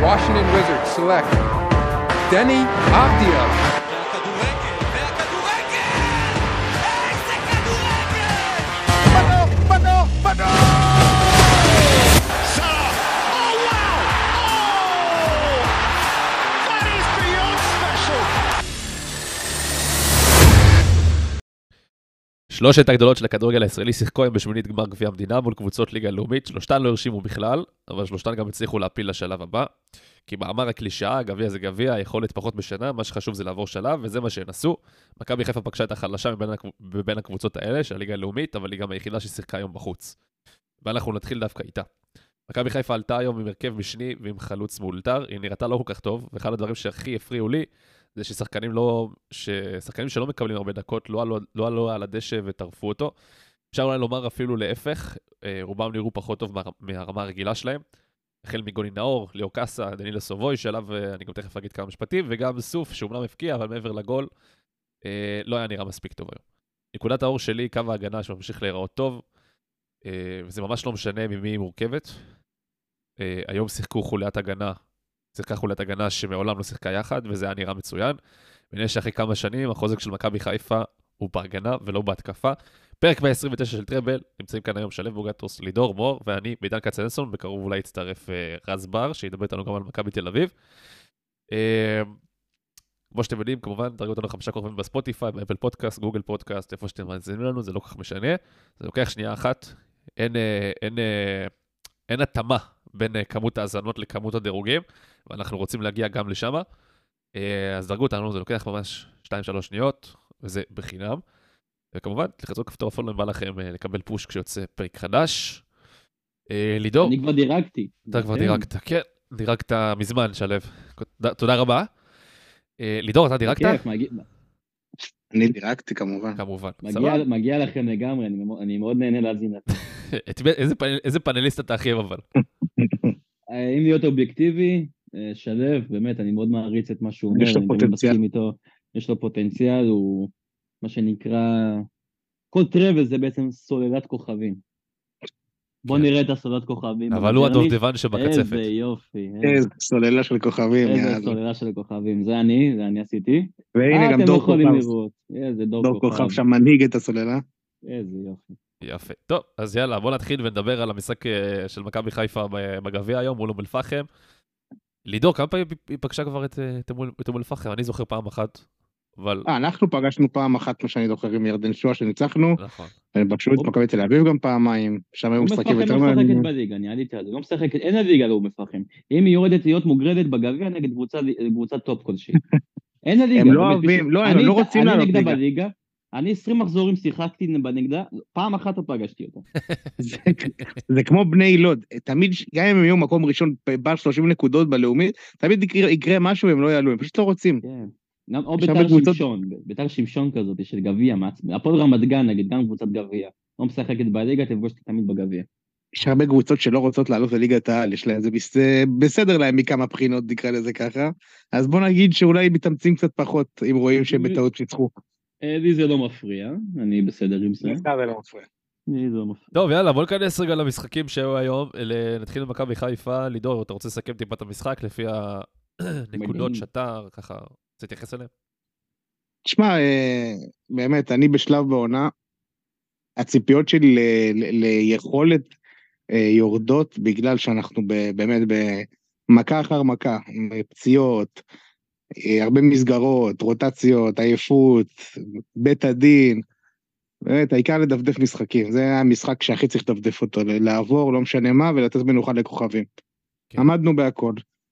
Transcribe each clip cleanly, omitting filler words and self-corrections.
Washington Wizards select Deni Avdija. שלושת הגדולות של הכדורגל הישראלי שיחקו היום בשמינית גמר גביע המדינה מול קבוצות ליגה לאומית, שלושתן לא הרשימו בכלל, אבל שלושתן גם הצליחו להפיל לשלב הבא, כי מאמר הקלישאה, גביע זה גביע, יכולת פחות בשנה, מה שחשוב זה לעבור שלב, וזה מה שהן עשו. מכבי חיפה פגשה את החלשה מבין הקבוצות האלה, של הליגה הלאומית, אבל היא גם היחידה ששיחקה היום בחוץ. ואנחנו נתחיל דווקא איתה. מכבי חיפה עלתה היום עם הרכב משני ועם חלוץ מאולתר, היא נראתה לא כל כך טוב, ואחד הדברים שהכי הפריעו לי, זה ששחקנים שלא מקבלים הרבה דקות, לא עלו על הדשא וטרפו אותו. אפשר אולי לומר אפילו להפך, רובם נראו פחות טוב מהרמה הרגילה שלהם. החל מגוני נאור, ליאור קאסה, דנילה סובוי, שעליו אני גם תכף אגיד כמה משפטים, וגם סוף, שאומנם הפקיע, אבל מעבר לגול, לא היה נראה מספיק טוב היום. נקודת האור שלי, קו ההגנה שממשיך להיראות טוב, וזה ממש לא משנה ממי היא מורכבת. היום שיחקה חוליית הגנה שמעולם לא שיחקה יחד, וזה היה נראה מצוין. ונראה שאחרי כמה שנים, החוזק של מכבי חיפה הוא בהגנה ולא בהתקפה. פרק 129 של טראבל, נמצאים כאן היום שלב בוגטרוס, לידור מור, ואני בעידן קצנסון, בקרוב אולי יצטרף רז בר, שידבר איתנו גם על מכבי תל אביב. כמו שאתם יודעים, כמובן, דרגו אותנו 5 כוכבים בספוטיפיי, באפל פודקאסט, גוגל פודקאסט, איפה שאתם מאזינים לנו, זה לא כל כך משנה. זה לוקח שנייה אחת, אין התאמה בין כמות האזנות לכמות הדירוגים, ואנחנו רוצים להגיע גם לשם. אז דרגו אותנו, זה לוקח ממש 2-3 שניות, וזה בחינם. וכמובן, תלחצו כפתור אפילו אם בא לכם לקבל פוש כשיוצא פרק חדש. לידור. אני כבר דירגתי. אתה כבר דירגת, כן. דירגת מזמן, שלב. תודה רבה. לידור, אתה דירגת? אני דירגתי כמובן. כמובן. מגיע לכם לגמרי, אני מאוד נהנה להזין לכם. איזה פאנליסט אתה הכי אבל? אם להיות אובייקטיבי, שלב, באמת, אני מאוד מעריץ את מה שהוא אומר. יש לו פוטנציאל. יש לו פוטנציאל, הוא מה שנקרא, כל טראבל זה בעצם סוללת כוכבים. בוא נראה את הסוללת כוכבים. אבל הוא הדובדבן שבקצפת. איזה יופי. איזה סוללה של כוכבים. איזה סוללה של כוכבים. זה אני עשיתי. והנה גם דור כוכב. איזה דור כוכב שם מנהיג את הסוללה. איזה יופי. יפה. טוב, אז יאללה, בוא נתחיל ונדבר על המשחק של מכבי חיפה בגביע היום מול אום אל-פחם. לידור, כמה פעמים היא פגשה כבר את אום אל-פחם? אני זוכר פעם אחת. אנחנו פגשנו פעם אחת, מה שאני זוכר, עם ירדן שואה שניצחנו, נכון. פגשו את מכבי תל אביב גם פעמיים, שם היו משחקים יותר מעניינים. הוא משחקת בליגה, אני עליתי על זה, לא משחקת, אין הליגה לאום אל-פחם. אם היא יורדת להיות מוגרדת בגביע נגד קבוצת טופ כלשהי. אין הליגה. הם לא אוהבים, לא רוצים לעלות ליגה. אני 20 מחזורים שיחקתי בנגדה, פעם אחת לא פגשתי אותה. זה כמו בני לוד, תמיד, גם אם הם יהיו מקום ראשון בעל 30 נקודות בלאומית, תמיד יקרה משהו והם לא יעלו, הם פשוט לא רוצים. או ביתר שמשון כזאת של גביע, הפועל רמת גן נגיד, גם קבוצת גביע, לא משחקת בליגה, תפגוש תמיד בגביע. יש הרבה קבוצות שלא רוצות לעלות לליגת העל, יש להם, זה בסדר להם מכמה בחינות, נקרא לזה ככה, אז בוא נגיד שאולי מתאמצים קצת פחות, אם רואים שבטעות שיצחו. לי זה לא מפריע, אני בסדר עם זה. זה לא מפריע. טוב, יאללה, בוא ניכנס רגע למשחקים שהיו היום, נתחיל במכבי חיפה. לידור, אתה רוצה לסכם טיפה את המשחק לפי הנקודות שאתה ככה רוצה להתייחס אליהם? תשמע, באמת, אני בשלב בעונה, הציפיות שלי ליכולת יורדות, בגלל שאנחנו באמת במכה אחר מכה, פציעות, הרבה מסגרות, רוטציות, עייפות, בית הדין, באמת, העיקר לדפדף משחקים, זה המשחק שהכי צריך לדפדף אותו, לעבור, לא משנה מה, ולתת מנוחה לכוכבים. עמדנו בהכל.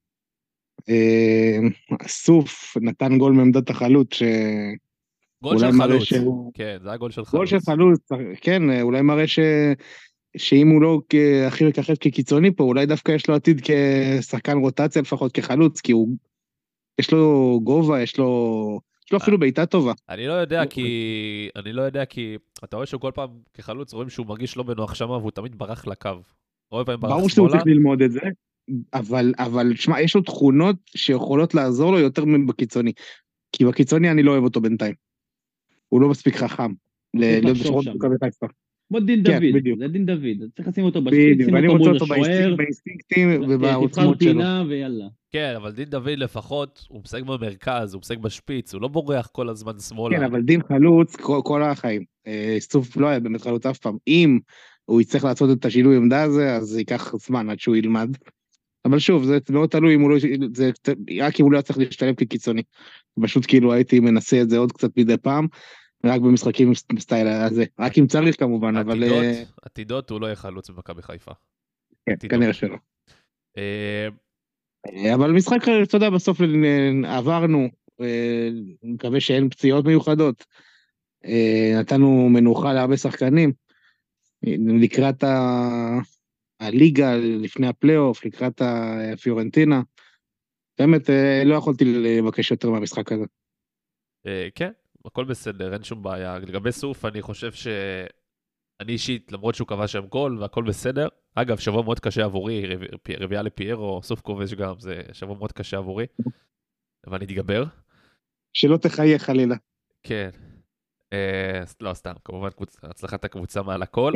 סוף נתן גול מעמדת החלוץ, גול של חלוץ, כן, זה היה גול של חלוץ. גול של חלוץ, כן, אולי מראה שאם הוא לא הכי מככב כקיצוני פה, אולי דווקא יש לו עתיד כשחקן רוטציה לפחות כחלוץ, כי יש לו גובה, יש לו אפילו בעיטה טובה. אני לא יודע כי אתה רואה שהוא כל פעם כחלוץ, רואים שהוא מרגיש לא בנוח שמה, והוא תמיד ברח לקו. ברור שהוא צריך ללמוד את זה, אבל שמע, יש לו תכונות שיכולות לעזור לו יותר בקיצוני, כי בקיצוני אני לא אוהב אותו בינתיים. הוא לא מספיק חכם, להיות בשורות מכבי חיפה. כמו דין כן, דוד, בדיוק. זה דין דוד, צריך לשים אותו בשפיץ, בדיוק, שים ואני אותו רוצה מול אותו השוער, באינסטינקטים תבחר ובעוצמות שלו. פינה ויאללה. כן, אבל דין דוד לפחות, הוא משחק במרכז, הוא משחק בשפיץ, הוא לא בורח כל הזמן שמאלה. כן, אבל דין חלוץ כל החיים. סוף לא היה באמת חלוץ אף פעם. אם הוא יצטרך לעשות את השינוי עמדה הזה, אז זה ייקח זמן עד שהוא ילמד. אבל שוב, זה מאוד תלוי אם הוא לא, זה רק אם הוא לא צריך להשתלב כקיצוני. פשוט כאילו הייתי מנסה את זה עוד קצת מדי פעם, רק במשחקים סטייל הזה. רק אם צריך כמובן, אבל... עתידות הוא לא יהיה חלוץ במכבי חיפה. כן, כנראה שלא. אה, אבל משחק, אתה יודע, בסוף עברנו, מקווה שאין פציעות מיוחדות, נתנו מנוחה להרבה שחקנים, לקראת הליגה, לפני הפלייאוף, לקראת הפיורנטינה, באמת לא יכולתי לבקש יותר מהמשחק הזה. כן, הכל בסדר, אין שום בעיה. לגבי סוף, אני חושב אני אישית, למרות שהוא קבע שם גול, והכל בסדר. אגב, שבוע מאוד קשה עבורי, רביעה לפיירו, סוף כובש גם, זה שבוע מאוד קשה עבורי. אבל נתגבר. שלא תחייך חלילה. כן. לא, סתם, כמובן, הצלחת הקבוצה מעל הכל.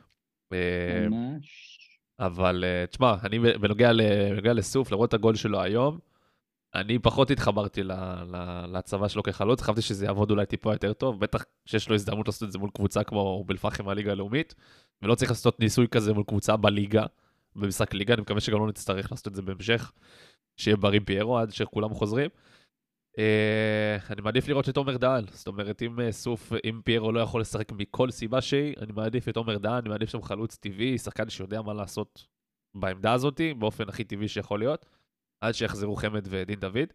ממש. אבל, תשמע, אני בנוגע לסוף, לראות את הגול שלו היום, אני פחות התחברתי להצבה שלו כחלוץ, חשבתי שזה יעבוד אולי טיפה יותר טוב, בטח שיש לו הזדמנות לעשות את זה מול קבוצה כמו בלפחם הליגה הלאומית, ולא צריך לעשות ניסוי כזה מול קבוצה בליגה, במשחק ליגה, אני מקווה שגם לא נצטרך לעשות את זה בהמשך, שיהיה בריא פיירו עד שכולם חוזרים. אני מעדיף לראות את עומר דהן, זאת אומרת, אם פיירו לא יכול לשחק מכל סיבה שהיא, אני מעדיף את עומר דהן, אני מעדיף שם חלוץ טבעי, שחקן שיודע מה לעשות בעמדה הזאת, באופן הכי טבעי שיכול להיות. עד שיחזרו חמד ודין דוד.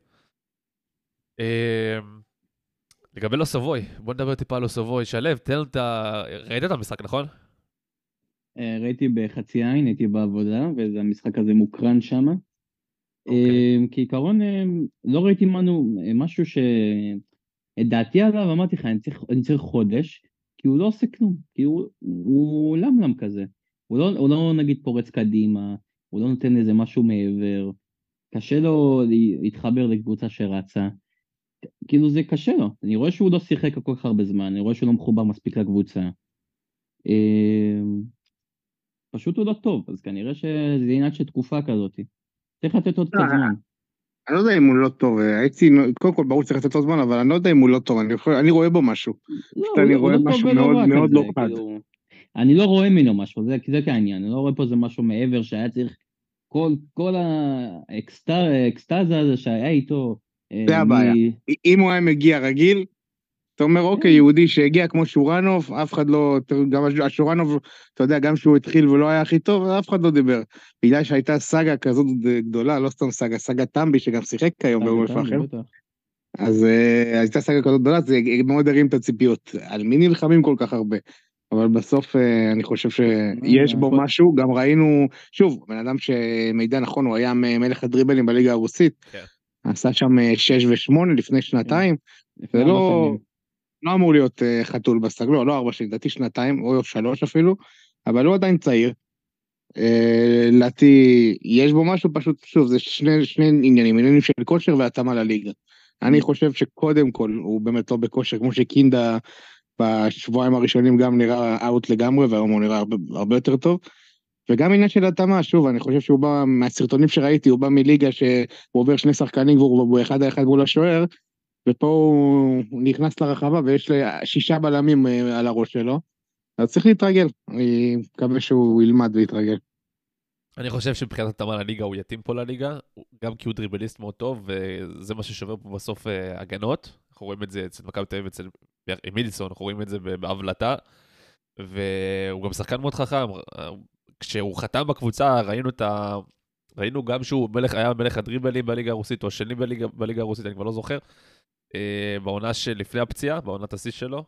לגבי לוסובוי, בוא נדבר טיפה על לוסובוי. שלו, תן ראית את המשחק, נכון? ראיתי בחצי עין, הייתי בעבודה, וזה המשחק הזה מוקרן שם. כעיקרון, לא ראיתי משהו שדעתי עליו, אמרתי לך, אני צריך חודש, כי הוא לא עושה כלום, כי הוא למלם כזה. הוא לא נגיד פורץ קדימה, הוא לא נותן איזה משהו מעבר, קשה לו להתחבר לקבוצה שרצה, כאילו זה קשה לו, אני רואה שהוא לא שיחק כל כך הרבה זמן, אני רואה שהוא לא מחובר מספיק לקבוצה, פשוט הוא לא טוב, אז כנראה שזה עניין של תקופה כזאת, צריך לתת עוד קצת זמן. אני לא יודע אם הוא לא טוב, קודם כל ברור שצריך לתת לו זמן, אבל אני לא יודע אם הוא לא טוב, אני רואה בו משהו, אני רואה משהו מאוד לא חד. אני לא רואה ממנו משהו, זה כעניין, אני לא רואה פה איזה משהו מעבר שהיה צריך, כל האקסטאזה הזה שהיה איתו. זה הבעיה. אם הוא היה מגיע רגיל, אתה אומר, אוקיי, יהודי שהגיע כמו שורנוב, אף אחד לא, גם השורנוב, אתה יודע, גם שהוא התחיל ולא היה הכי טוב, אף אחד לא דיבר. בגלל שהייתה סאגה כזאת גדולה, לא סתם סאגה טמבי, שגם שיחק כיום באום אל-פחם. אז הייתה סאגה כזאת גדולה, זה מאוד הרים את הציפיות. על מי נלחמים כל כך הרבה? אבל בסוף אני חושב שיש בו משהו, גם ראינו, שוב, בן אדם שמידע נכון, הוא היה מלך הדריבלים בליגה הרוסית, עשה שם 6 ו8 לפני שנתיים, זה לא אמור להיות חתול בסג, לא 4 שנים, דעתי שנתיים, או 3 אפילו, אבל הוא עדיין צעיר, לדעתי יש בו משהו פשוט, שוב, זה שני עניינים של כושר והתאמה לליגה. אני חושב שקודם כל, הוא באמת לא בכושר, כמו שקינדה, בשבועיים הראשונים גם נראה אאוט לגמרי, והיום הוא נראה הרבה יותר טוב, וגם עניין של התאמה, שוב, אני חושב שהוא בא, מהסרטונים שראיתי, הוא בא מליגה שהוא עובר 2 שחקנים, והוא 1-1 מול השוער, ופה הוא נכנס לרחבה, ויש 6 בלמים על הראש שלו, אז צריך להתרגל, אני מקווה שהוא ילמד ויתרגל. אני חושב שבחינת התאמה לליגה הוא יתאים פה לליגה, גם כי הוא דריבליסט מאוד טוב, וזה מה ששובר פה בסוף הגנות, אנחנו רואים את זה אצל מכבי תל אביב, אצל מילסון, אנחנו רואים את זה בהבלטה, והוא גם שחקן מאוד חכם, כשהוא חתם בקבוצה ראינו גם שהוא היה מלך הדריבלים בליגה הרוסית, או השני בליגה הרוסית, אני כבר לא זוכר, בעונה שלפני הפציעה, בעונת השיא שלו,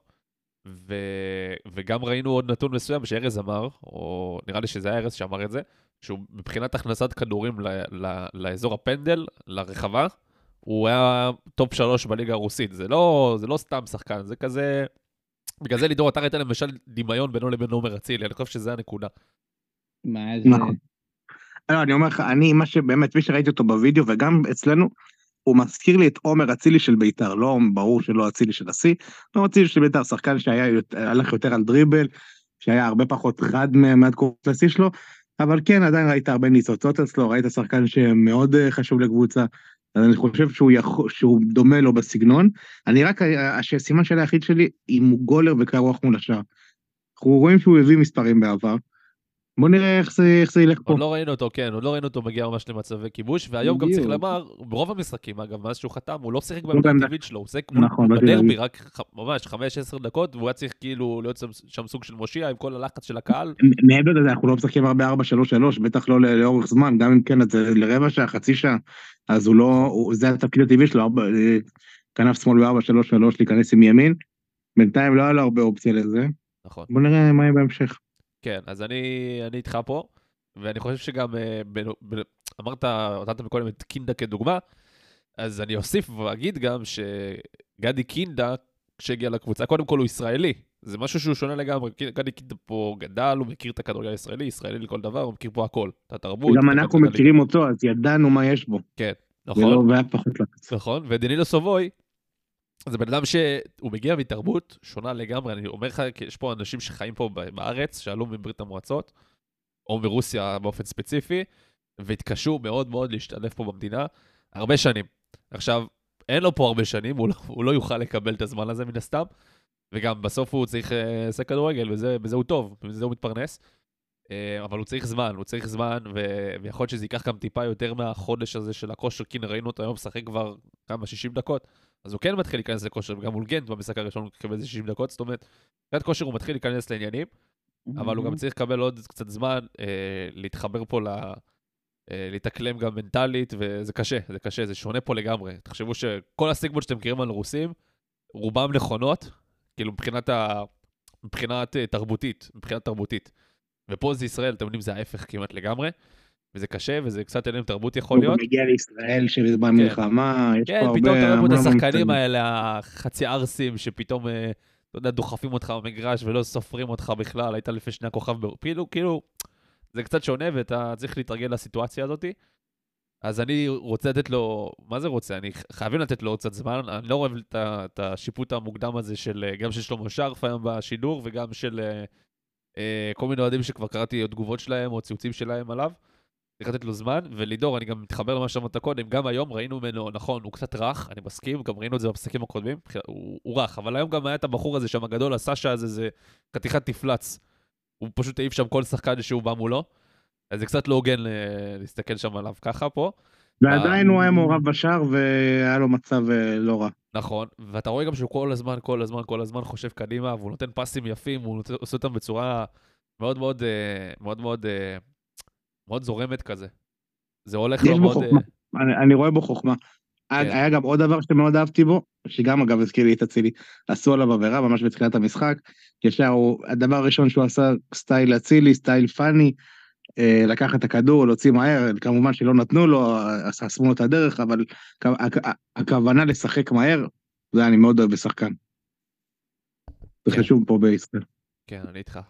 וגם ראינו עוד נתון מסוים שארז אמר, או נראה לי שזה היה ארז שאמר את זה, שהוא מבחינת הכנסת כדורים לאזור הפנדל, לרחבה, הוא היה טופ 3 בליגה הרוסית, זה לא סתם שחקן, זה כזה, בגלל זה לידור, אתה ראית למשל דמיון בינו לבין עומר אצילי, אני חושב שזה הנקודה. מה זה? לא, אני אומר לך, מה שבאמת, מי שראיתי אותו בווידאו, וגם אצלנו, הוא מזכיר לי את עומר אצילי של ביתר, לא ברור שלא אצילי של השיא, לא אצילי של ביתר, שחקן שהלך יותר על דריבל, שהיה הרבה פחות חד מהתקופת השיא שלו, אבל כן, עדיין ראית הרבה ניצוצות אצלו, ראית שחקן שמאוד חשוב לקבוצה, אז אני חושב שהוא דומה לו בסגנון. אני רק, הסימן של היחיד שלי, אם הוא גולר וקר רוח מול השאר. אנחנו רואים שהוא הביא מספרים בעבר, בוא נראה איך זה ילך פה. עוד לא ראינו אותו, כן, עוד לא ראינו אותו מגיע ממש למצבי כיבוש, והיום גם צריך לומר, ברוב המשחקים, אגב, מאז שהוא חתם, הוא לא שיחק בעמדה הטבעית שלו, הוא שיחק בדרבי רק ממש 5-10 דקות, והוא היה צריך כאילו להיות שם סוג של מושיע עם כל הלחץ של הקהל. מעבר לזה, אנחנו לא משחקים הרבה 4-3-3, בטח לא לאורך זמן, גם אם כן, זה לרבע שעה, חצי שעה, אז הוא לא, זה התפקיד הטבעי שלו, כנף שמאל ב-4-3-3, להיכנס עם ימין, בינתיים לא היה לו הרבה אופציה לזה. נכון. בוא נראה מה יהיה בהמשך. כן, אז אני איתך פה, ואני חושב שגם, אמרת, נתת מקודם את קינדה כדוגמה, אז אני אוסיף ואגיד גם שגדי קינדה, כשהגיע לקבוצה, קודם כל הוא ישראלי, זה משהו שהוא שונה לגמרי, גדי קינדה פה גדל, הוא מכיר את הכדורגל הישראלי, ישראלי לכל דבר, הוא מכיר פה הכל, את התרבות. גם אנחנו מכירים אותו, אז ידענו מה יש בו. כן, נכון. ולא היה פחות לחץ. נכון, ודנילו סובוי, זה בן אדם שהוא מגיע מתרבות שונה לגמרי, אני אומר לך, יש פה אנשים שחיים פה בארץ, שעלו מברית המועצות, או מרוסיה באופן ספציפי, והתקשו מאוד מאוד להשתלב פה במדינה, הרבה שנים. עכשיו, אין לו פה הרבה שנים, הוא לא יוכל לקבל את הזמן הזה מן הסתם, וגם בסוף הוא צריך לשחק כדורגל, וזה הוא טוב, וזה הוא מתפרנס, אבל הוא צריך זמן, ויכול להיות שזה ייקח גם טיפה יותר מהחודש הזה של הכושר, כי ראינו אותו היום משחק כבר כמה 60 דקות, אז הוא כן מתחיל להיכנס לכושר, וגם מול גנט במשחק הראשון הוא קיבל איזה 60 דקות, זאת אומרת, קצת כושר הוא מתחיל להיכנס לעניינים, אבל הוא גם צריך לקבל עוד קצת זמן, להתחבר פה, להתאקלם גם מנטלית, וזה קשה, זה שונה פה לגמרי. תחשבו שכל הסטיגמות שאתם מכירים על רוסים, רובם נכונות, כאילו מבחינת תרבותית. ופה זה ישראל, אתם יודעים, זה ההפך כמעט לגמרי, וזה קשה, וזה קצת אליהם תרבות יכול להיות. הוא מגיע לישראל שבזמן מלחמה, יש פה הרבה... כן, פתאום אתה רואה פה את השחקנים האלה, החצי ארסים, שפתאום, אתה יודע, דוחפים אותך במגרש, ולא סופרים אותך בכלל, היית לפני שני הכוכב, כאילו, זה קצת שונה, ואתה צריך להתרגל לסיטואציה הזאת. אז אני רוצה לתת לו, מה זה רוצה? אני חייבים לתת לו קצת זמן, אני לא אוהב את השיפוט המוקדם הזה, גם של שלמה שרף היום בשידור, וגם של כל מיני אוהדים שכבר קראתי תגובות שלהם, או ציוצים שלהם עליו. צריך לתת לו זמן, ולידור, אני גם מתחבר למה שאמרת קודם, גם היום ראינו ממנו, נכון, הוא קצת רך, אני מסכים, גם ראינו את זה בפסקים הקודמים, הוא רך, אבל היום גם היה את הבחור הזה שם הגדול, הסשה הזה, זה חתיכת תפלץ. הוא פשוט העיף שם כל שחקן שהוא בא מולו, אז זה קצת לא הוגן להסתכל שם עליו ככה פה. ועדיין הוא היה מעורב בשער, והיה לו מצב לא רע. נכון, ואתה רואה גם שהוא כל הזמן חושב קדימה, והוא נותן פסים יפים, הוא עושה אותם בצורה מאוד מאוד זורמת כזה. זה הולך לו מאוד... אני רואה בו חוכמה. היה גם עוד דבר שמאוד אהבתי בו, שגם אגב הזכיר לי את אצילי, עשו עליו עבירה ממש בתחילת המשחק, ישר הדבר הראשון שהוא עשה סטייל אצילי, סטייל פאני, לקח את הכדור, להוציא מהר, כמובן שלא נתנו לו, עשו לו את הדרך, אבל הכוונה לשחק מהר, זה אני מאוד אוהב בשחקן. זה חשוב פה בישראל. כן, אני איתך.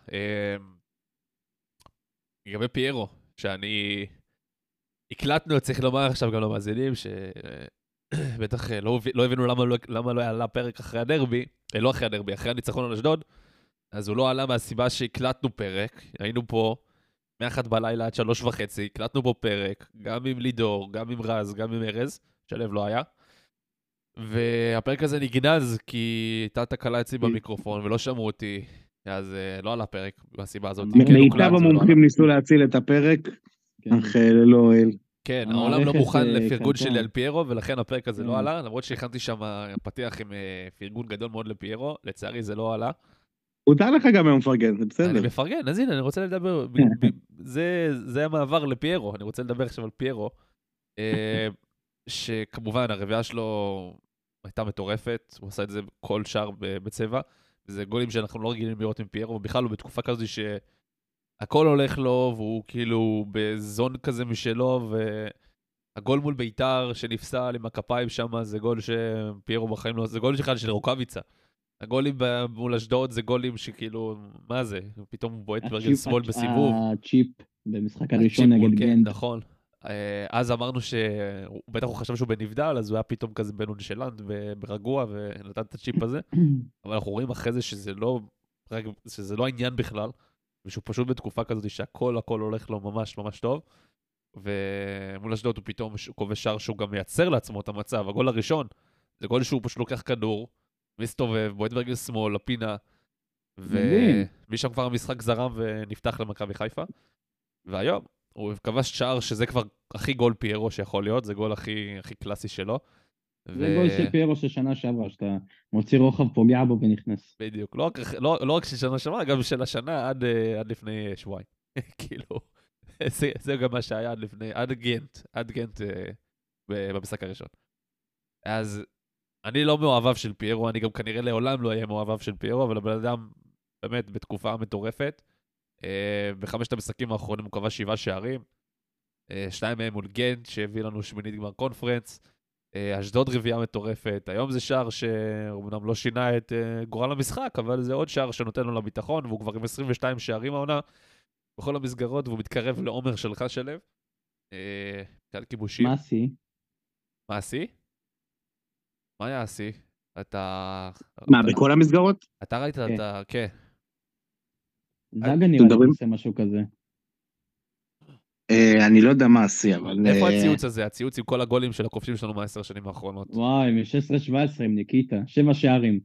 לגבי פיירו, שאני... הקלטנו, צריך לומר עכשיו גם למאזינים, שבטח לא הבינו למה לא עלה פרק אחרי הדרבי, לא אחרי הדרבי, אחרי הניצחון על אשדוד, אז הוא לא עלה מהסיבה שהקלטנו פרק, היינו פה מ-1 בלילה עד 3:30, הקלטנו פה פרק, גם עם לידור, גם עם רז, גם עם ארז, שלב לא היה, והפרק הזה נגנז כי הייתה תקלה אצלי במיקרופון ולא שמעו אותי, אז לא עלה פרק בסיבה הזאת. מיטב המומחים ניסו להציל את הפרק, אך לא אל. כן, העולם לא מוכן לפרגון שלי על פיירו, ולכן הפרק הזה לא עלה, למרות שהכנתי שם פתיח עם פרגון גדול מאוד לפיירו, לצערי זה לא עלה. הותר לך גם היום מפרגן, זה בסדר. אני מפרגן, אז הנה, אני רוצה לדבר, זה המעבר לפיירו, אני רוצה לדבר עכשיו על פיירו, שכמובן הרביעה שלו הייתה מטורפת, הוא עשה את זה כל שער בצבע, וזה גולים שאנחנו לא רגילים לראות מפיירו, ובכלל הוא בתקופה כזאת שהכל הולך לו, והוא כאילו בזון כזה משלו, והגול מול ביתר שנפסל עם הכפיים שם, זה גול שפיירו בחיים לא, זה גול של רוקאביצה. הגולים מול אשדוד זה גולים שכאילו, מה זה? פתאום הוא בועט ברגל שמאל בסיבוב. הצ'יפ במשחק הראשון נגד גנט. נכון. אז אמרנו שבטח הוא חשב שהוא בנבדל, אז הוא היה פתאום כזה בנונשלנט וברגוע ונתן את הצ'יפ הזה. אבל אנחנו רואים אחרי זה שזה לא שזה לא העניין בכלל, ושהוא פשוט בתקופה כזאת שהכל הולך לו ממש ממש טוב, ומול אשדוד הוא פתאום כובש שער שהוא גם מייצר לעצמו את המצב. הגול הראשון, זה גול שהוא פשוט לוקח כדור, מסתובב, בועט ברגל שמאל, לפינה, ומשם כבר המשחק זרם ונפתח למכבי חיפה, והיום הוא כבש שער שזה כבר הכי גול פיירו שיכול להיות, זה גול הכי קלאסי שלו. זה גול של פיירו של שנה שעברה, שאתה מוציא רוחב, פוגע בו ונכנס. בדיוק, לא רק של שנה שעברה, גם של השנה עד לפני שבועיים. כאילו, זה גם מה שהיה עד גנט במשחק הראשון. אז אני לא מאוהביו של פיירו, אני גם כנראה לעולם לא אהיה מאוהביו של פיירו, אבל הבן אדם באמת בתקופה מטורפת. בחמשת המשחקים האחרונים הוא כבש 7 שערים, 2 מהם מול גנט שהביא לנו שמינית גמר קונפרנס, אשדוד רביעייה מטורפת. היום זה שער שאומנם לא שינה את גורל המשחק, אבל זה עוד שער שנותן לו לביטחון, והוא כבר עם 22 שערים העונה בכל המסגרות, והוא מתקרב לעומר שלך שלב. קהל כיבושים. מה השיא? מה השיא? מה היה השיא? מה, בכל המסגרות? אתה ראית, כן. זגה נראה לי עושה משהו כזה. אני לא יודע מה השיא, אבל... איפה הציוץ הזה? הציוץ עם כל הגולים של הכובשים שלנו מה10 שנים האחרונות. וואי, מ-16-17 עם ניקיטה, 7 שערים.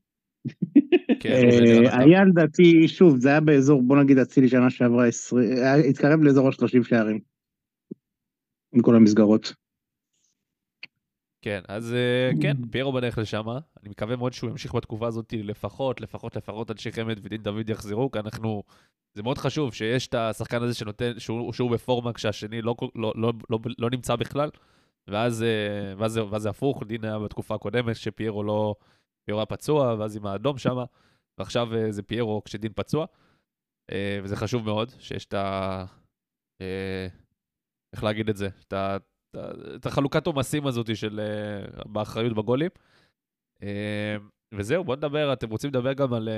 היה לדעתי, שוב, זה היה באזור, בוא נגיד אצילי שנה שעברה 20, התקרב לאזור ה-30 שערים. עם כל המסגרות. כן, אז כן, פיירו בדרך לשם, אני מקווה מאוד שהוא ימשיך בתקופה הזאת לפחות עד שחמד ודין דוד יחזרו, כי זה מאוד חשוב שיש את השחקן הזה שנותן, שהוא בפורמה כשהשני לא נמצא בכלל, ואז זה הפוך, דין היה בתקופה הקודמת שפיירו היה פצוע, ואז עם האדום שם, ועכשיו זה פיירו כשדין פצוע, וזה חשוב מאוד שיש איך להגיד את זה, את החלוקת עומסים הזאת של באחריות בגולים. וזהו, בואו נדבר, אתם רוצים לדבר גם על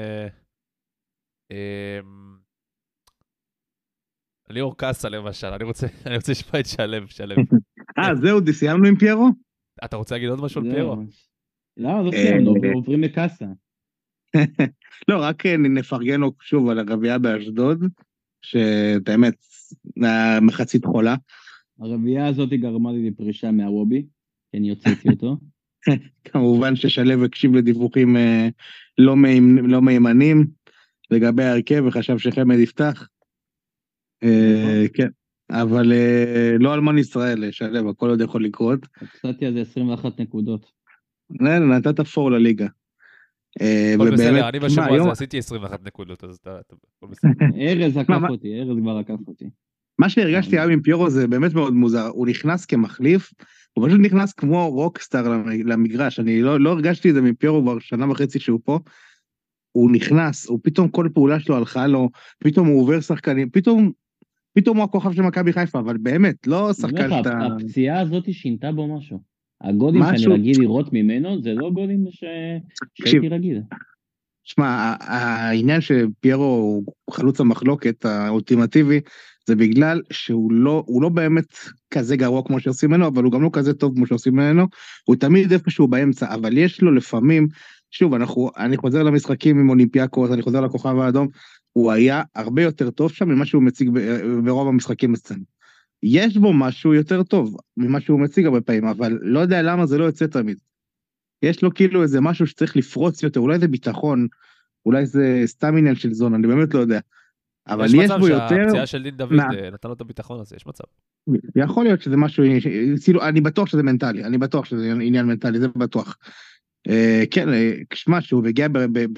ליאור קאסה למשל, אני רוצה לשמוע את שלם. זהו, סיימנו עם פיירו? אתה רוצה להגיד עוד משהו על פיירו? לא סיימנו, עוברים לקאסה. לא, רק נפרגן לו שוב על הרביעייה באשדוד, שבאמת מחצית חולה. הרביעייה הזאת גרמה לי לפרישה מהוובי, כי אני יוצאתי אותו. כמובן ששלב הקשיב לדיווחים לא מהימנים לגבי ההרכב, וחשב שחמד יפתח. כן, אבל לא אלמן ישראל, שלב, הכל עוד יכול לקרות. הפסדתי על זה 21 נקודות. נתת פור לליגה. הכל בסדר, אני בשבוע הזה עשיתי 21 נקודות, אז אתה בסדר. ארז כבר עקף אותי. מה שהרגשתי היום עם פיירו זה באמת מאוד מוזר, הוא נכנס כמחליף, הוא פשוט נכנס כמו רוקסטאר למגרש, אני לא הרגשתי את זה מפיירו כבר שנה וחצי שהוא פה, הוא נכנס, הוא פתאום כל פעולה שלו הלכה לו, פתאום הוא עובר שחקנים, פתאום הוא הכוכב של מכבי חיפה, אבל באמת, לא שחקן שאתה... הפציעה הזאת שינתה בו משהו. הגולים שאני רגיל לראות ממנו, זה לא גולים שהייתי רגיל. שמע, העניין שפיירו הוא חלוץ המחלוקת האולטימטיבי, זה בגלל שהוא לא באמת כזה גרוע כמו שעושים ממנו, אבל הוא גם לא כזה טוב כמו שעושים ממנו, הוא תמיד איפשהו באמצע, אבל יש לו לפעמים, שוב, אני חוזר למשחקים עם אולימפיאקוס, אני חוזר לכוכב האדום, הוא היה הרבה יותר טוב שם ממה שהוא מציג ברוב המשחקים אצלנו. יש בו משהו יותר טוב ממה שהוא מציג הרבה פעמים, אבל לא יודע למה זה לא יוצא תמיד. יש לו כאילו איזה משהו שצריך לפרוץ יותר, אולי זה ביטחון, אולי זה סתם עניין של זון, אני באמת לא יודע. אבל יש בו יותר... יש מצב שהפציעה של דין דוד נתן לו את הביטחון הזה, יש מצב. יכול להיות שזה משהו, אני בטוח שזה מנטלי, אני בטוח שזה עניין מנטלי, זה בטוח. כן, כשמה שהוא הגיע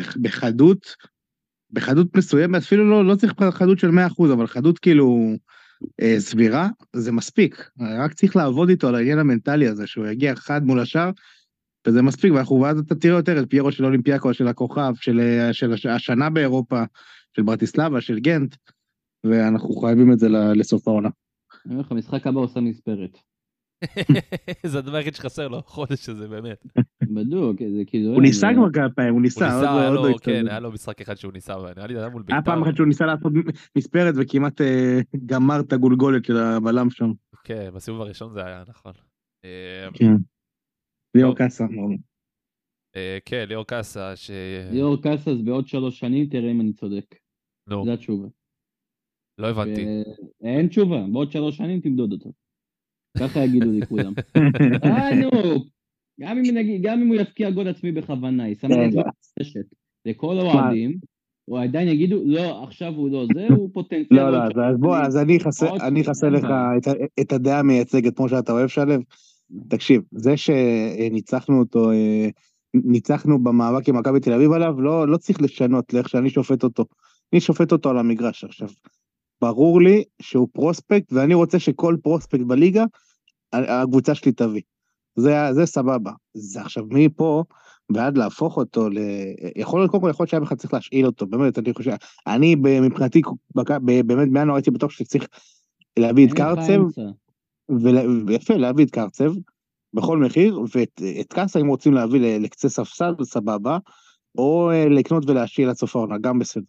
בחדות מסוימת, אפילו לא צריך חדות של 100%, אבל חדות כאילו סבירה, זה מספיק. רק צריך לעבוד איתו על העניין המנטלי הזה, שהוא יגיע אחד מול השאר, וזה מספיק, ואז אתה תראה יותר את פיירו של אולימפיאקוס, של הכוכב, של השנה באירופה, של ברטיסלבה, של גנט, ואנחנו חייבים את זה לסוף העונה. אני אומר לך, המשחק הבא עושה מספרת. זה הדבר הכי שחסר לו, חודש הזה באמת. בדיוק, זה כאילו... הוא ניסה כבר כמה פעמים, הוא ניסה. כן, היה לו משחק אחד שהוא ניסה, היה פעם אחת שהוא ניסה לעשות מספרת, וכמעט גמר את הגולגולת של הבלם שם. כן, בסיבוב הראשון זה היה, נכון. כן. ליאור קאסה. כן, ליאור קאסה, ליאור קאסס בעוד 3 שנים, תראה אם אני צודק. נו, זו התשובה. לא הבנתי. אין תשובה, בעוד 3 שנים תמדוד אותו. ככה יגידו לי כולם. נו, גם אם הוא יפקיע גול עצמי בכוונה, יסמן את זה ברשת לכל האוהדים, או עדיין יגידו, לא, עכשיו הוא לא זה, הוא פוטנציאל. לא, אז בוא, אז אני אחסה לך את הדעה המייצגת, כמו שאתה אוהב שלב. תקשיב, זה שניצחנו אותו, ניצחנו במאבק עם מכבי תל אביב עליו, לא צריך לשנות לאיך שאני שופט אותו. אני שופט אותו על המגרש עכשיו. ברור לי שהוא פרוספקט, ואני רוצה שכל פרוספקט בליגה, הקבוצה שלי תביא. זה סבבה. זה עכשיו מפה, ועד להפוך אותו יכול להיות שהיה בכלל צריך להשאיל אותו, באמת, אני חושב, אני מבחינתי, באמת בינואר הייתי בטוח שצריך להביא את קרצב, ויפה, להביא את קרצב, בכל מחיר, ואת קאסה אם רוצים להביא לקצה ספסל, סבבה, או לקנות ולהשאיל עד סוף העונה, גם בסדר.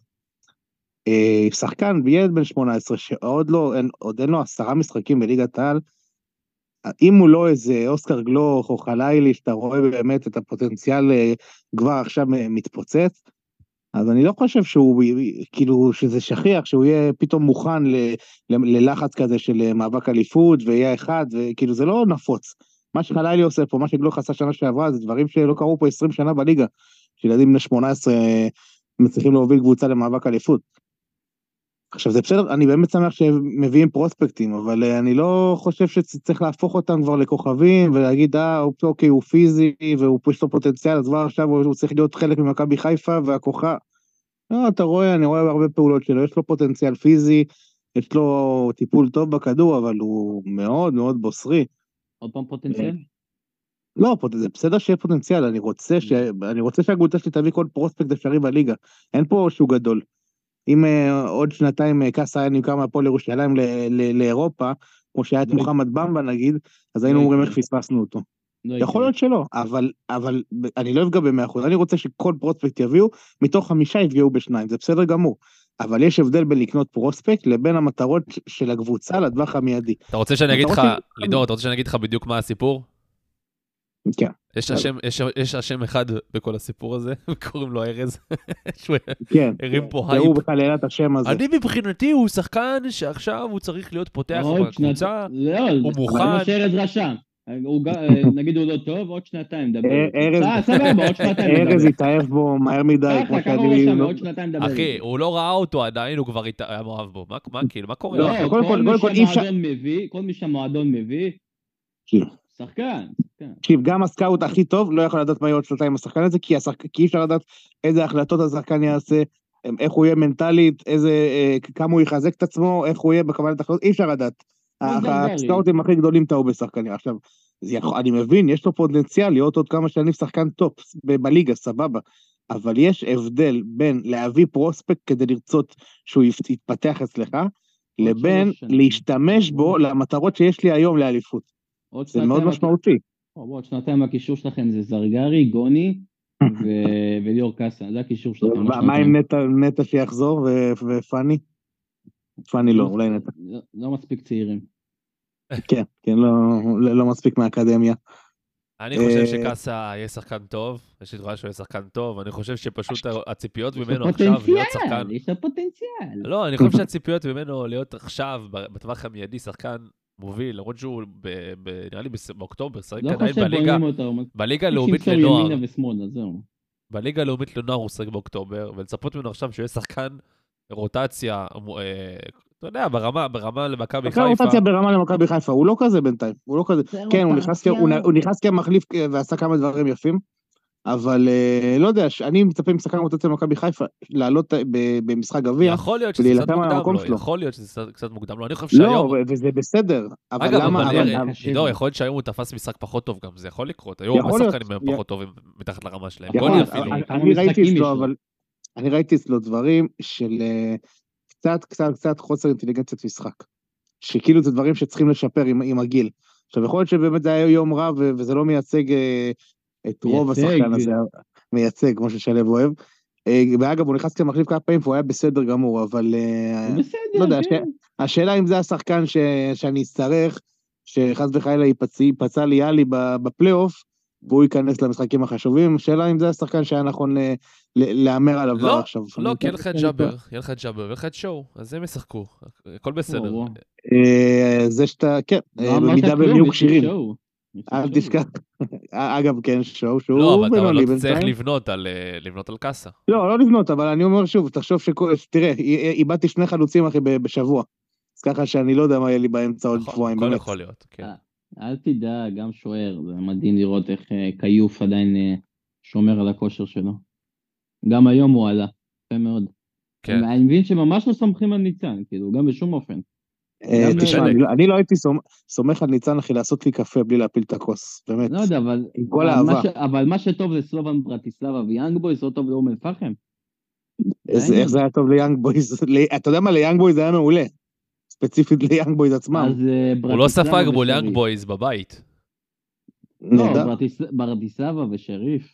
שחקן בילד בן 18, שעוד אין לו 10 משחקים בליגת העל, אם הוא לא איזה אוסקר גלוך או חלילי, שאתה רואה באמת את הפוטנציאל כבר עכשיו מתפוצץ, אז אני לא חושב שהוא, כאילו, שזה שכיח, שהוא יהיה פתאום מוכן ללחץ כזה של מאבק אליפות, ויהיה אחד, וכאילו זה לא נפוץ. מה שחלילי עושה פה, מה שגלוך עשה שנה שעברה, זה דברים שלא קרו פה 20 שנה בליגה, שילדים בני 18 מצליחים להוביל קבוצה למאבק אליפות. עכשיו זה בסדר, אני באמת שמח שמביאים פרוספקטים, אבל אני לא חושב שצריך להפוך אותם כבר לכוכבים, ולהגיד, אוקיי, הוא פיזי, והוא יש לו פוטנציאל, אז כבר עכשיו הוא צריך להיות חלק ממכבי חיפה, והכוחה, אתה רואה, אני רואה הרבה פעולות שלו, יש לו פוטנציאל פיזי, יש לו טיפול טוב בכדור, אבל הוא מאוד מאוד בוסרי. עוד פעם פוטנציאל? לא, זה בסדר שיהיה פוטנציאל, אני רוצה שהקבוצה שלי תביא כל פרוספקט אפשרי בליגה, אין פה שהוא גדול. אם עוד שנתיים קאסה היה נמכר מהפועל ירושלים לאירופה, כמו שהיה את מוחמד במבה נגיד, אז היינו אומרים איך פספסנו אותו. יכול להיות שלא, אבל אני לא אפגע ב100%, אני רוצה שכל פרוספקט יביאו, מתוך 5 יפגעו ב2, זה בסדר גמור. אבל יש הבדל בין לקנות פרוספקט לבין המטרות של הקבוצה לדווח המיידי. אתה רוצה שאני אגיד לך, לידור, אתה רוצה שאני אגיד לך בדיוק מה הסיפור? כן. יש השם אחד בכל הסיפור הזה, וקוראים לו ארז. כן. הרים פה הייפ. הוא בכלל העלה את השם הזה. אני מבחינתי הוא שחקן שעכשיו הוא צריך להיות פותח בקבוצה, הוא מוכן. זה מה שארז רשם. נגיד הוא לא טוב, עוד 2 דבר. סבבה, עוד 2 דבר. ארז התאהב בו מהר מדי. ככה הוא רשם, עוד 2 דבר. אחי, הוא לא ראה אותו עדיין, הוא כבר היה מאוהב בו. מה קורה? לא, כל מי שהמועדון מביא, שחקן. תקשיב, גם הסקאוט הכי טוב לא יכול לדעת מה יהיה עוד 2 השחקן הזה, כי אי אפשר לדעת איזה החלטות השחקן יעשה, איך הוא יהיה מנטלית, כמה הוא יחזק את עצמו, איך הוא יהיה בקבלת החלטות, אי אפשר לדעת. הסקאוטים הכי גדולים טעו בשחקנים. עכשיו, אני מבין, יש לו פוטנציאל להיות עוד כמה שנים שחקן טופ בליגה, סבבה, אבל יש הבדל בין להביא פרוספקט כדי לרצות שהוא יתפתח אצלך, לבין להשתמש בו למטרות שיש לי היום לאליפות. זה מאוד משמעותי. עוד 2 הקישור שלכם זה זרגרי, גוני וליאור קאסה, זה הקישור שלכם. מה עם נטע שיחזור ופני? פני לא, אולי נטע. לא מספיק צעירים. כן, לא מספיק מהאקדמיה. אני חושב שקאסה יהיה שחקן טוב, יש לי תרועה שהוא יהיה שחקן טוב, אני חושב שפשוט הציפיות ממנו עכשיו להיות שחקן... יש לו פוטנציאל. לא, אני חושב שהציפיות ממנו להיות עכשיו, בטווח המיידי, שחקן מוביל, למרות שהוא נראה לי באוקטובר, שחק עדיין בליגה הלאומית לנוער. בליגה הלאומית לנוער הוא שחק באוקטובר, ולצפות ממנו עכשיו שהוא יהיה שחקן רוטציה, אתה יודע, ברמה למכבי חיפה. רוטציה ברמה למכבי חיפה, הוא לא כזה בינתיים, הוא לא כזה, כן, הוא נכנס כמחליף ועשה כמה דברים יפים, אבל לא יודע, אני מצפה משחקן רוטציה למכבי חיפה, לעלות במשחק גביע, יכול להיות שזה קצת מוקדם לו, אני חושב שהיום... לא, וזה בסדר, אבל למה... לידור, יכול להיות שהיום הוא תפס משחק פחות טוב גם, זה יכול לקרות, היום השחקנים הם פחות טובים מתחת לרמה שלהם, גוני אפילו. אני ראיתי אצלו דברים של קצת חוסר אינטליגנציית משחק, שכאילו זה דברים שצריכים לשפר עם הגיל. עכשיו יכול להיות שבאמת זה היה יום רע, וזה לא מייצג את רוב השחקן הזה, מייצג, כמו ששלב אוהב. ואגב, הוא נכנס כמחליף כמה פעמים, והוא היה בסדר גמור, אבל לא יודע, השאלה אם זה השחקן שאני אצטרך, שחס וחלילה ייפצע לי בפלייאוף, והוא ייכנס למשחקים החשובים, שאלה אם זה השחקן שהיה נכון להאמר עליו לא, עכשיו. לא, כי יהיה לך את ג'אבר, יהיה לך את ג'אבר, ויהיה לך את שואו, אז הם ישחקו, הכל בסדר. זה שאתה, כן, לא אמרת במידה והם כלום, יהיו יש לי כשירים. שואו. אל תשכח, אגב כן, שואו, שהוא לא, אבל אתה בינוני לא צריך בינתיים. לבנות על קאסה. לא לבנות, אבל אני אומר שוב, תחשוב תראה, איבדתי 2 חלוצים אחי בשבוע, אז ככה שאני לא יודע מה יהיה לי באמצע עוד נכון, שבועיים, הכל באמת. יכול להיות, כן. אל תדע, גם שוער, זה מדהים לראות איך קיוף עדיין שומר על הכושר שלו. גם היום הוא עלה, יפה מאוד. כן. אני מבין שממש לא סומכים על ניצן, כאילו, גם בשום אופן. תשמע, אני לא הייתי סומך על ניצן אחי לעשות לי קפה בלי להפיל את הכוס, באמת. לא יודע, עם כל האהבה. אבל מה שטוב לסלובן ברטיסלבה ויאנג בויז, לא טוב לאום אל-פחם. איך זה היה טוב ליאנג בויז? אתה יודע מה, ליאנג בויז היה מעולה. ספציפית ליאנג בויז עצמם. הוא לא ספג מול יאנג בויז בבית. לא, ברטיסלבה ושריף.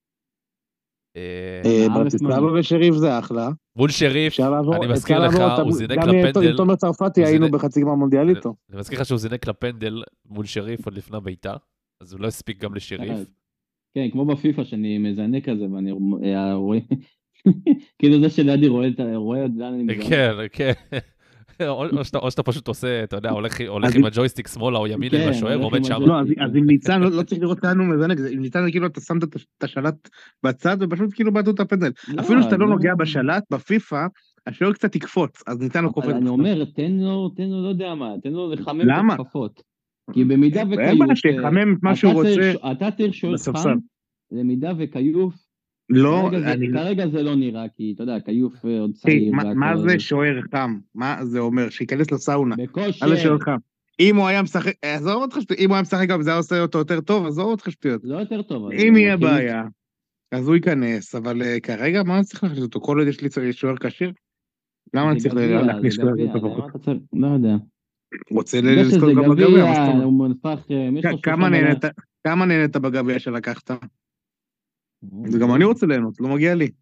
ברטיסלבה ושריף זה אחלה. מול שריף, אני מזכיר לך, הוא זינק לפנדל. גם תומר צרפתי היינו בחצי גמר מונדיאל איתו. אני מזכיר לך שהוא זינק לפנדל מול שריף עוד לפני ביתה, אז הוא לא הספיק גם לשריף. כן, כמו בפיפה שאני מזנק כזה, ואני רואה, כאילו זה שלידי רואה את זה, אני מזנק. כן, כן. או שאתה פשוט עושה, אתה יודע, הולך עם הג'ויסטיק שמאלה או ימינה לשוער, ועומד שם. לא, אז עם ניצן לא צריך לראות כאן הוא מזנק, עם ניצן כאילו אתה שמת את השלט בצד, ופשוט כאילו בעטו את הפנדל. אפילו שאתה לא נוגע בשלט, בפיפה, השוער קצת יקפוץ, אז ניצן לו קופץ. אני אומר, תן לו, לא יודע מה, תן לו לחמם את הכפפות. כי במידה וקיוף... אין מה שיחמם את מה שהוא רוצה. אתה צריך שוער חם, במידה וקיוף... לא, כרגע זה לא נראה, כי אתה יודע, קיוף עוד צעיר. מה זה שוער חם? מה זה אומר? שייכנס לסאונה. בכושר. אם הוא היה משחק, עזוב אותך שטויות, אם הוא היה משחק גם זה היה עושה אותו יותר טוב, עזוב אותך שטויות. לא יותר טוב. אם יהיה בעיה, אז הוא ייכנס, אבל כרגע מה צריך להכניס אותו? כל עוד יש לי שוער כשיר? למה אני צריך להכניס שוער אותו? לא יודע. רוצה לזכות גם בגביע, כמה נהנית בגביע שלקחת? וגם אני רוצה ליהנות, לא מגיע לי.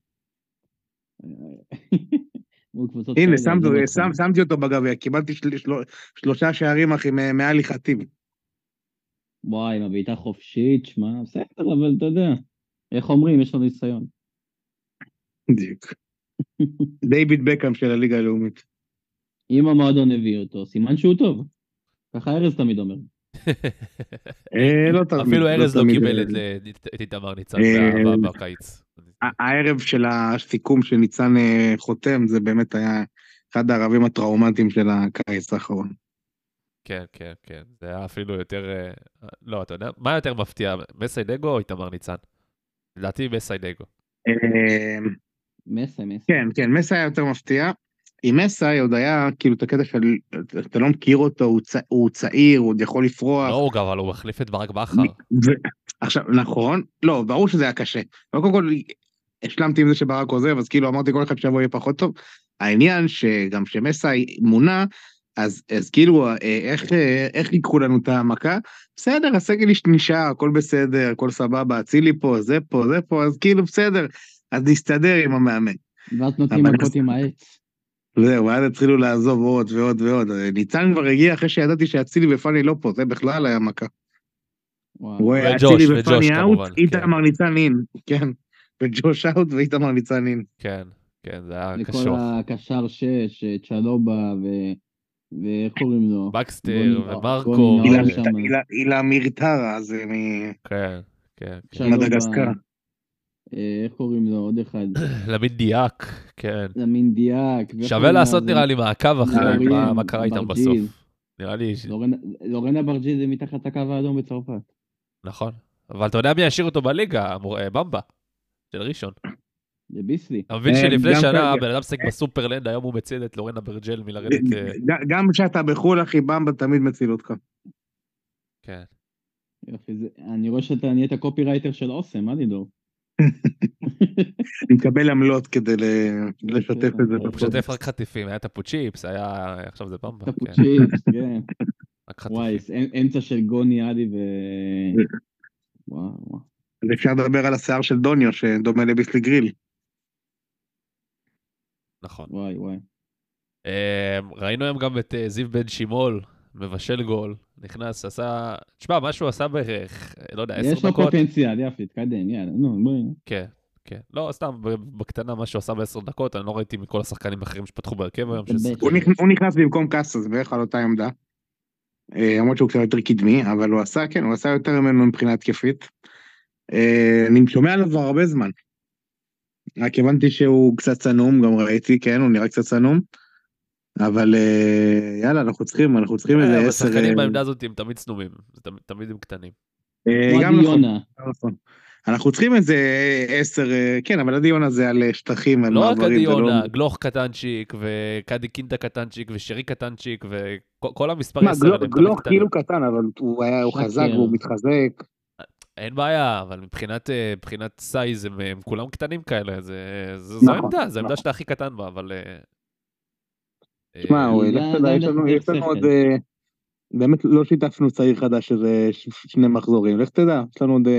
הנה, שמתי אותו בגביע, קיבלתי 3 שערים אחי מעלי חטיב. וואי, עם הבעיטה חופשית, שמה, בסדר, אבל אתה יודע, איך אומרים, יש לו ניסיון. בדיוק. דיוויד בקאם של הליגה הלאומית. אם המועדון הביא אותו, סימן שהוא טוב. ככה ארז תמיד אומר. אפילו ארז לא קיבל את איתמר ניצן בקיץ. הערב של הסיכום של ניצן חותם, זה באמת היה אחד הערבים הטראומטיים של הקיץ האחרון. כן, כן, כן. זה היה אפילו יותר... לא, אתה יודע, מה יותר מפתיע? מסיידגו או איתמר ניצן? לדעתי מסיידגו. מסי. כן, כן, מסי היה יותר מפתיע. עם מסי עוד היה כאילו את הקטע של, אתה לא מכיר אותו, הוא צעיר, הוא עוד יכול לפרוח. לא, אבל הוא מחליף את ברק בכר. עכשיו, נכון, לא, ברור שזה היה קשה. קודם כל, השלמתי עם זה שברק עוזב, אז כאילו אמרתי כל אחד שבוע יהיה פחות טוב. העניין שגם שמסי מונה, אז כאילו, איך ייקחו לנו את המכה? בסדר, הסגל נשאר, הכל בסדר, הכל סבבה, אצילי פה, זה פה, אז כאילו בסדר, אז נסתדר עם המאמן. ואז נותנים מכות עם העץ. זהו, ואז התחילו לעזוב עוד ועוד ועוד. ניצן כבר הגיע אחרי שידעתי שאצילי ופני לא פה, זה בכלל היה מכה. וג'וש כמובן. איתמר ניצן אין, כן. וג'וש אאוט ואיתמר ניצן אין. כן, כן, זה היה קשור. לכל הקשר 6, צ'לובה ואיך קוראים לו? בקסטר ומרקו. אילה מירטרה, זה ממדגסקר. איך קוראים לו? עוד אחד. למין דיאק, כן. למין דיאק. שווה לעשות נראה לי מעקב אחרי מה קרה איתם בסוף. נראה לי... לורנה ברג'יל זה מתחת הקו האדום בצרפת. נכון. אבל אתה יודע מי ישאיר אותו בליגה? במבה. של ראשון. זה ביסלי. אתה מבין שלפני שנה בן אדם שחק בסופרלנד, היום הוא מציל את לורנה ברג'ל מלרדת... גם כשאתה בחול אחי, במבה תמיד מציל אותך. כן. אני רואה שאתה נהיית קופירייטר של אוסם, מה לידור? אני מקבל עמלות כדי לשתף את זה. הוא משתף רק חטיפים, היה טפו צ'יפס, עכשיו זה במבה. טפו צ'יפס, כן. וואי, אמצע של גוני עדי ו... וואו. אפשר לדבר על השיער של דוניו, שדומה לביסלי גריל. נכון. וואי. ראינו היום גם את זיו בן שימול, מבשל גול, נכנס, עשה, תשמע, מה שהוא עשה בערך, לא יודע, 10 יש לו דקות. פוטנציאל, יפי, תקדם, יאללה, נו, בואי. כן, כן. לא, סתם, בקטנה, מה שהוא עשה ב10 דקות, אני לא ראיתי מכל השחקנים האחרים שפתחו בהרכב היום, הוא נכנס במקום קאסס בערך על אותה עמדה. למרות שהוא קצת יותר קדמי, אבל הוא עשה, כן, הוא עשה יותר ממנו מבחינה התקפית. אני שומע עליו כבר הרבה זמן. רק הבנתי שהוא קצת צנום, גם ראיתי, כן, הוא נראה קצת צנום. אבל יאללה, אנחנו צריכים איזה 10... השחקנים בעמדה הזאת הם תמיד צנומים, תמיד הם קטנים. כמו דיונה. נכון. אנחנו צריכים איזה 10, כן, אבל הדיונה זה על שטחים, על לא רק מעברים. הדיונה, גלוך קטנצ'יק, וקאדי קינטה קטנצ'יק, ושרי קטנצ'יק, וכל המספר 10 האלה הם תמיד גלוך קטנים. כאילו קטן, אבל הוא חזק והוא מתחזק. אין בעיה, אבל מבחינת סייז הם כולם קטנים כאלה, זו עמדה, זו עמדה שאתה הכי קטן בה, אבל... תשמע, יש לנו עוד... באמת לא שיתפנו צעיר חדש שזה 2 מחזורים, לך תדע, יש לנו עוד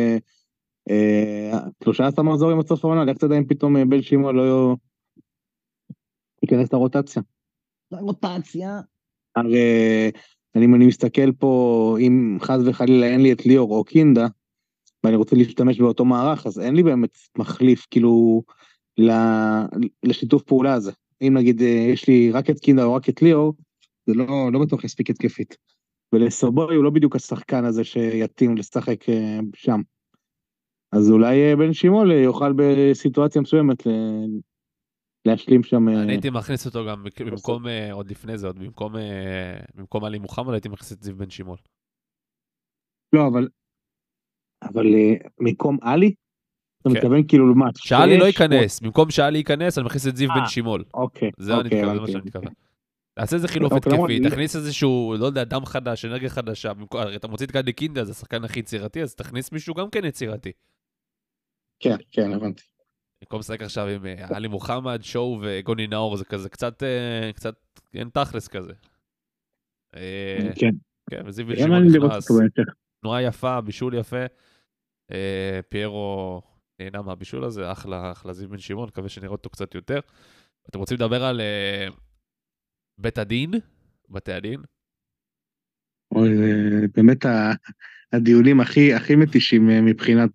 13 מחזורים עד סוף העונה, לך תדע אם פתאום בן שמעון לא ייכנס לרוטציה. רוטציה. הרי אני מסתכל פה, אם חס וחלילה אין לי את ליאור או קינדה, ואני רוצה להשתמש באותו מערך, אז אין לי באמת מחליף, כאילו, לשיתוף פעולה הזה. אם נגיד יש לי רק את קינדה או רק את ליאור, זה לא בטוח יספיק התקפית. ולסובוי הוא לא בדיוק השחקן הזה שיתאים לשחק שם. אז אולי בן שמעון יוכל בסיטואציה מסוימת להשלים שם... אני הייתי מכניס אותו גם במקום, עוד לפני זה, עוד במקום עלי מוחמד, הייתי מכניס את זיו בן שמעון. לא, אבל במקום עלי? אתה מתכוון כאילו מה? שאלי לא ייכנס, במקום שאלי ייכנס, אני מכניס את זיו בן שמעון. אוקיי. זה מה שאני מתכוון. תעשה איזה חילוף התקפי, תכניס איזשהו, לא יודע, דם חדש, אנרגיה חדשה, אתה מוציא את קאדי קינדה, זה השחקן הכי יצירתי, אז תכניס מישהו גם כן יצירתי. כן, הבנתי. במקום לשחק עכשיו עם עלי מוחמד, שואו וגוני נאור, זה כזה קצת, אין תכלס כזה. כן. כן, וזיו בן שמעון נכנס, תנועה יפה, בישול יפה, פיירו נהנה מהבישול הזה, אחלה זיו בן שמעון, מקווה שנראה אותו קצת יותר. אתם רוצים לדבר על בית הדין, בתי הדין? אוי, זה באמת הדיונים הכי מתישים מבחינת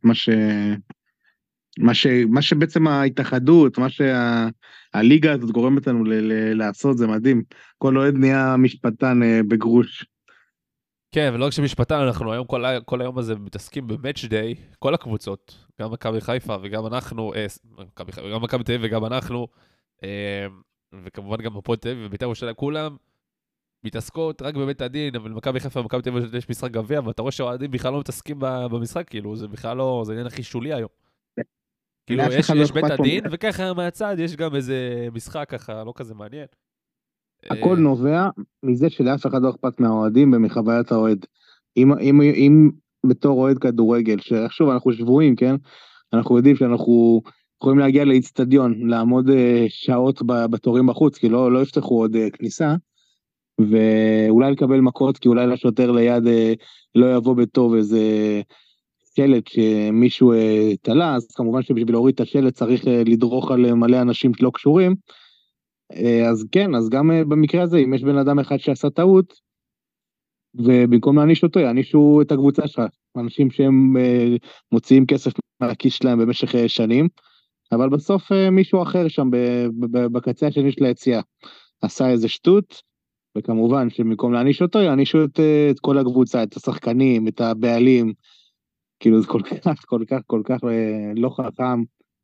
מה שבעצם ההתאחדות, מה שהליגה הזאת גורמת לנו לעשות, זה מדהים. כל אוהד נהיה משפטן בגרוש. כן, ולא רק שמשפטן, אנחנו היום, כל היום הזה מתעסקים במאץ' דיי, כל הקבוצות, גם מכבי חיפה וגם אנחנו, גם מכבי תל אביב וגם אנחנו, וכמובן גם הפועל תל אביב ובית"ר ירושלים, כולם מתעסקות רק בבית הדין, אבל מכבי חיפה ומכבי תל אביב יש משחק גביע, ואתה רואה שהאוהדים בכלל לא מתעסקים במשחק, כאילו, זה בכלל לא, זה עניין הכי שולי היום. כאילו, יש בית הדין, וככה מהצד יש גם איזה משחק ככה, לא כזה מעניין. הכל נובע מזה שלאף אחד לא אכפת מהאוהדים ומחוויית האוהד. אם בתור אוהד כדורגל, שחשוב, אנחנו שבועים, כן? אנחנו יודעים שאנחנו יכולים להגיע לאצטדיון, לעמוד שעות בתורים בחוץ, כי לא יפתחו עוד כניסה, ואולי לקבל מכות, כי אולי לשוטר ליד לא יבוא בטוב איזה שלט שמישהו תלה, אז כמובן שבשביל להוריד את השלט צריך לדרוך על מלא אנשים שלא קשורים, אז כן, אז גם במקרה הזה, אם יש בן אדם אחד שעשה טעות, ובמקום להעניש אותו, יענישו את הקבוצה שלך, אנשים שהם מוציאים כסף מהכיס שלהם במשך שנים, אבל בסוף מישהו אחר שם בקצה השני של היציאה, עשה איזה שטות, וכמובן שבמקום להעניש אותו, יענישו את כל הקבוצה, את השחקנים, את הבעלים, כאילו זה כל כך לא חכם.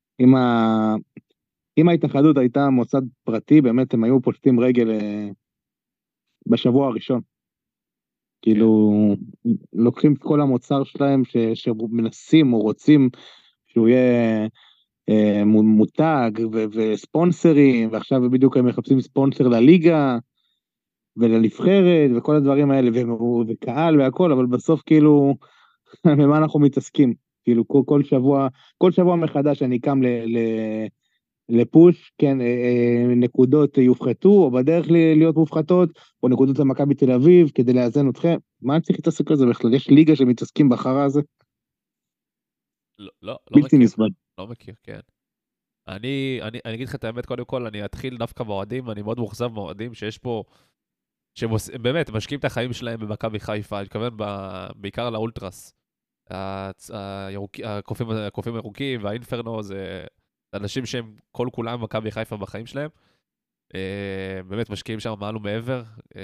אם ההתאחדות הייתה מוסד פרטי, באמת הם היו פושטים רגל בשבוע הראשון. כאילו, לוקחים את כל המוצר שלהם שמנסים או רוצים שהוא יהיה מותג וספונסרים, ועכשיו בדיוק הם מחפשים ספונסר לליגה ולנבחרת וכל הדברים האלה, וקהל והכל, אבל בסוף כאילו, במה אנחנו מתעסקים? כאילו, כל שבוע מחדש אני קם לפוש, כן, נקודות יופחתו, או בדרך להיות מופחתות, או נקודות למכבי תל אביב, כדי לאזן אתכם. מה אני צריך להתעסק לזה בכלל? יש ליגה שמתעסקים בחרה הזה? לא בלתי נסבל. לא מכיר, כן. אני אגיד לך את האמת, קודם כל, אני אתחיל דווקא באוהדים, אני מאוד מוחזב באוהדים, שיש פה שהם באמת משקיעים את החיים שלהם במכבי חיפה, אני מתכוון בעיקר לאולטרס. הקופים הירוקים והאינפרנו זה אנשים שהם כל כולם מכבי חיפה בחיים שלהם. באמת משקיעים שם מעל ומעבר,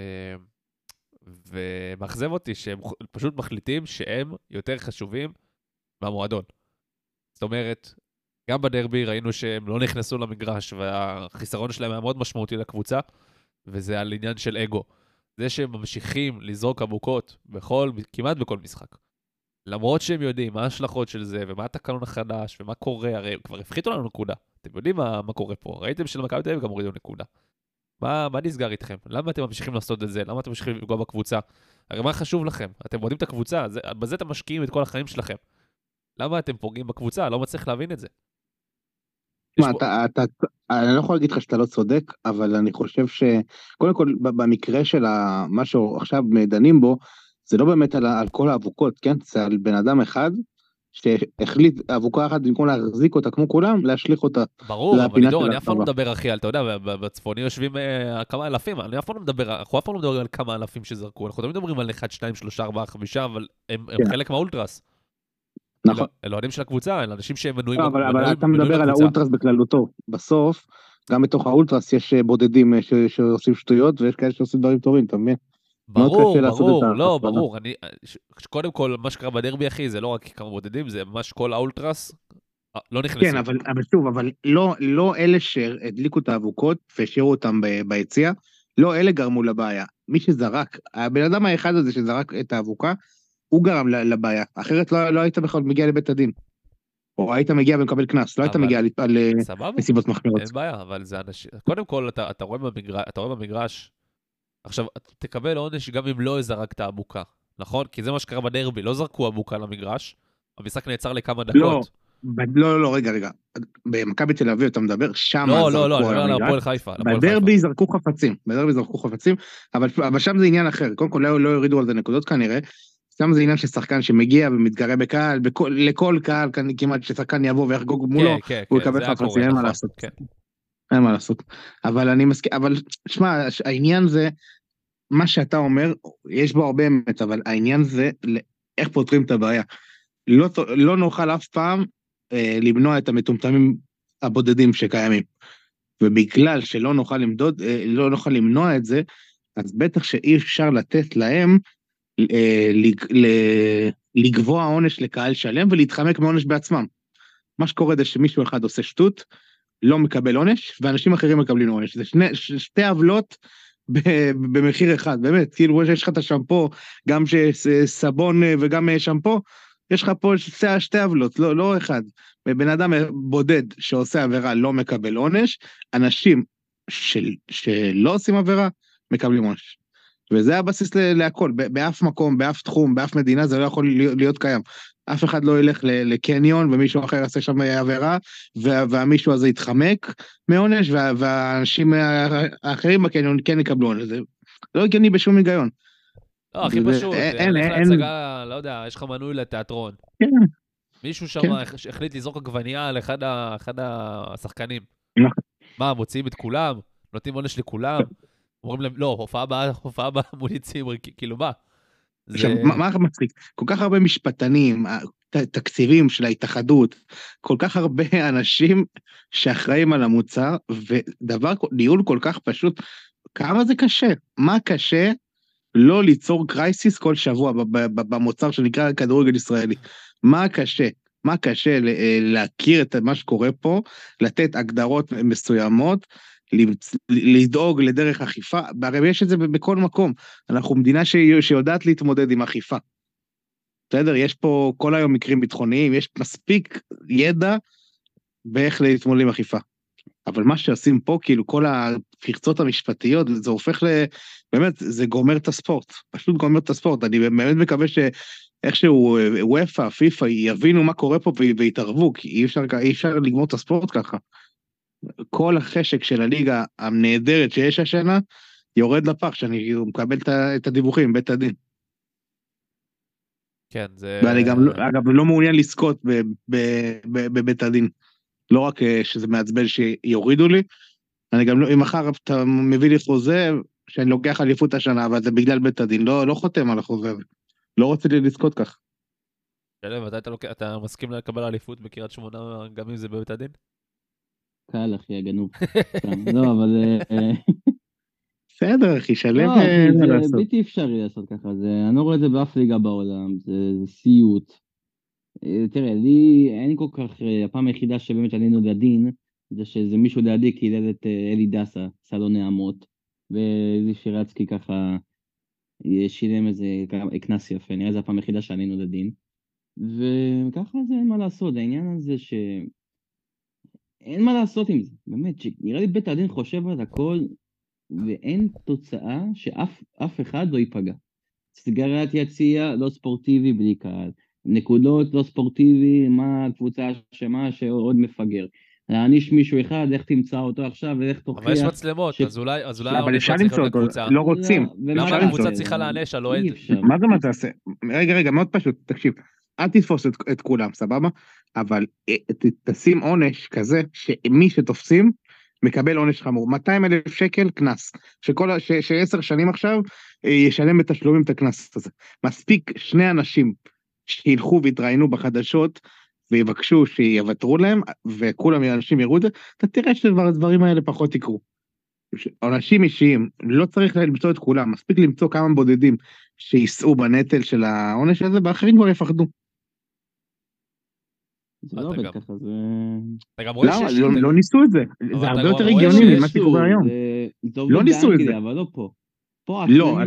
ומאכזב אותי שהם פשוט מחליטים שהם יותר חשובים מהמועדון. זאת אומרת, גם בדרבי ראינו שהם לא נכנסו למגרש, והחיסרון שלהם היה מאוד משמעותי לקבוצה, וזה על עניין של אגו. זה שהם ממשיכים לזרוק עמוקות כמעט בכל משחק. למרות שהם יודעים מה ההשלכות של זה, ומה התקנון החדש, ומה קורה, הרי כבר הפחיתו לנו נקודה. אתם יודעים מה קורה פה. ראיתם שלמכבי תל אביב גם הורידו נקודה. מה נסגר איתכם? למה אתם ממשיכים לעשות את זה? למה אתם ממשיכים לפגוע בקבוצה? הרי מה חשוב לכם? אתם יודעים את הקבוצה, בזה אתם משקיעים את כל החיים שלכם. למה אתם פוגעים בקבוצה? לא מצליח להבין את זה. אני לא יכול להגיד לך שאתה לא צודק, אבל אני חושב שקודם כל במקרה של מה שעכשיו דנים בו, זה לא באמת על כל האבוקות, כן? זה על בן אדם אחד שהחליט אבוקה אחת במקום להחזיק אותה כמו כולם, להשליך אותה. ברור, אבל לידור, אני אף פעם לא מדבר אחי, אתה יודע, בצפוני יושבים כמה אלפים, אנחנו אף פעם לא מדבר על כמה אלפים שזרקו, אנחנו תמיד מדברים על 1, 2, 3, 4, 5, אבל הם חלק מהאולטרס. נכון. אלה אוהדים של הקבוצה, אלה אנשים שהם מנויים. אבל אתה מדבר על האולטרס בכללותו. בסוף, גם בתוך האולטרס יש בודדים שעושים שטויות, ויש כאלה שעושים דברים טובים, אתה מבין? ברור, לא, ברור. קודם כל, מה שקרה בדרבי, אחי, זה לא רק כמה בודדים, זה ממש כל האולטרס לא נכנסו. כן, אבל שוב, אבל לא אלה שהדליקו את האבוקות, והשאירו אותם ביציאה, לא אלה גרמו לבעיה. מי שזרק, הבן אדם האחד הזה שזרק את האבוקה, הוא גרם לבעיה, אחרת לא היית בכלל מגיע לבית הדין, או היית מגיע ומקבל קנס, לא היית מגיע על מסיבות מחמירות. אין בעיה, אבל זה אנשים, קודם כל אתה רואה במגרש, עכשיו תקבל עונש גם אם לא זרקת אבוקה, נכון? כי זה מה שקרה בדרבי, לא זרקו אבוקה למגרש, המשחק נעצר לכמה דקות. לא, רגע, במכבי תל אביב אתה מדבר, שם לא, הפועל חיפה. בדרבי זרקו חפצים, אבל שם זה עניין אחר, קודם כל לא יורידו על זה נקודות כנראה, שם זה עניין של שחקן שמגיע ומתגרה בקהל, לכל קהל כמעט ששחקן יבוא ויחגוג מולו, הוא יקבל חפצים, אין מה לעשות. אין מה לעשות. אבל אני מסכים, אבל שמע, העניין זה, מה שאתה אומר, יש בו הרבה אמת, אבל העניין זה, איך פותרים את הבעיה. לא נוכל אף פעם למנוע את המטומטמים הבודדים שקיימים. ובגלל שלא נוכל למנוע את זה, אז בטח שאי אפשר לתת להם, לגבוע עונש לקהל שלם ולהתחמק מעונש בעצמם. מה שקורה זה שמישהו אחד עושה שטות, לא מקבל עונש, ואנשים אחרים מקבלים עונש. זה שתי עוולות במחיר אחד, באמת, כאילו יש לך את השמפו, גם סבון וגם שמפו, יש לך פה שתי עוולות, לא אחד. בן אדם בודד שעושה עבירה לא מקבל עונש, אנשים שלא עושים עבירה מקבלים עונש. וזה הבסיס להכל, באף מקום, באף תחום, באף מדינה, זה לא יכול להיות קיים. אף אחד לא ילך לקניון, ומישהו אחר יעשה שם עבירה, והמישהו הזה יתחמק מעונש, והאנשים האחרים בקניון כן יקבלו עונש. זה לא הגיוני בשום היגיון. לא, הכי פשוט, הלך להצגה, לא יודע, יש לך מנוי לתיאטרון. מישהו שם החליט לזרוק עגבנייה על אחד השחקנים. מה, מוציאים את כולם? נותנים עונש לכולם? אומרים להם, לא, הופעה הבאה מוליצים, כאילו מה? מה מצחיק? כל כך הרבה משפטנים, תקציבים של ההתאחדות, כל כך הרבה אנשים שאחראים על המוצר, ניהול כל כך פשוט, כמה זה קשה? מה קשה לא ליצור קרייסיס כל שבוע במוצר שנקרא כדורגל ישראלי? מה קשה? מה קשה להכיר את מה שקורה פה, לתת הגדרות מסוימות, לדאוג לדרך אכיפה, הרי יש את זה בכל מקום, אנחנו מדינה שיודעת להתמודד עם אכיפה, בסדר? יש פה כל היום מקרים ביטחוניים, יש מספיק ידע באיך להתמודד עם אכיפה, אבל מה שעושים פה, כאילו כל הפרצות המשפטיות, זה הופך באמת, זה גומר את הספורט, פשוט גומר את הספורט, אני באמת מקווה שאיכשהו וופא, פיפא, יבינו מה קורה פה ויתערבו, כי אי אפשר לגמור את הספורט ככה. כל החשק של הליגה הנהדרת שיש השנה, יורד לפח, שאני מקבל את הדיווחים, בית הדין. כן, זה... ואני גם, אגב, לא מעוניין לזכות בבית הדין. לא רק שזה מעצבן שיורידו לי, אני גם לא, אם מחר אתה מביא לי חוזה, שאני לוקח אליפות השנה, אבל זה בגלל בית הדין, לא חותם על החוזה הזה. לא רוצה לזכות כך. שלם, אתה מסכים לקבל אליפות בקריית שמונה, גם אם זה בבית הדין? קל, אחי, הגנוב. לא, אבל... בסדר, אחי, שלם לא, אחי, זה לעשות. בלתי אפשרי לעשות ככה, אני לא רואה את זה באף ליגה בעולם, זה סיוט. תראה, אין לי כל כך, הפעם היחידה שבאמת עלינו לדין, זה שזה מישהו לידי קילל את אלי דסה, סלון נעמות, ואיזה שירצקי ככה שילם איזה קנס יפה, נראה זה הפעם היחידה שעלינו לדין. וככה זה אין מה לעשות, העניין הזה אין מה לעשות עם זה, באמת, נראה לי בית הדין חושב על הכל, ואין תוצאה שאף אחד לא ייפגע. סגרת יציאה לא ספורטיבי בלי קהל, נקודות לא ספורטיבי, מה הקבוצה אשמה שעוד מפגר. להעניש מישהו אחד, איך תמצא אותו עכשיו ואיך תוכיח. אבל יש מצלמות, אז אולי אבל אפשר למצוא אותו, לא רוצים. למה הקבוצה צריכה להעניש על אוהד? מה זה מה תעשה? רגע, מאוד פשוט, תקשיב, אל תתפוס את כולם, סבבה? אבל תשים עונש כזה, שמי שתופסים, מקבל עונש חמור. 200,000 שקל קנס, ש10 שנים עכשיו ישלם בתשלומים את הקנס הזה. מספיק שני אנשים שילכו והתראינו בחדשות, ויבקשו שיוותרו להם, וכולם האנשים יראו את זה, אתה תראה שהדברים האלה פחות יקרו. עונשים אישיים, לא צריך למצוא את כולם, מספיק למצוא כמה בודדים שיסעו בנטל של העונש הזה, ואחרים כבר יפחדו. זה לא עובד ככה, זה... אתה גם רואה שיש... לא ניסו את זה, זה הרבה יותר הגיוני ממה שקורה היום. לא ניסו את זה. אבל לא פה. פה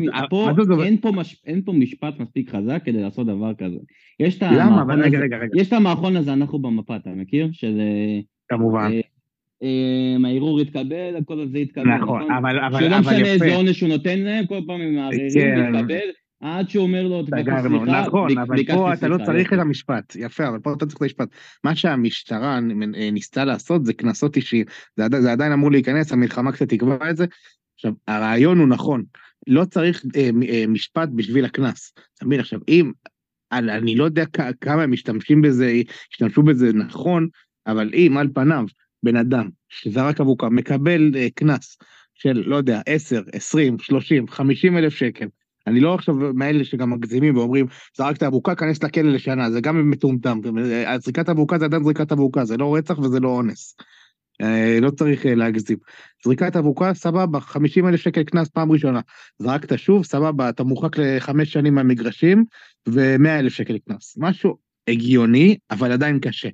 אין פה משפט מספיק חזק כדי לעשות דבר כזה. יש את המערכון הזה, אנחנו במפה, אתה מכיר? כמובן. הערעור יתקבל, הכל הזה יתקבל. נכון, אבל שלא משנה איזה עונש שהוא נותן להם, כל פעם עם הערערים יתקבל, עד שהוא אומר לו, נכון, אבל פה אתה לא צריך את המשפט, יפה, אבל פה אתה צריך את המשפט. מה שהמשטרה ניסתה לעשות זה קנסות אישיים, זה עדיין אמור להיכנס, המלחמה קצת תקבע את זה. עכשיו, הרעיון הוא נכון, לא צריך משפט בשביל הקנס. תמיד עכשיו, אם, אני לא יודע כמה הם השתמשו בזה נכון, אבל אם על פניו, בן אדם שזרק אבוקה, מקבל קנס של, לא יודע, 10, 20, 30, 50 אלף שקל, אני לא עכשיו מאלה שגם מגזימים ואומרים, זרקת אבוקה, כנס לכלא לשנה, זה גם מטומטם, זריקת אבוקה זה עדיין זריקת אבוקה, זה לא רצח וזה לא אונס. לא צריך להגזים. זריקת אבוקה, סבבה, 50,000 שקל קנס פעם ראשונה. זרקת שוב, סבבה, אתה מורחק ל5 שנים מהמגרשים, ו100,000 שקל קנס. משהו הגיוני, אבל עדיין קשה.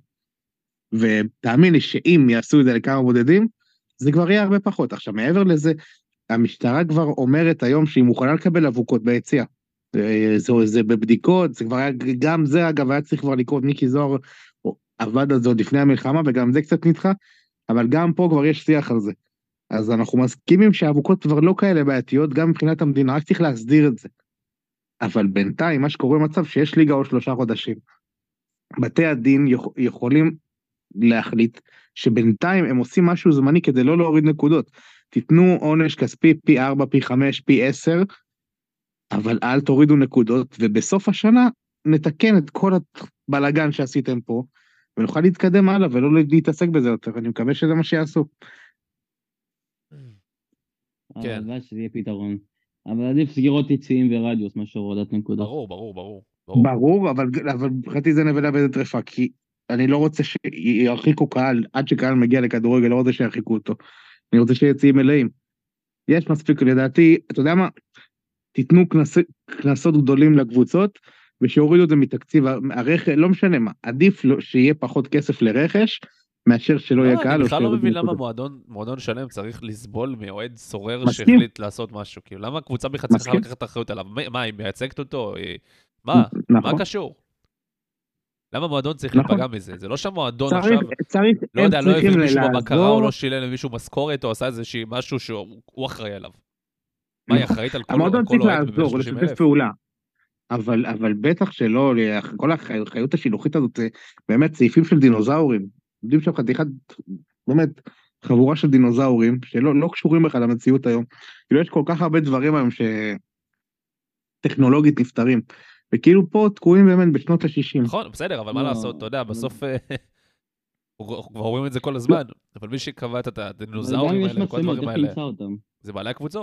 ותאמין לי שאם יעשו את זה לכמה בודדים, זה כבר יהיה הרבה פחות. עכשיו, מעבר לזה, המשטרה כבר אומרת היום שהיא מוכנה לקבל אבוקות ביציאה. זה בבדיקות, זה כבר היה, גם זה אגב היה צריך כבר לקרות, מיקי זוהר עבד על זה עוד לפני המלחמה, וגם זה קצת נדחה, אבל גם פה כבר יש שיח על זה. אז אנחנו מסכימים שהאבוקות כבר לא כאלה בעייתיות, גם מבחינת המדינה, רק צריך להסדיר את זה. אבל בינתיים, מה שקורה במצב שיש ליגה עוד 3 חודשים. בתי הדין יכולים להחליט שבינתיים הם עושים משהו זמני כדי לא להוריד נקודות. תיתנו עונש כספי פי 4, פי 5, פי 10, אבל אל תורידו נקודות, ובסוף השנה נתקן את כל הבלגן שעשיתם פה, ונוכל להתקדם הלאה ולא להתעסק בזה יותר, אני מקווה שזה מה שיעשו. כן. שזה יהיה פתרון. אבל עדיף סגירות יציאים ורדיוס, מה שהורדת נקודות. ברור. אבל מבחינתי זה נבלה באיזה טרפה, כי אני לא רוצה שירחיקו קהל, עד שקהל מגיע לכדורגל, לא רוצה שירחיקו אותו. אני רוצה שיציאים מלאים. יש מספיק, לדעתי, אתה יודע מה? תיתנו כנסות גדולים לקבוצות, ושיורידו את זה מתקציב הרכש, לא משנה מה, עדיף שיהיה פחות כסף לרכש, מאשר שלא יהיה קהל. אני בכלל לא מבין למה מועדון שלם צריך לסבול מאוהד סורר שהחליט לעשות משהו, כאילו למה הקבוצה בכלל צריכה לקחת אחריות עליו? מה, היא מייצגת אותו? מה קשור? למה מועדון צריך להיפגע מזה? זה לא שהמועדון עכשיו, לא יודע, לא הביא מישהו בבקרה או לא שילם למישהו משכורת או עשה איזה משהו שהוא אחראי עליו. מה, היא אחראית על כל אוהד? המועדון צריך לעזור, לשתף פעולה. אבל בטח שלא, כל החיות השילוחית הזאת, זה באמת סעיפים של דינוזאורים. יודעים שם חתיכת, באמת, חבורה של דינוזאורים, שלא קשורים בכלל למציאות היום. כאילו יש כל כך הרבה דברים היום שטכנולוגית נפטרים. וכאילו פה תקועים באמת בשנות ה-60. נכון, בסדר, אבל מה לעשות, אתה יודע, בסוף, כבר רואים את זה כל הזמן, אבל מי שקבע את הדינוזאורים האלה, כל הדברים האלה, זה בעלי הקבוצות.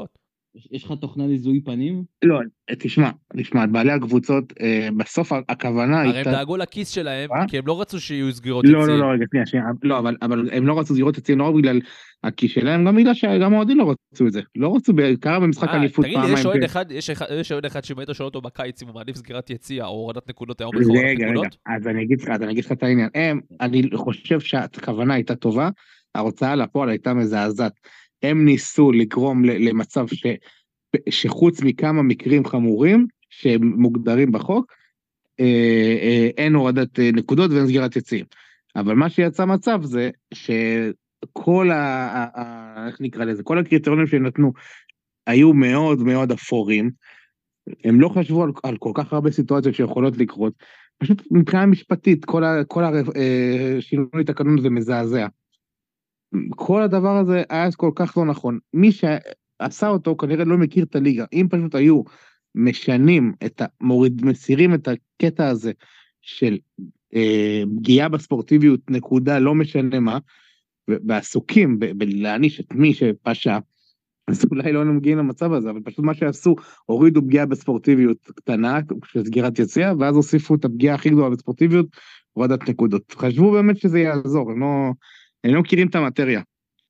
יש לך תוכנה לזיהוי פנים? לא, תשמע, בעלי הקבוצות, בסוף הכוונה הרי הם הייתה... דאגו לכיס שלהם, מה? כי הם לא רצו שיהיו סגירות לא, יציאים. רגע, שנייה, לא, אבל הם לא רצו סגירות יציאים, לא רק בגלל הכיס שלהם, גם בגלל שגם האוהדים לא רצו את זה. לא רצו, קרה במשחק אליפות תגיד לי, פעמיים. יש אוהד אחד שאם היית שואל אותו בקיץ אם הוא מעדיף סגירת יציאה או הורדת נקודות, היה אומר לך הורדת רגע, נקודות? אז אני אגיד לך את העניין. אני חושב שהכוונה הייתה טובה, ההוצאה לפועל הייתה מזעזעת. הם ניסו לגרום למצב שחוץ מכמה מקרים חמורים, שמוגדרים בחוק, אין הורדת נקודות ואין סגירת יציאים. אבל מה שיצא מצב זה שכל איך נקרא לזה, כל הקריטריונים שנתנו היו מאוד מאוד אפורים, הם לא חשבו על כל כך הרבה סיטואציות שיכולות לקרות, פשוט מבחינה משפטית, כל השינוי תקנון זה מזעזע. כל הדבר הזה היה כל כך לא נכון. מי שעשה אותו כנראה לא מכיר את הליגה. אם פשוט היו משנים מסירים את הקטע הזה של פגיעה בספורטיביות, נקודה, לא משנה מה, ועסוקים בלהעניש את מי שפשע, אז אולי לא מגיעים למצב הזה, אבל פשוט מה שעשו, הורידו פגיעה בספורטיביות קטנה, של סגירת יציאה, ואז הוסיפו את הפגיעה הכי גדולה בספורטיביות, הורדת נקודות. חשבו באמת שזה יעזור, הם לא מכירים את המטריה.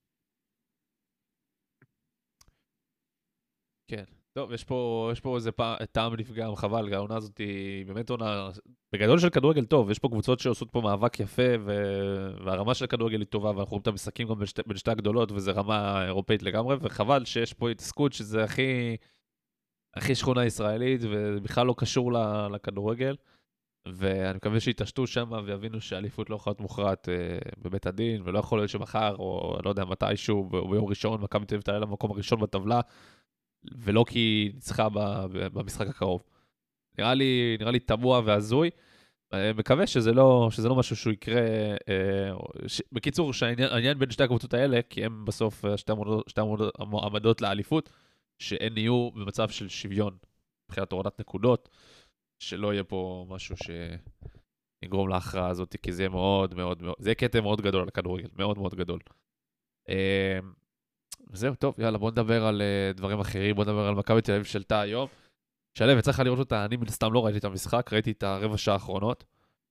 כן. טוב, יש פה איזה טעם נפגם, חבל, העונה הזאת היא באמת עונה, בגדול של כדורגל טוב, יש פה קבוצות שעושות פה מאבק יפה, והרמה של הכדורגל היא טובה, ואנחנו רואים את המשחקים גם בין שתי הגדולות, וזה רמה אירופאית לגמרי, וחבל שיש פה התעסקות שזה הכי שכונה ישראלית, ובכלל לא קשור לכדורגל, ואני מקווה שיתעשתו שם ויבינו שהאליפות לא יכולה להיות מוכרעת בבית הדין, ולא יכול להיות שמחר, או לא יודע, מתישהו, ביום ראשון, מכבי תל אביב תעלה למקום הראשון בטבלה, ולא כי ניצחה במשחק הקרוב. נראה לי תמוה והזוי. מקווה שזה לא משהו שהוא יקרה. בקיצור, העניין בין שתי הקבוצות האלה, כי הם בסוף שתי המועמדות לאליפות, שהן יהיו במצב של שוויון, מבחינת הורדת נקודות, שלא יהיה פה משהו שיגרום להכרעה הזאת, כי זה יהיה מאוד מאוד מאוד, זה יהיה קטע מאוד גדול על הכדורגל, מאוד מאוד גדול. זהו, טוב, יאללה, בוא נדבר על דברים אחרים, בוא נדבר על מכבי תל אביב שלטה היום. שלב, יצא לך לראות אותה, אני סתם לא ראיתי את המשחק, ראיתי את הרבע שעה האחרונות.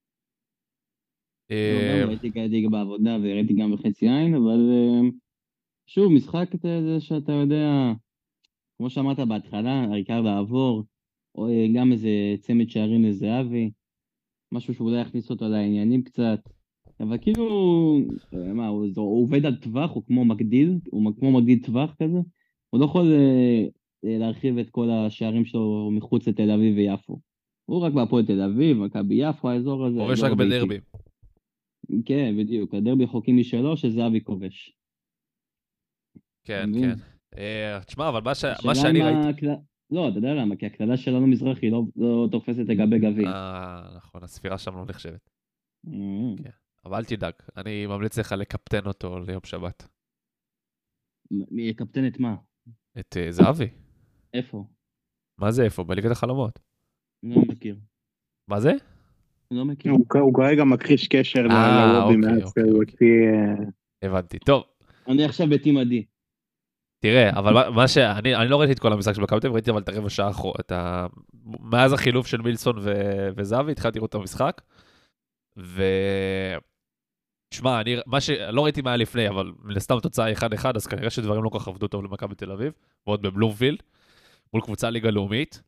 ראיתי כעדיג בעבודה וראיתי גם בחצי עין, אבל שוב, משחק זה שאתה יודע, כמו שאמרת בהתחלה, העיקר לעבור, או גם איזה צמד שערים לזהבי, משהו שאולי יכניס אותו לעניינים קצת, אבל כאילו, מה, הוא עובד על טווח, הוא כמו מגדיל טווח כזה, הוא לא יכול להרחיב את כל השערים שלו מחוץ לתל אביב ויפו. הוא רק בהפועל תל אביב, מכבי יפו, האזור הזה. כובש רק בדרבי. כן, בדיוק, הדרבי חוקים משלו שזהבי כובש. כן, כן. תשמע, אבל מה שאני ראיתי... לא, אתה יודע למה, כי הכללה שלנו מזרחי לא תופסת לגבי גביע. נכון, הספירה שם לא נחשבת. כן. אבל אל תדאג, אני ממליץ לך לקפטן אותו ליום שבת. יקפטן את מה? את זהבי. איפה? מה זה איפה? בליגת החלומות. אני לא מכיר. מה זה? אני לא מכיר. הוא כרגע מכחיש קשר לוובי מאז. הבנתי, טוב. אני עכשיו בטים עדי. תראה, אבל מה אני לא ראיתי את כל המשחק של מכבי תל אביב, ראיתי אבל את הרבע שעה, מאז החילוף של מילסון וזהבי, התחלתי לראות את המשחק. תשמע, לא ראיתי מה היה לפני, אבל לסתם תוצאה 1-1, אז כנראה שדברים לא כל כך עבדו טוב למכבי תל אביב, ועוד בבלומפילד, מול קבוצה ליגה לאומית.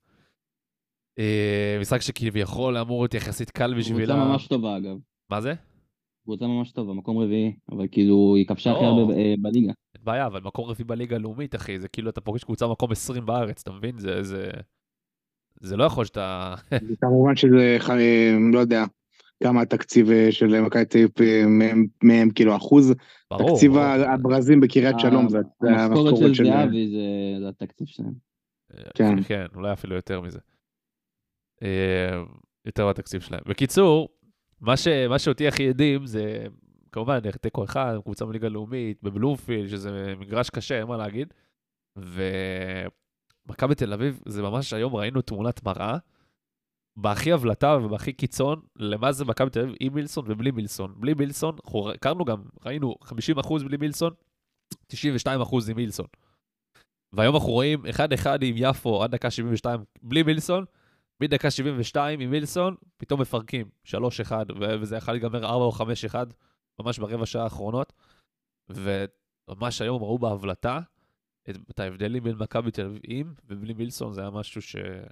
משחק שכביכול אמור להיות יחסית קל בשבילה. קבוצה ממש טובה אגב. מה זה? קבוצה ממש טובה, מקום רביעי, אבל כאילו היא כבשה הכי הרבה בליגה. אין בעיה, אבל מקום רביעי בליגה הלאומית, אחי, זה כאילו אתה פוגש קבוצה מקום 20 בארץ, אתה מבין? זה לא יכול שאתה... זה כמובן שזה, לא יודע, כמה התקציב של מכבי תל אביב מהם כאילו אחוז, תקציב הברזים בקריית שלום, זה המשכורת של זהבי, זה התקציב שלהם. כן, אולי אפילו יותר מזה. יותר בתקציב שלהם. בקיצור, מה שאותי הכי ידים זה, כמובן, תיקו אחד, קבוצה מליגה לאומית, בבלומפילד, שזה מגרש קשה, אין מה להגיד. ומכבי תל אביב, זה ממש היום ראינו תמונת מראה, בהכי הבלטה ובהכי קיצון, למה זה מכבי תל אביב עם מילסון ובלי מילסון. בלי מילסון, ראינו 50% בלי מילסון, 92% עם מילסון. והיום אנחנו רואים 1-1 עם יפו עד דקה 72 בלי מילסון, מדקה 72 עם מילסון, פתאום מפרקים 3-1, וזה יכול להיגמר 4 או 5-1, ממש ברבע שעה האחרונות, וממש היום ראו בהבלטה את ההבדלים בין מכבי תל אביב עם ובלי מילסון, זה היה משהו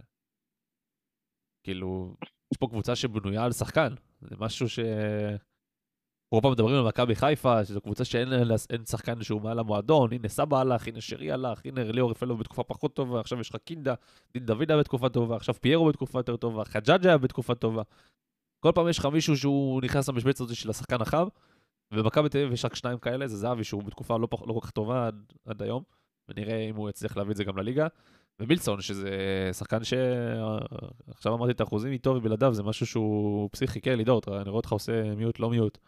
כאילו, יש פה קבוצה שבנויה על שחקן, זה משהו כל פעם מדברים על מכבי חיפה, שזו קבוצה שאין שחקן שהוא מעל המועדון, הנה סבא הלך, הנה שרי הלך, הנה ליאור רפאלוב בתקופה פחות טובה, עכשיו יש לך קינדה, דין דוד היה בתקופה טובה, עכשיו פיירו בתקופה יותר טובה, חג'אג' היה בתקופה טובה. כל פעם יש לך מישהו שהוא נכנס למשבצת הזאת של השחקן החם, ובמכבי תל אביב יש רק 2 כאלה, זה זהבי שהוא בתקופה לא כל כך טובה עד היום, ונראה אם הוא יצליח להביא את זה גם לליגה. ומילסון, שזה שחקן עכשיו אמרתי את האחוזים איתו ובלעדיו, זה משהו שהוא פסיכי, כן, לידור, אני רואה אותך עושה מיוט, לא מיוט.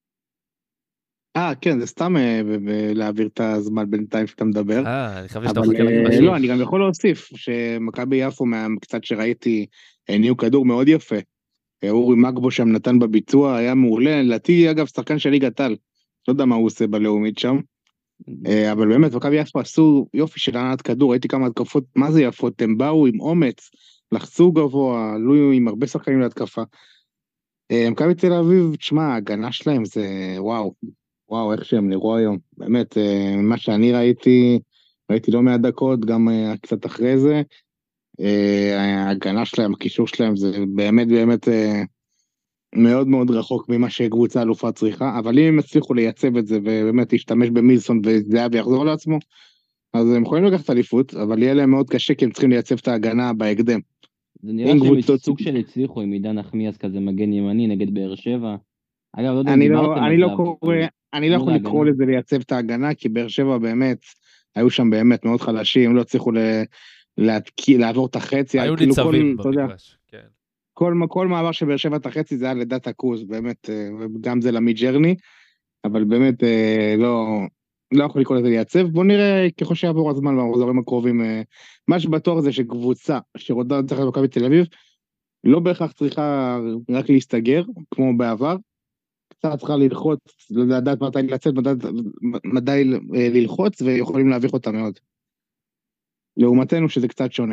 כן, זה סתם להעביר את הזמן בינתיים שאתה מדבר. אני חושב שאתה אבל מחכה להגיד משהו. לא, אני גם יכול להוסיף שמכבי יפו קצת שראיתי ניו כדור מאוד יפה. אורי מגבו שם נתן בביצוע, היה מעולה, לדעתי אגב שחקן של ליגת העל, לא יודע מה הוא עושה בלאומית שם, אבל באמת מכבי יפו עשו יופי של הנעת כדור, ראיתי כמה התקפות, מה זה יפות, הם באו עם אומץ, לחצו גבוה, עלו עם הרבה שחקנים להתקפה. מכבי תל אביב, תשמע, ההגנה שלהם זה וואו, איך שהם נראו היום, באמת, מה שאני ראיתי לא מעט דקות, גם קצת אחרי זה, ההגנה שלהם, הקישור שלהם, זה באמת מאוד מאוד רחוק ממה שקבוצה אלופה צריכה, אבל אם הם הצליחו לייצב את זה, ובאמת להשתמש במילסון וזהבי יחזור לעצמו, אז הם יכולים לקחת אליפות, אבל יהיה להם מאוד קשה, כי הם צריכים לייצב את ההגנה בהקדם. זה נראה שהם סוג של הצליחו עם עידן נחמיאס כזה מגן ימני נגד באר שבע. אגב, לא יודע אם דיברתם על זה. אני לא יכול לקרוא לזה לייצב את ההגנה, כי באר שבע באמת, היו שם באמת מאוד חלשים, לא הצליחו לעבור את החצי. היו ניצבים במגרש, כן. כל מעבר של באר שבע את החצי זה היה לדעת הקוז, באמת, גם זה למי ג'רני, אבל באמת לא יכול לקרוא לזה לייצב. בוא נראה ככל שיעבור הזמן במחזורים הקרובים, מה שבטוח זה שקבוצה שרודה צריך למכבי תל אביב, לא בהכרח צריכה רק להסתגר, כמו בעבר, קצת צריכה ללחוץ, לדעת מתי לצאת, מתי ללחוץ, ויכולים להביך אותה מאוד. לעומתנו שזה קצת שונה.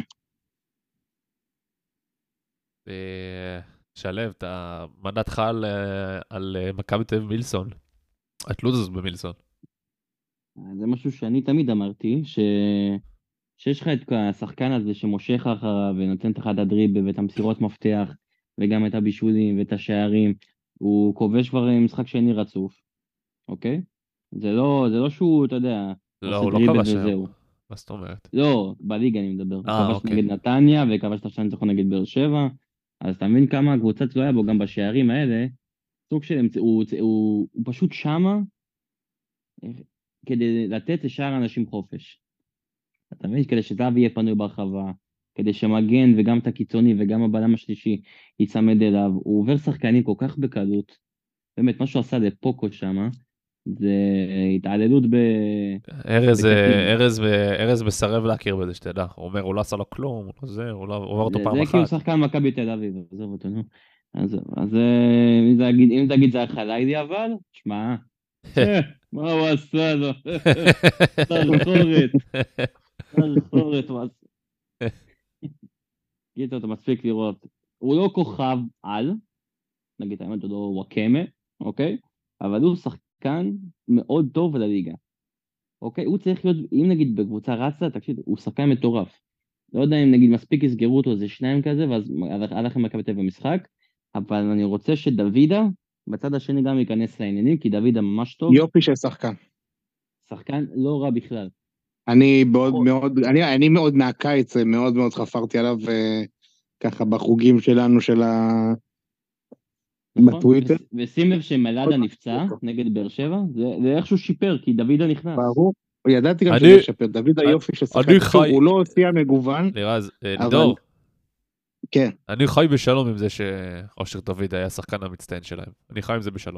שלב, אתה מנתך על מכבי תל אביב מילסון, התלות הזאת במילסון. זה משהו שאני תמיד אמרתי, שיש לך את השחקן הזה שמושך אחריו ונותן לך את הדריבל ואת המסירות מפתח, וגם את הבישולים ואת השערים, הוא כובש כבר משחק שני רצוף, אוקיי? זה לא שהוא, אתה יודע, לא, הוא לא כבש היום. מה זאת אומרת? לא, בליגה אני מדבר. הוא כבש נגד נתניה, וכבש את השני ניצחון נגד באר שבע, אז אתה מבין כמה הקבוצה לא היה בו גם בשערים האלה, סוג של, הוא פשוט שמה, כדי לתת לשאר אנשים חופש. אתה מבין? כדי שזהבי יהיה פנוי ברחבה, כדי שמגן וגם את הקיצוני וגם הבלם השלישי ייצמד אליו, הוא עובר שחקנים כל כך בקלות, באמת מה שהוא עשה לפוקו שם, זה התעללות ארז מסרב להכיר בזה שתדע, הוא אומר הוא לא עשה לו כלום, הוא עובר אותו פעם אחת. זה כאילו שחקן מכבי תל אביב, עזוב אותו, נו. אז אם תגיד זה החלילי אבל, שמע, מה הוא עשה לו? סרחורת, מה עשה? גיטו, אתה מספיק לראות, הוא לא כוכב על, נגיד האמת הוא לא וואקמה, אוקיי? אבל הוא שחקן מאוד טוב לליגה, אוקיי? הוא צריך להיות, אם נגיד בקבוצה רצה, תקשיב, הוא שחקן מטורף. לא יודע אם נגיד מספיק יסגרו אותו, זה שניים כזה, ואז הלכם מכבי תל אביב במשחק, אבל אני רוצה שדוידה, בצד השני גם ייכנס לעניינים, כי דוידה ממש טוב. יופי של שחקן. שחקן לא רע בכלל. אני מאוד מהקיץ, מאוד מאוד חפרתי עליו, ככה בחוגים שלנו בטוויטר. ושים לב שמלאדה נפצע נגד באר שבע, זה איכשהו שיפר, כי דוידה נכנס. ברור, ידעתי גם שזה שפר, דוידה יופי של שחקן, הוא לא הוציע מגוון. לירז, לידור. כן. אני חי בשלום עם זה שאושר דוד היה השחקן המצטיין שלהם. אני חי עם זה בשלום.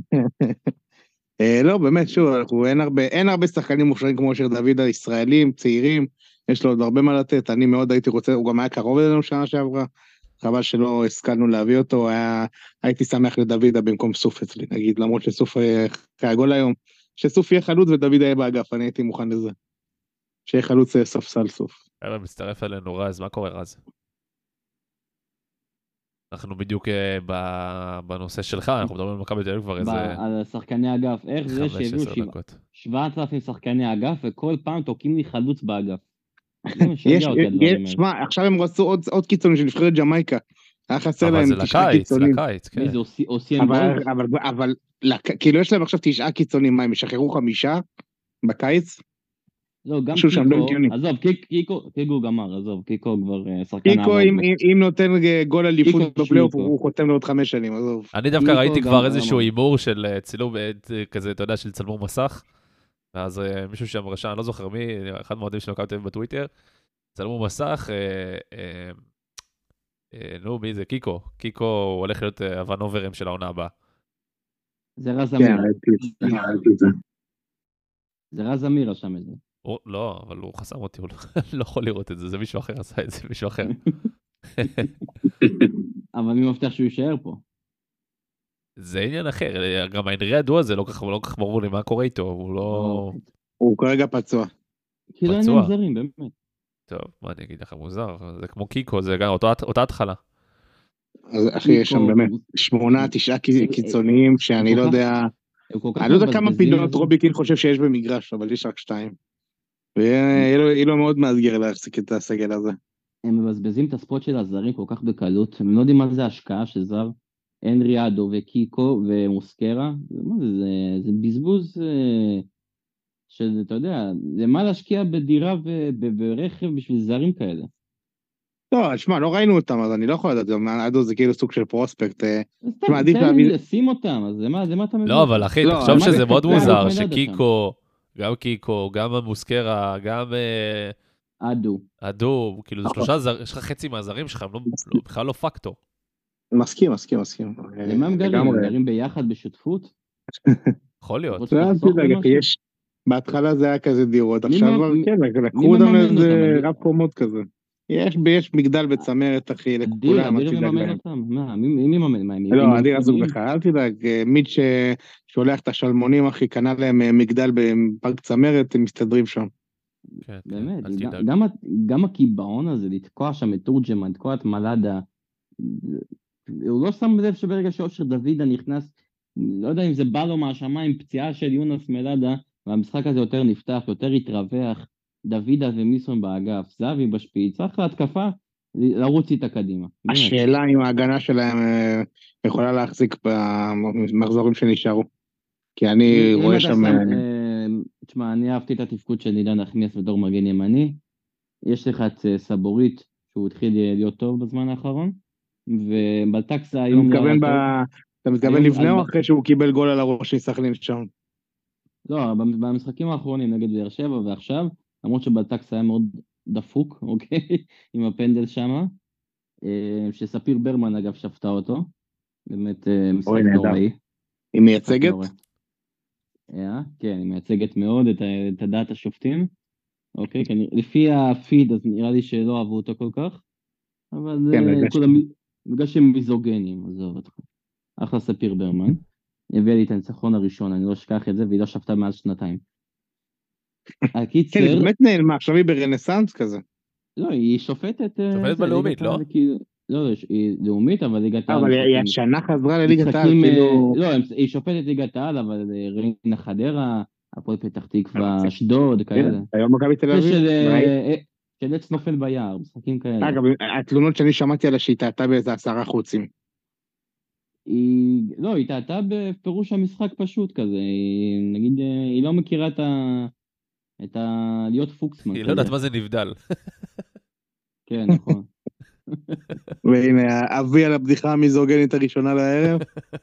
לא, באמת, שוב, אין הרבה שחקנים מוכשרים כמו אושר דוד, הישראלים, צעירים, יש לו עוד הרבה מה לתת, אני מאוד הייתי רוצה, הוא גם היה קרוב אלינו שנה שעברה, חבל שלא השכלנו להביא אותו, הייתי שמח לדוידה במקום סוף אצלי, נגיד, למרות שסוף היה גול היום, שסוף יהיה חלוץ ודוד יהיה באגף, אני הייתי מוכן לזה. שיהיה חלוץ ספסל סוף. ערב מצטרף אלינו רז, מה קורה רז? אנחנו בדיוק בנושא שלך, אנחנו מדברים על מכבי תל אביב כבר איזה על שחקני אגף, איך זה שהביאו 15 דקות. 7,000 שחקני אגף, וכל פעם תוקעים לי חלוץ באגף. זה משגע אותי הדברים האלה. שמע, עכשיו הם רצו עוד קיצונים של נבחרת ג'מייקה. היה חסר אבל להם זה 9 קיצונים. לקיץ, כן. מי זה, אוסיאן בולט? אבל כאילו יש להם עכשיו 9 קיצונים, מה, הם ישחררו 5 בקיץ? לא, גם משהו שם לא קיקו, הגיוני. עזוב, קיקו גמר, עזוב, קיקו כבר שחקן קיקו, אם נותן גול אליפות קיקו בפלייאוף, שיקו. הוא חותם לעוד 5 שנים, עזוב. אני דווקא קיקו ראיתי גם כבר איזשהו אמר. הימור של צילום כזה, אתה יודע, של צלמו מסך, ואז מישהו שם רשם, אני לא זוכר מי, אחד מהאוהדים של מכבי תל אביב בטוויטר, צלמו מסך, נו, מי זה? קיקו. קיקו הולך להיות הוונוברים של העונה הבאה. זה רז כן, אמיר. ראיתי את זה. זה רז אמיר רשם את זה. לא, אבל הוא חסם אותי, הוא לא יכול לראות את זה, זה מישהו אחר עשה את זה, מישהו אחר. אבל מי מבטיח שהוא יישאר פה? זה עניין אחר, גם האנרי הדו הזה, לא כך ברור לי מה קורה איתו, הוא לא... הוא כרגע פצוע. כאילו אין פצוע. להם זרים, באמת. טוב, מה אני אגיד לך, מוזר, זה כמו קיקו, זה גם אותה התחלה. אז אחי, יש שם באמת 8-9 קיצוניים שאני לא יודע... אני לא יודע כמה פינות רוביקין חושב שיש במגרש, אבל יש רק 2. ויהיה לו מאוד מאתגר להחזיק את הסגל הזה. הם מבזבזים את הספוט של הזרים כל כך בקלות, הם לא יודעים מה זה השקעה של זר, אנרי אדו וקיקו ומוסקרה, זה בזבוז של, אתה יודע, זה מה להשקיע בדירה וברכב בשביל זרים כאלה. לא, שמע, לא ראינו אותם, אז אני לא יכול לדעת, אדו זה כאילו סוג של פרוספקט. שמע, עדיף תן להביא... לי לשים אותם, אז זה מה אתה מבין? לא, אבל אחי, לא, תחשוב מה שזה זה מאוד קורה? מוזר, מדד שקיקו, גם קיקו, גם המוסקרה, גם אדו, כאילו זה 3 זרים, יש לך חצי מהזרים שלך, הם בכלל לא פקטור. מסכים. למה הם גרים? הם גרים ביחד בשותפות? יכול להיות. לא, אל תדאג, כי יש... בהתחלה זה היה כזה דירות, עכשיו כבר כן, לקחו אותם לאיזה רב קומות כזה. יש מגדל בצמרת, אחי, לכולם, אל אדיר תדאג מממן להם. אותם, מי מממן? לא, אדיר עזוב לך, אל תדאג, מיד ששולח את השלמונים, אחי, קנה להם מגדל בפארק צמרת, הם מסתדרים שם. באמת, גם הקיבעון הזה, לתקוע שם את תורג'מן, לתקוע את מלאדה, הוא לא שם לב שברגע שאושר דוידה נכנס, לא יודע אם זה בא לו מהשמיים, פציעה של יונס מלאדה, והמשחק הזה יותר נפתח, יותר התרווח, דוידה ומיסון באגף, זאבי בשפיץ, צריך להתקפה, לרוץ איתה קדימה. השאלה אם ההגנה שלהם יכולה להחזיק במחזורים שנשארו. כי אני רואה שם... תשמע, אני אהבתי את התפקוד של עידן נחמיאס בתור מגן ימני. יש לך את סבורית, שהוא התחיל להיות טוב בזמן האחרון, ובלטקסה היום... אתה מתכוון לפני או אחרי שהוא קיבל גול על הראש מסכנין שם? לא, במשחקים האחרונים נגד באר שבע ועכשיו, למרות שבלטקסה היה מאוד דפוק, אוקיי? עם הפנדל שמה, שספיר ברמן אגב שפטה אותו, באמת משחק נוראי. היא מייצגת? כן, היא מייצגת מאוד את הדעת השופטים, אוקיי? לפי הפיד אז נראה לי שלא אהבו אותו כל כך, אבל בגלל שהם מיזוגנים, עזוב אותך. אחלה ספיר ברמן, הביא לי את הניצחון הראשון, אני לא אשכח את זה, והיא לא שפטה מאז 2 הקיצר... כן, היא באמת נעלמה, עכשיו היא ברנסנס כזה. לא, היא שופטת... שופטת בלאומית, לא? לא, היא לאומית, אבל ליגת העל... אבל היא השנה חזרה לליגת העל, כאילו... לא, היא שופטת ליגת העל, אבל ריינה חדרה, הפועל פתח תקווה, אשדוד, כאלה. היום מכבי תל אביב. של עץ נופל ביער, משחקים כאלה. אגב, התלונות שאני שמעתי על שהיא טעתה באיזה 10 חוצים. לא, היא טעתה בפירוש המשחק פשוט כזה, נגיד, היא לא מכירה את להיות פוקסמן. היא לא יודעת מה זה נבדל. כן, נכון. והנה, אבי על הבדיחה המיזוגנית הראשונה לערב.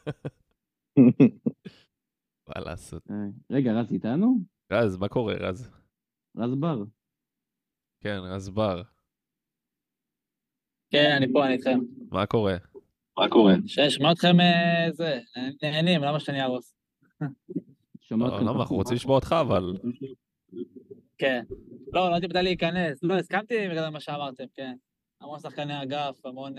מה לעשות? רגע, רז איתנו? רז, מה קורה, רז? רז בר. כן, רז בר. כן, אני פה, אני איתכם. מה קורה? ששמע אתכם זה, נהנים, למה שאני ארוס? למה, אנחנו רוצים לשמוע אותך, אבל... כן. לא הייתי בדי להיכנס. לא, הסכמתי בגלל מה שאמרתם, כן. המון שחקני אגף, המון...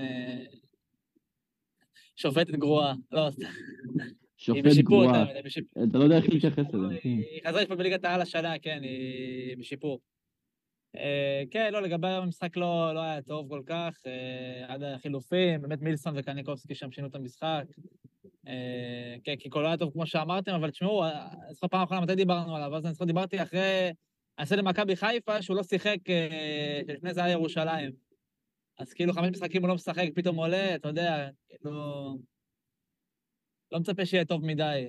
שופטת גרועה. לא, שופט גרועה. אתה לא יודע איך להתייחס לזה. היא חזרה לפעמים בליגת העל השנה, כן, היא בשיפור. כן, לא, לגבי המשחק לא היה טוב כל כך, עד החילופים, באמת מילסון וקניקובסקי שם שינו את המשחק. כן, כי כל היה טוב כמו שאמרתם, אבל תשמעו, אני זוכר פעם אחרונה מתי דיברנו עליו, אז אני זוכר דיברתי אחרי הסד למכבי חיפה, שהוא לא שיחק, שלפני זה היה ירושלים. אז כאילו 5 משחקים הוא לא משחק, פתאום עולה, אתה יודע, כאילו... לא מצפה שיהיה טוב מדי.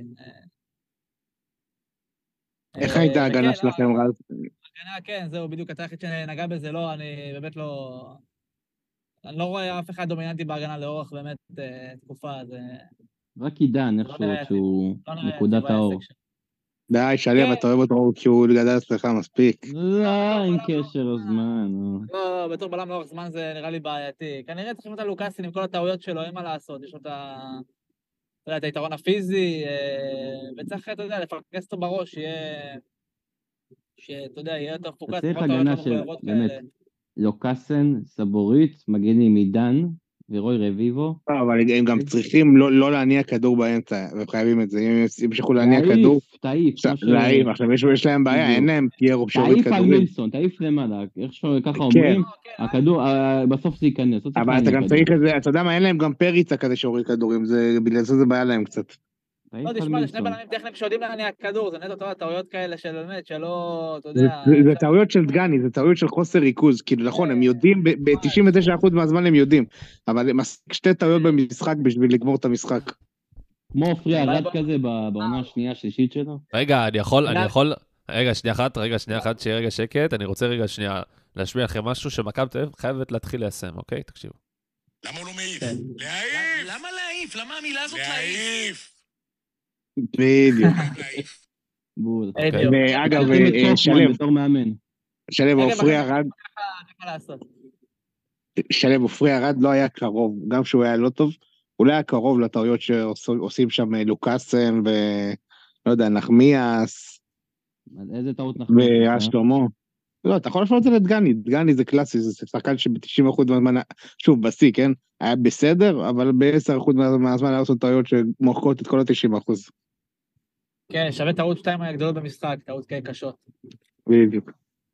איך הייתה ההגנה וכן, שלכם, רז? הגנה, כן, זהו, בדיוק, אתה היחיד שנגע בזה, לא, אני באמת לא... אני לא רואה אף אחד דומיננטי בהגנה לאורך באמת תקופה, זה... רק עידן, לא איכשהו, נראה שהוא לא נראה נקודת יציב האור. העסק שלו. די, שלב, כן. אתה אוהב אותו כי הוא גדל אצלך מספיק. לא, עם קשר הזמן. לא, בתור בלם לאורך זמן זה נראה לי בעייתי. כנראה צריכים את הלוקאסין עם כל הטעויות שלו, אין מה לעשות, יש לו את היתרון הפיזי, וצריך, אתה יודע, לפרקס אותו בראש, שאתה יודע, יהיה יותר פוקס, צריך פחות טעויות הגנה לא של, מחויבות באמת, כאלה. לוקאסן, סבורית, מגנים עידן ורוי רביבו. לא, אבל הם גם צריכים לא להניע כדור באמצע, והם חייבים את זה. אם הם ימשיכו להניע כדור, תעיף, כמו להעיף. עכשיו יש להם בעיה, אין להם פיירו שהוריד תעיף על כדורים. מילסון, תעיף למעלה, איך שככה כן. אומרים, הכדור, בסוף זה ייכנס, לא צריך אבל אתה להניע גם כדור. צריך את זה, אתה יודע מה, אין להם גם פריצה כזה שהוריד כדורים, בגלל זה בעיה להם קצת. לא, תעיף על תשמע, זה שני מילסון. בלמים טכניים שיודעים להניע כדור, זה נטו טעויות כאלה של באמת, שלא, אתה זה יודע... טעויות של דגני, זה טעויות של חוסר ריכוז, כאילו נכון, הם יודעים, ב-99% מהזמן הם יודעים, אבל הם מספיק 2 טעויות במשחק בשביל לגמור את המשחק. כמו עופרי ארד כזה בעונה השנייה השלישית שלו. רגע, אני יכול... רגע, שנייה אחת, שיהיה רגע שקט, אני רוצה רגע שנייה להשמיע לכם משהו שמכבי תל אביב חייבת להתחיל ליישם, אוקיי? תקשיבו. למה הוא לא מעיף? להעיף! למה להעיף? למה המילה הזאת להעיף? בדיוק. בול. ואגב, שלב, עופרי ארד לא היה קרוב, גם שהוא היה לא טוב, הוא לא היה קרוב לטעויות שעושים שם לוקאסן ולא יודע, נחמיאס. איזה טעות נחמיאס? והשלמה. לא, אתה יכול לפנות את זה לדגני, דגני זה קלאסי, זה שחקן שב-90% מהזמן, שוב, בסי, כן? היה בסדר, אבל ב-10% מהזמן היה עושה טעויות שמוחקות את כל ה-90%. כן, שווה טעות 2 הגדולות במשחק, טעות קשות. בדיוק.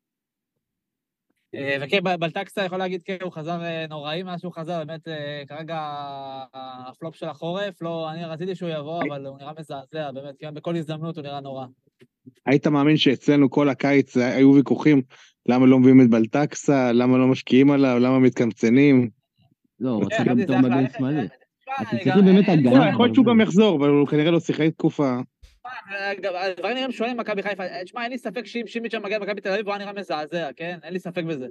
וכן, בלטקסה יכול להגיד, כן, הוא חזר נוראי מאז שהוא חזר, באמת, כרגע הפלופ של החורף, לא, אני רציתי שהוא יבוא, אבל הוא נראה מזעזע, באמת, כי בכל הזדמנות הוא נראה נורא. היית מאמין שאצלנו כל הקיץ היו ויכוחים, למה לא מביאים את בלטקסה, למה לא משקיעים עליו, למה מתקמצנים? לא, רציתי בתור מגן שמאלי. אתם צריכים באמת הגנה. יכול להיות שהוא גם יחזור, אבל הוא כנראה לא שיחק תקופה. הדברים נראים שונים מכבי חיפה, תשמע, אין לי ספק שאם שימיץ' שם מגיע מכבי תל אביב, הוא נראה מזעזע, כן? אין לי ספק בזה.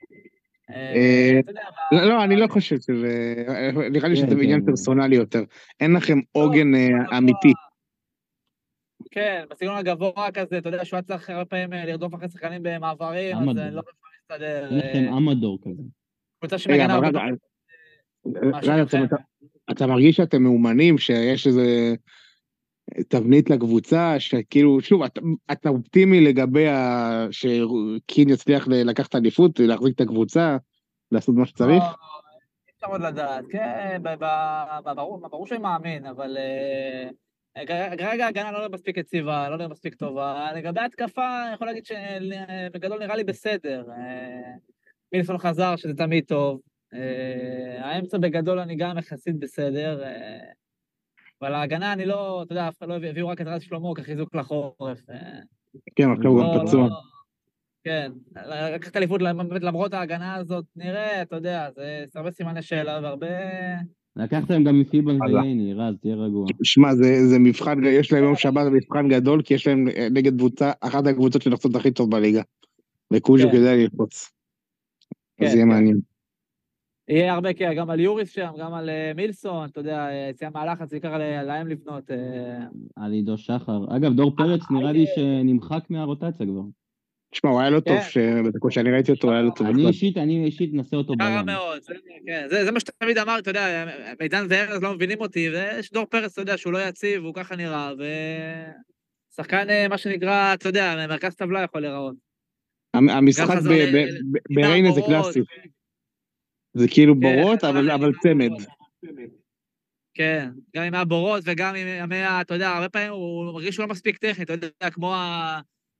לא, אני לא חושב שזה, נראה לי שזה עניין פרסונלי יותר. אין לכם עוגן אמיתי. כן, בסגנון הגבוה כזה, אתה יודע שהוא היה צריך הרבה פעמים לרדוף אחרי שחקנים במעברים, אז לא יכול להסתדר. אין לכם אמדור כזה. קבוצה שמגנה הרבה פעמים. אתה מרגיש שאתם מאומנים, שיש איזה תבנית לקבוצה, שכאילו, שוב, אתה אופטימי לגבי שקין יצליח לקחת עדיפות, להחזיק את הקבוצה, לעשות מה שצריך? אפשר עוד לדעת, כן, ברור שאני מאמין, אבל כרגע ההגנה לא מספיק יציבה, לא מספיק טובה. לגבי התקפה, אני יכול להגיד שבגדול נראה לי בסדר. מילסון חזר, שזה תמיד טוב. האמצע בגדול אני גם יחסית בסדר. אבל ההגנה אני לא, אתה יודע, אף אחד לא הביאו רק את רז שלמה כחיזוק לחורף. כן, עכשיו הוא גם פצוע. כן, לקחת אליפות למרות ההגנה הזאת, נראה, אתה יודע, זה הרבה סימני שאלה והרבה... לקחתם גם מפיבן וייני, רז, תהיה רגוע. שמע, זה מבחן, יש להם יום שבת מבחן גדול, כי יש להם נגד קבוצה, אחת הקבוצות שלחצות הכי טוב בליגה. וקוז'ו כדאי ללחוץ. אז יהיה מעניין. יהיה הרבה קרה, גם על יוריס שם, גם על מילסון, אתה יודע, יציאה מהלחץ, זה יקר להם לפנות. על עידו שחר. אגב, דור פרץ נראה לי שנמחק מהרוטציה כבר. תשמע, הוא היה לא טוב, בדקות שאני ראיתי אותו, הוא היה לא טוב. אני אישית נסה אותו בלם. קרה מאוד, זה מה שתמיד אמר, אתה יודע, מידן וארז לא מבינים אותי, ויש דור פרץ, אתה יודע, שהוא לא יציב, הוא ככה נראה, ושחקן, מה שנקרא, אתה יודע, מרכז טבלה יכול להיראות. המשחק בריינה זה קלאסי. זה כאילו בורות, אבל צמד. כן, גם עם הבורות וגם עם אתה יודע, הרבה פעמים הוא מרגיש שהוא לא מספיק טכני, אתה יודע, כמו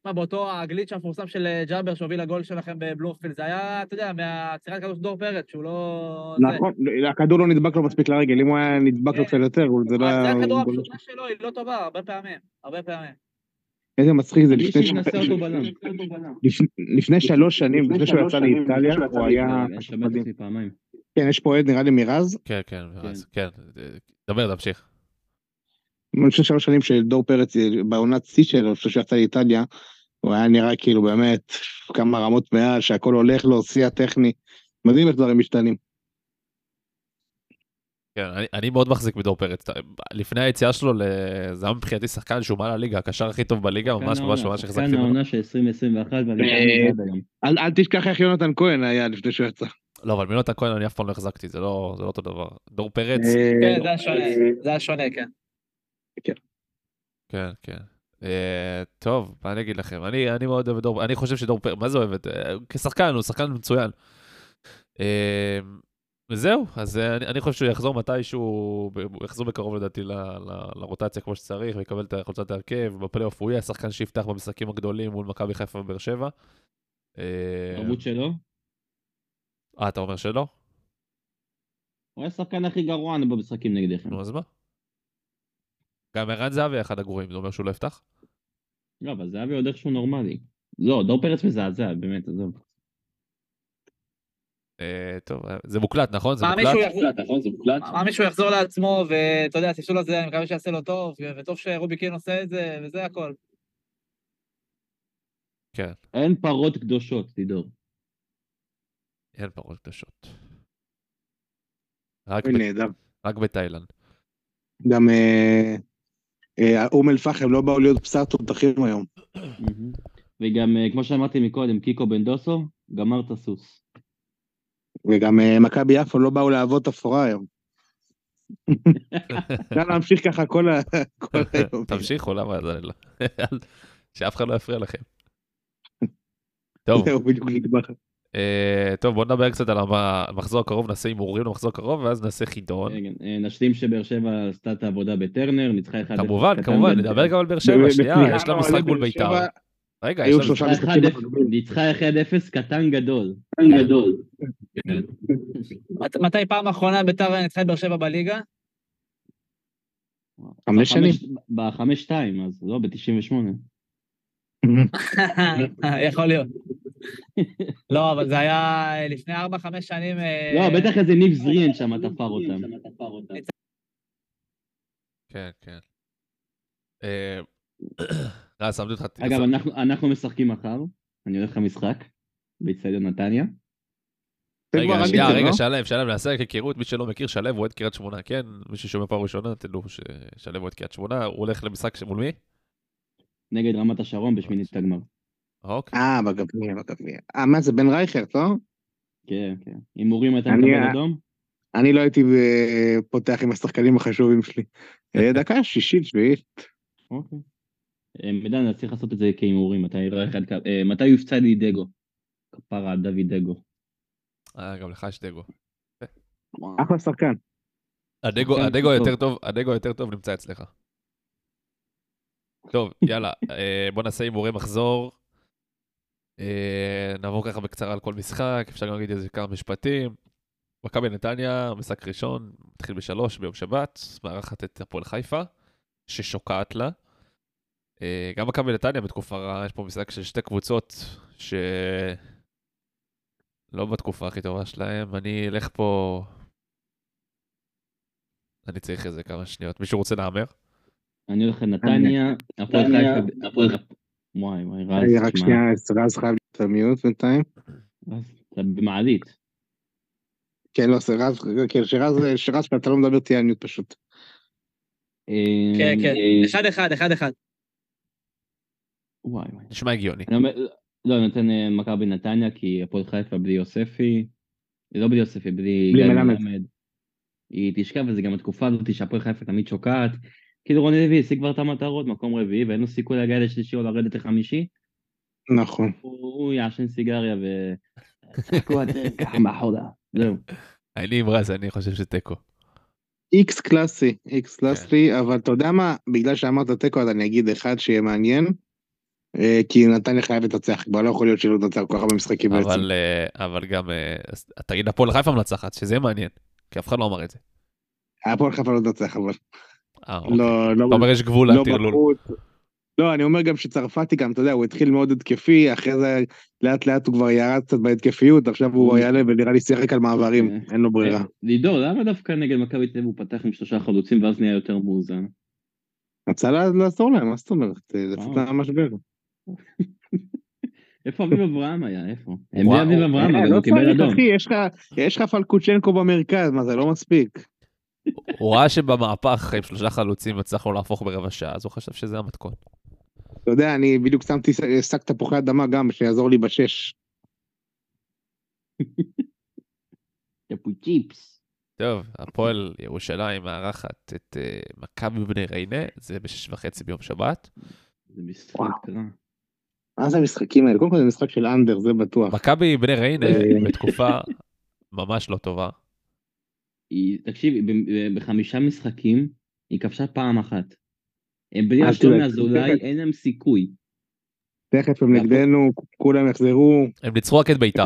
מה, באותו הגליץ' המפורסם של ג'אבר שהוביל לגול שלכם בבלומפילד, זה היה, אתה יודע, מהצירת כדור של דור פרץ, שהוא לא... נכון, הכדור לא נדבק לו מספיק לרגל, אם הוא היה נדבק לו קצת יותר, זה לא היה... הצירת כדור הפשוטה שלו היא לא טובה, הרבה פעמים. איזה מצחיק זה, מי שינסה אותו בלם. לפני 3 שנים, לפני שהוא יצא לאיטליה, הוא היה... שבת אותי פעמיים. כן, יש פה עד, נראה לי מירז. כן, כן. דבר, תמשיך. לפני 3 שנים שדור פרץ, בעונת שיא שלו, שהוא יצא לאיטליה, הוא היה נראה כאילו באמת כמה רמות מעל, שהכל הולך לו, שיא הטכני. מדהים איך דברים משתנים. כן, אני מאוד מחזיק בדור פרץ. לפני היציאה שלו, זה היה מבחינתי שחקן שהוא מעל הליגה, הקשר הכי טוב בליגה, ממש החזקתי שחקן ממנו. העונה של 2021, אל תשכח איך יונתן כהן היה לפני שהוא יצא. לא, אבל מיונתן כהן אני אף פעם לא החזקתי, זה לא אותו דבר. דור פרץ... כן, זה היה שונה, כן. כן. טוב, מה אני אגיד לכם? אני מאוד אוהב דור, אני חושב שדור פרץ, מה זה אוהב? כשחקן, הוא שחקן מצוין. וזהו, אז אני חושב שהוא יחזור מתישהו, הוא יחזור בקרוב לדעתי לרוטציה כמו שצריך, ויקבל את חולצת ההרכב, בפלייאוף הוא יהיה שחקן שיפתח במשחקים הגדולים מול מכבי חיפה ובאר שבע. ערבות שלו? אתה אומר שלא? הוא היה שחקן הכי גרוע במשחקים נגדכם. נו, אז מה? גם ערן זהבי אחד הגרועים, זה אומר שהוא לא יפתח? לא, אבל זהבי עוד איכשהו נורמלי. לא, דור פרץ מזעזע, באמת, עזוב. טוב, זה מוקלט, נכון? זה מה מוקלט? מישהו יחזור לעצמו, ואתה יודע, הסיפור הזה, אני מקווה שיעשה לו טוב, וטוב שרובי קין עושה את זה, וזה הכל. כן. אין פרות קדושות, תדעו. אין פרות קדושות. נהדר. רק בתאילנד. גם אום אל פחם לא באו להיות בשר תותחים היום. וגם, כמו שאמרתי מקודם, קיקו בן דוסו, גמר את הסוס. וגם מכבי יפו לא באו לעבוד אפורה היום. אפשר להמשיך ככה כל היום. תמשיכו, למה זה לא? שאף אחד לא יפריע לכם. טוב. זהו, בדיוק נקבע. טוב, בואו נדבר קצת על המחזור הקרוב, נעשה הימורים למחזור הקרוב, ואז נעשה חידון. נשלים שבאר שבע עשתה את העבודה בטרנר, ניצחה 1-0. כמובן, נדבר גם על באר שבע, שנייה, יש לה משחק מול בית"ר. רגע, היו 3 משחקים. ניצחה 1-0 קטן גדול. מתי פעם האחרונה בית"ר ניצחה באר שבע בליגה? 5 שנים. ב-5-2, אז לא, ב-98. יכול להיות. לא, אבל זה היה לפני 4-5 שנים. לא, בטח איזה ניב זריאן שם תפר אותם. כן. שמתי אותך... אגב, אנחנו משחקים מחר, אני הולך למשחק, באצטדיון נתניה. רגע, שלב, נעשה היכרות, מי שלא מכיר, שלב הוא אוהד קריית שמונה, כן? מי ששומע פעם ראשונה, תדעו ששלב הוא אוהד קריית שמונה, הוא הולך למשחק מול מי? נגד רמת השרון בשמינית הגמר. אוקיי. בגביע. מה זה, בן רייכרט, לא? כן. הימורים אתה מקבל אדום? אני לא הייתי פותח עם השחקנים החשובים שלי. דקה 60, 70. אוקיי. מדן, אני צריך לעשות את זה כהימורים, מתי יופצע לי דגו? כפרה, דוד דגו. גם לך יש דגו. אחלה שחקן. הדגו יותר טוב נמצא אצלך. טוב, יאללה, בוא נעשה הימורי מחזור. נעבור ככה בקצרה על כל משחק, אפשר גם להגיד איזה כמה משפטים. מכבי נתניה, משחק ראשון, מתחיל ב3 ביום שבת, מארחת את הפועל חיפה, ששוקעת לה. גם מכבי נתניה בתקופה רעה, יש פה משחק של 2 קבוצות לא בתקופה הכי טובה שלהם. אני אלך פה... אני צריך איזה כמה שניות. מישהו רוצה להאמר? אני הולך לנתניה, הפועל חיפה... וואי, רז... רק שנייה, רז חייב להיות המיוט בינתיים. אתה במעלית. כן, לא, שרז אתה לא מדבר תהיה המיוט פשוט. כן, 1-1. וואי. נשמע הגיוני. לא, אני נותן מכבי נתניה, כי הפועל חיפה בלי יוספי, לא בלי יוספי, בלי מלמד. היא תשכב, וזה גם התקופה הזאת שהפועל חיפה תמיד שוקעת. כאילו רוני לוי השיג כבר את המטרות, מקום רביעי, ואין לו סיכוי להגיע לשלישי או לרדת לחמישי. נכון. הוא יעשן סיגריה וצחקו אתם ככה מאחורה. זהו. אני עם רז, אני חושב שטקו. איקס קלאסי, אבל אתה יודע מה, בגלל שאמרת טקו, אז אני אגיד אחד שיהיה מעניין. כי נתניה חייב לנצח, כבר לא יכול להיות שלא תנצח כל כך הרבה משחקים בעצם. אבל גם, תגיד הפועל חיפה מנצחת, שזה יהיה מעניין, כי אף אחד לא אמר את זה. הפועל חיפה לא תנצח, אבל. אוקיי. לא, אתה אומר יש גבול לא לטרלול. בחוץ. לא, אני אומר גם שצרפתי גם, אתה יודע, הוא התחיל מאוד התקפי, אחרי זה לאט לאט הוא כבר ירד קצת בהתקפיות, עכשיו הוא יעלה ונראה לי שיחק על מעברים, אין לו ברירה. לידור, למה דווקא נגד מכבי תל אביב הוא פתח עם 3 חלוצים ואז נהיה יותר מאוזן? רצה לעזור להם, מה זאת אומרת? לצאת מהמשבר. איפה אביב אברהם היה? איפה? הם בלי אביב אברהם, אבל הוא קיבל אדום. יש לך פלקוצ'נקו במרכז, מה זה לא מספיק? הוא ראה שבמהפך עם 3 חלוצים הצלחנו להפוך ברבע שעה, אז הוא חשב שזה המתכון. אתה יודע, אני בדיוק שמתי שק תפוחי אדמה גם, שיעזור לי ב6. טפוצ'יפס. טוב, הפועל ירושלים מארחת את מכבי בני ריינה, זה ב6:30 ביום שבת. זה משחק רע. מה זה המשחקים האלה? קודם כל זה משחק של אנדר, זה בטוח. מכבי בני ריינה בתקופה ממש לא טובה. תקשיב, ב5 משחקים היא כבשה פעם אחת. הם בלי השלומי אזולאי, אין להם סיכוי. תכף הם נגדנו, כולם יחזרו. הם ניצחו רק את ביתר.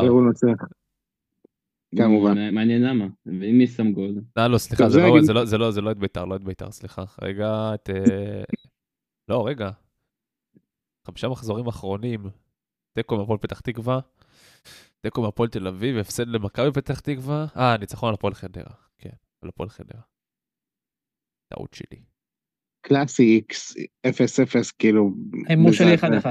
כמובן. מעניין למה, ואם יש שם גול. לא, סליחה, זה לא את ביתר, לא את ביתר, סליחה. רגע, לא, רגע. 5 מחזורים אחרונים, תיקו מהפועל פתח תקווה, תיקו מהפועל תל אביב, הפסד למכבי פתח תקווה, ניצחון על הפועל חדרה, כן, על הפועל חדרה. טעות שלי. קלאסי X, 0-0, כאילו... הימור שלי 1-1.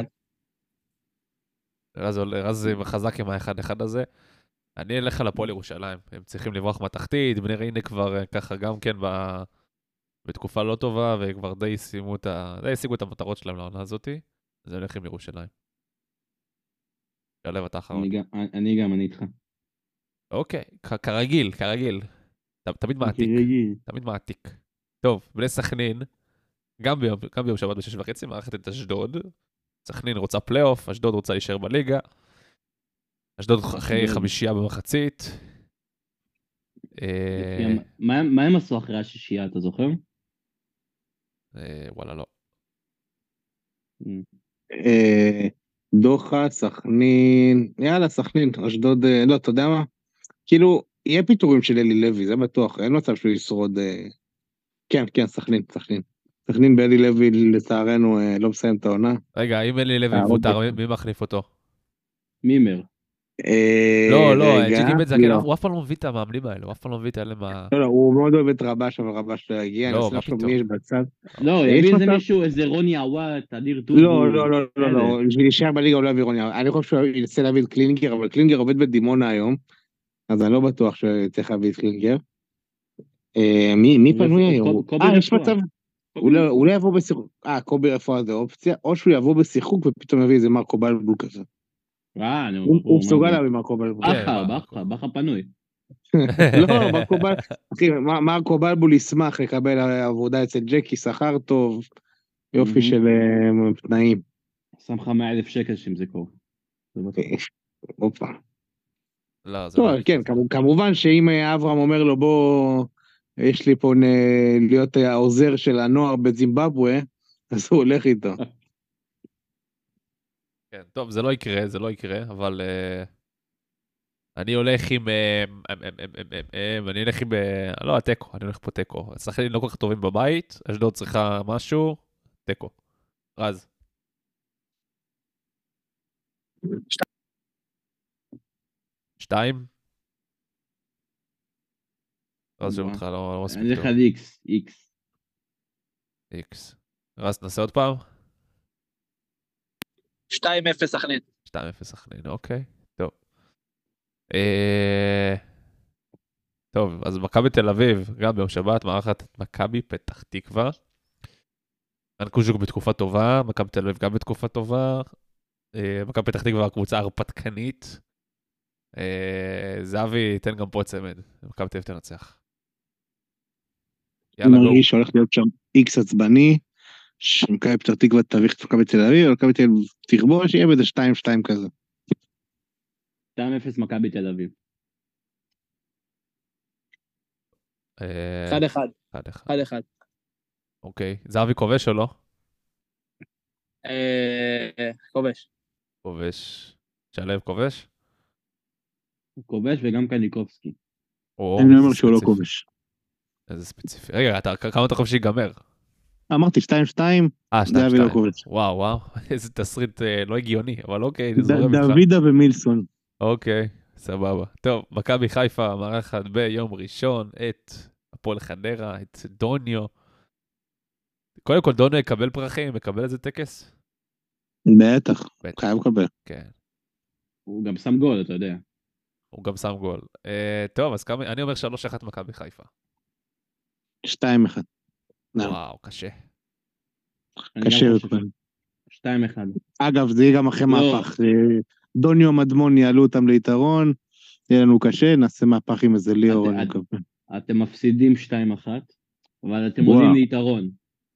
רז חזק עם ה-1-1 הזה. אני אלך על הפועל ירושלים, הם צריכים לברוח מהתחתית, בני ריינה כבר ככה גם כן בתקופה לא טובה, וכבר די השיגו את המטרות שלהם לעונה הזאתי, אז אני הולך עם ירושלים. שלב אתה אחרון. אני איתך. אוקיי, כרגיל. תמיד מעתיק. טוב, בני סכנין, גם ביום שבת ב6:30, מערכת את אשדוד. סכנין רוצה פלייאוף, אשדוד רוצה להישאר בליגה. אשדוד אחרי 5 במחצית. מה הם עשו אחרי ה6, אתה זוכר? וואלה, לא. דוחה, סכנין, יאללה, סכנין, אשדוד, לא, אתה יודע מה? כאילו, יהיה פיתורים של אלי לוי, זה בטוח, אין מצב שהוא ישרוד, כן, סכנין. סכנין באלי לוי, לצערנו, לא מסיים את העונה. רגע, אם אלי לוי מבוטר, מי מחליף אותו? מימר. לא, ג'יקי בן זקן, הוא אף פעם לא מביא את המאמנים האלה, הוא אף פעם לא מביא את האלה מה... לא, הוא מאוד אוהב את רבש, אבל רבש לא הגיע, לא, מה פתאום? לא, יביא איזה מישהו, איזה רוני עוואט, אדיר דודו. לא, בשביל להישאר בליגה הוא לא יביא רוני עוואט, אני חושב שהוא ינסה להביא את קלינגר, אבל קלינגר עובד בדימונה היום, אז אני לא בטוח שצריך להביא את קלינגר. מי פנוי היום? יש מצב, הוא לא יבוא בשיחוק, קובי רפואה זה אופציה, או שהוא יבוא בשיחוק ופתאום יביא איזה מרקו בלבול כזה. הוא מסוגל להביא מרקו בלבול. בכר פנוי. לא, מרקו בלבול ישמח לקבל עבודה אצל ג'קי, שכר טוב, יופי של תנאים. שם לך 100,000 שקל שאם זה קורה. אופה. טוב, כן, כמובן שאם אברהם אומר לו בוא, יש לי פה להיות העוזר של הנוער בזימבבואה, אז הוא הולך איתו. כן, טוב, זה לא יקרה, אבל אני הולך עם, לא, הטקו, אני הולך פה טקו. סכנין לא כל כך טובים בבית, אשדוד צריכה משהו, טקו. רז. 2? רז שואל אותך, לא מספיק טוב. אני הולך על X. רז, נעשה עוד פעם? 2-0 סכנין. 2-0 סכנין, אוקיי, טוב. טוב, אז מכבי תל אביב, גם ביום שבת, מארחת את מכבי פתח תקווה. אנקוז'וק בתקופה טובה, מכבי תל אביב גם בתקופה טובה. מכבי פתח תקווה הקבוצה הרפתקנית. זהבי, תן גם פה צמד. מכבי תל אביב תנצח. אני מרגיש שהולך להיות שם איקס עצבני, שמכבי פתח תקווה תביך את מכבי תל אביב, מכבי תל אביב תכבוש, שיהיה בזה 2-2 כזה. 2-0 מכבי תל אביב. 1-1. אוקיי, זהבי כובש או לא? כובש. כובש. שלב כובש? כובש וגם קניקובסקי. אני אומר איזה שהוא לא ספציפי. כובש. איזה ספציפי. רגע, כמה אתה חושב שיגמר? אמרתי 2-2, 2-2. דוד לא כובש. וואו, איזה תסריט לא הגיוני, אבל אוקיי, זורם איתך. דוידה ומילסון. אוקיי, סבבה. טוב, מכבי חיפה מארחת ביום ראשון את הפועל חדרה, את דוניו. קודם כל, דוניו יקבל פרחים, מקבל איזה טקס? בטח, בטח. חייב לקבל. כן, הוא גם שם גול, אתה יודע. הוא גם שם גול. טוב, אז אני אומר 3-1 מכבי חיפה. 2-1. וואו, קשה. קשה יותר. 2-1. אגב, זה יהיה גם אחרי לא. מהפך. דוניו מדמון יעלו אותם ליתרון, יהיה לנו קשה, נעשה מהפך עם איזה ליאור, אני מקווה. אתם מפסידים 2-1, אבל אתם וואו. עולים ליתרון.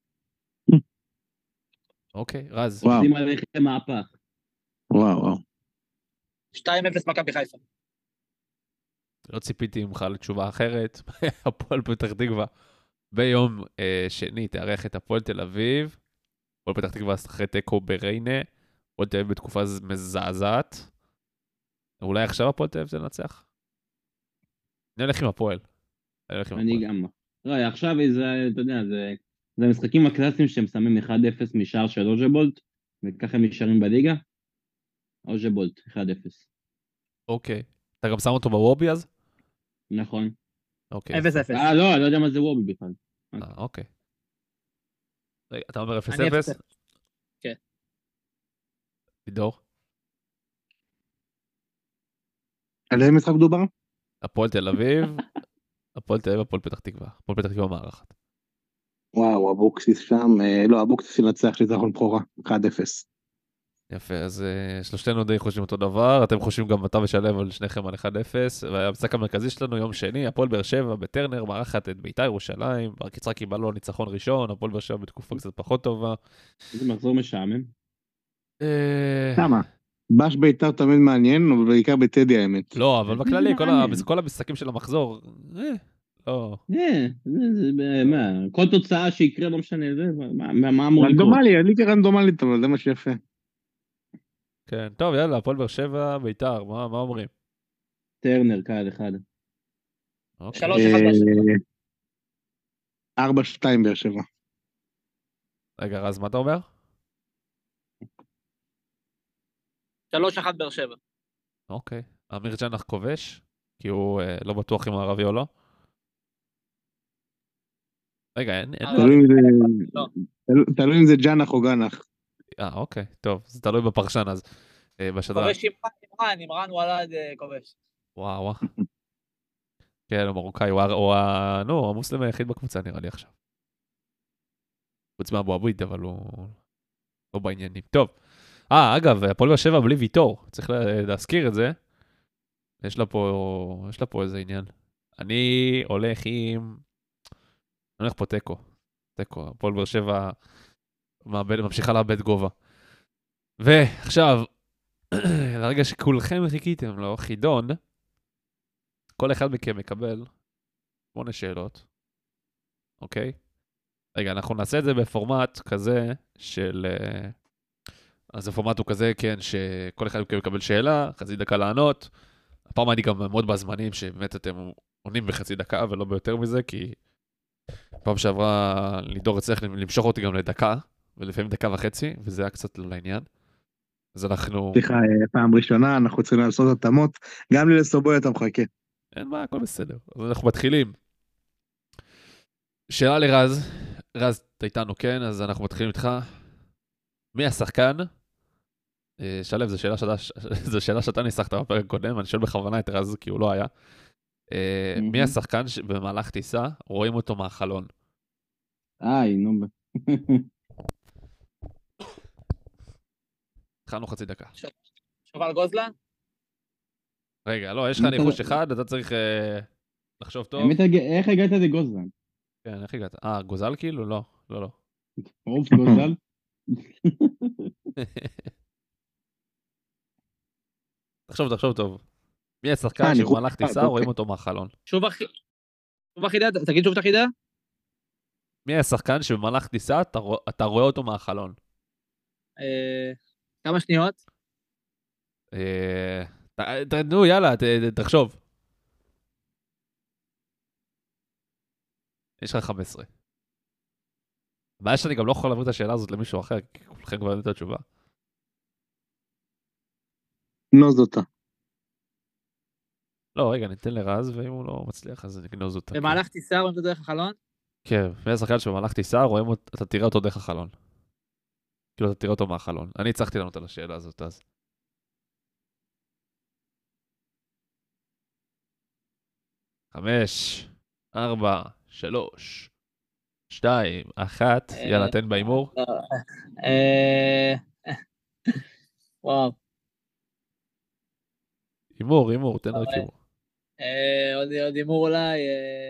אוקיי, רז. וואו. עושים עליכם מהפך. וואו. 2-0 מכבי חיפה. לא ציפיתי ממך לתשובה אחרת. הפועל פתח תקווה ביום שני תארח את הפועל תל אביב. הפועל פתח תקווה אחרי תיקו בריינה. הפועל תל אביב בתקופה מזעזעת. אולי עכשיו הפועל תל אביב תנצח? אני הולך עם הפועל. אני גם. לא, עכשיו זה, אתה יודע, זה המשחקים הקלאסיים שהם שמים 1-0 משער של אוז'בולט, וככה הם נשארים בליגה. אוז'בולט, 1-0. אוקיי. אתה גם שם אותו בוובי אז? נכון. אוקיי. 0-0. לא, אני לא יודע מה זה וובי בכלל. אוקיי. רגע, אתה אומר 0-0? אני 0-0. כן. לידור? על איזה משחק דובר? הפועל תל אביב, הפועל תל אביב, הפועל פתח תקווה. הפועל פתח תקווה מארחת. וואו, אבוקסיס שם, לא, אבוקסיס ינצח לזכרון בכורה, 1-0. יפה, אז שלושתנו די חושבים אותו דבר, אתם חושבים גם אתה ושלב על שניכם על 1-0, והמשחק המרכזי שלנו יום שני, הפועל באר שבע בטרנר מארחת את בית"ר ירושלים, בר קצרה קיבל לו ניצחון ראשון, הפועל באר שבע בתקופה קצת פחות טובה. איזה מחזור משעמם. למה? בש בית"ר תמיד מעניין, אבל בעיקר בטדי האמת. לא, אבל בכללי, מעניין. כל המשחקים של המחזור, לא. מה, כל תוצאה שיקרה לא משנה, מה אמור לקרות? רנדומלי, הליגה רנדומלית, אבל זה מה שיפה. כן, טוב, יאללה, הפועל באר שבע, בית"ר, מה אומרים? טרנר, קהל אחד. 3-1 באר שבע. 4-2 באר שבע. רגע, רז, מה אתה אומר? 3-1 באר שבע. אוקיי. אמיר ג'נח כובש, כי הוא לא בטוח אם הוא ערבי או לא. רגע, אין... תלוי אם זה ג'נח או גנח. אוקיי, טוב, זה תלוי בפרשן אז. בשדרן. כובש אימרן וולד כובש. וואו. כן, הוא מרוקאי, הוא המוסלם היחיד בקבוצה נראה לי עכשיו. חוץ מהאבו עביד, אבל הוא לא בעניינים. טוב. אגב, הפועל באר שבע בלי ויטור, צריך להזכיר את זה. יש לה פה איזה עניין. אני הולך פה תיקו. הפועל באר שבע ממשיכה לאבד גובה. ועכשיו, לרגע שכולכם חיכיתם לו, חידון, כל אחד מכם מקבל 8 שאלות. אוקיי? רגע, אנחנו נעשה את זה בפורמט כזה של... אז הפורמט הוא כזה, כן, שכל אחד מכם מקבל שאלה, חצי דקה לענות. הפעם אני גם מאוד בזמנים שבאמת אתם עונים בחצי דקה ולא ביותר מזה, כי פעם שעברה לידור הצליח למשוך אותי גם לדקה, ולפעמים דקה וחצי, וזה היה קצת לא לעניין. אז אנחנו... סליחה, פעם ראשונה, אנחנו צריכים לעשות התאמות, גם לי לסובוי אתה מחכה. אין מה, הכל בסדר. אז אנחנו מתחילים. שאלה לרז, רז, אתה איתנו, כן? אז אנחנו מתחילים איתך. מי השחקן? שלב, זו שאלה שאתה ניסחת בפרק קודם, אני שואל בכוונה את רז, כי הוא לא היה. מי השחקן שבמהלך טיסה רואים אותו מהחלון? נו. התחלנו חצי דקה. שובל גוזלן? רגע, לא, יש לך ניחוש אחד, אתה צריך לחשוב טוב. איך הגעת לגוזלן? כן, איך הגעת? גוזל כאילו? לא. רוב גוזל? תחשוב טוב. מי השחקן שבמהלך טיסה רואים אותו מהחלון? שוב החידה, תגיד שוב את החידה. מי השחקן שבמהלך טיסה אתה רואה אותו מהחלון? כמה שניות? נו, יאללה, תחשוב. יש לך 15. הבעיה שאני גם לא יכול להעביר את השאלה הזאת למישהו אחר, כי כולכם כבר יודעים את התשובה. נוז אותה. לא, רגע, ניתן לרז, ואם הוא לא מצליח, אז נגנוז אותה. במהלך טיסה רואים את דרך החלון? כן, מי השחקן שבמהלך טיסה, אתה תראה אותו דרך החלון. כאילו, אתה תראה אותו מהחלון. אני הצלחתי לענות על השאלה הזאת, אז. חמש, 4, 3, 2, 1, יאללה, תן בהימור. וואו. הימור, תן רק הימור. עוד הימור אולי.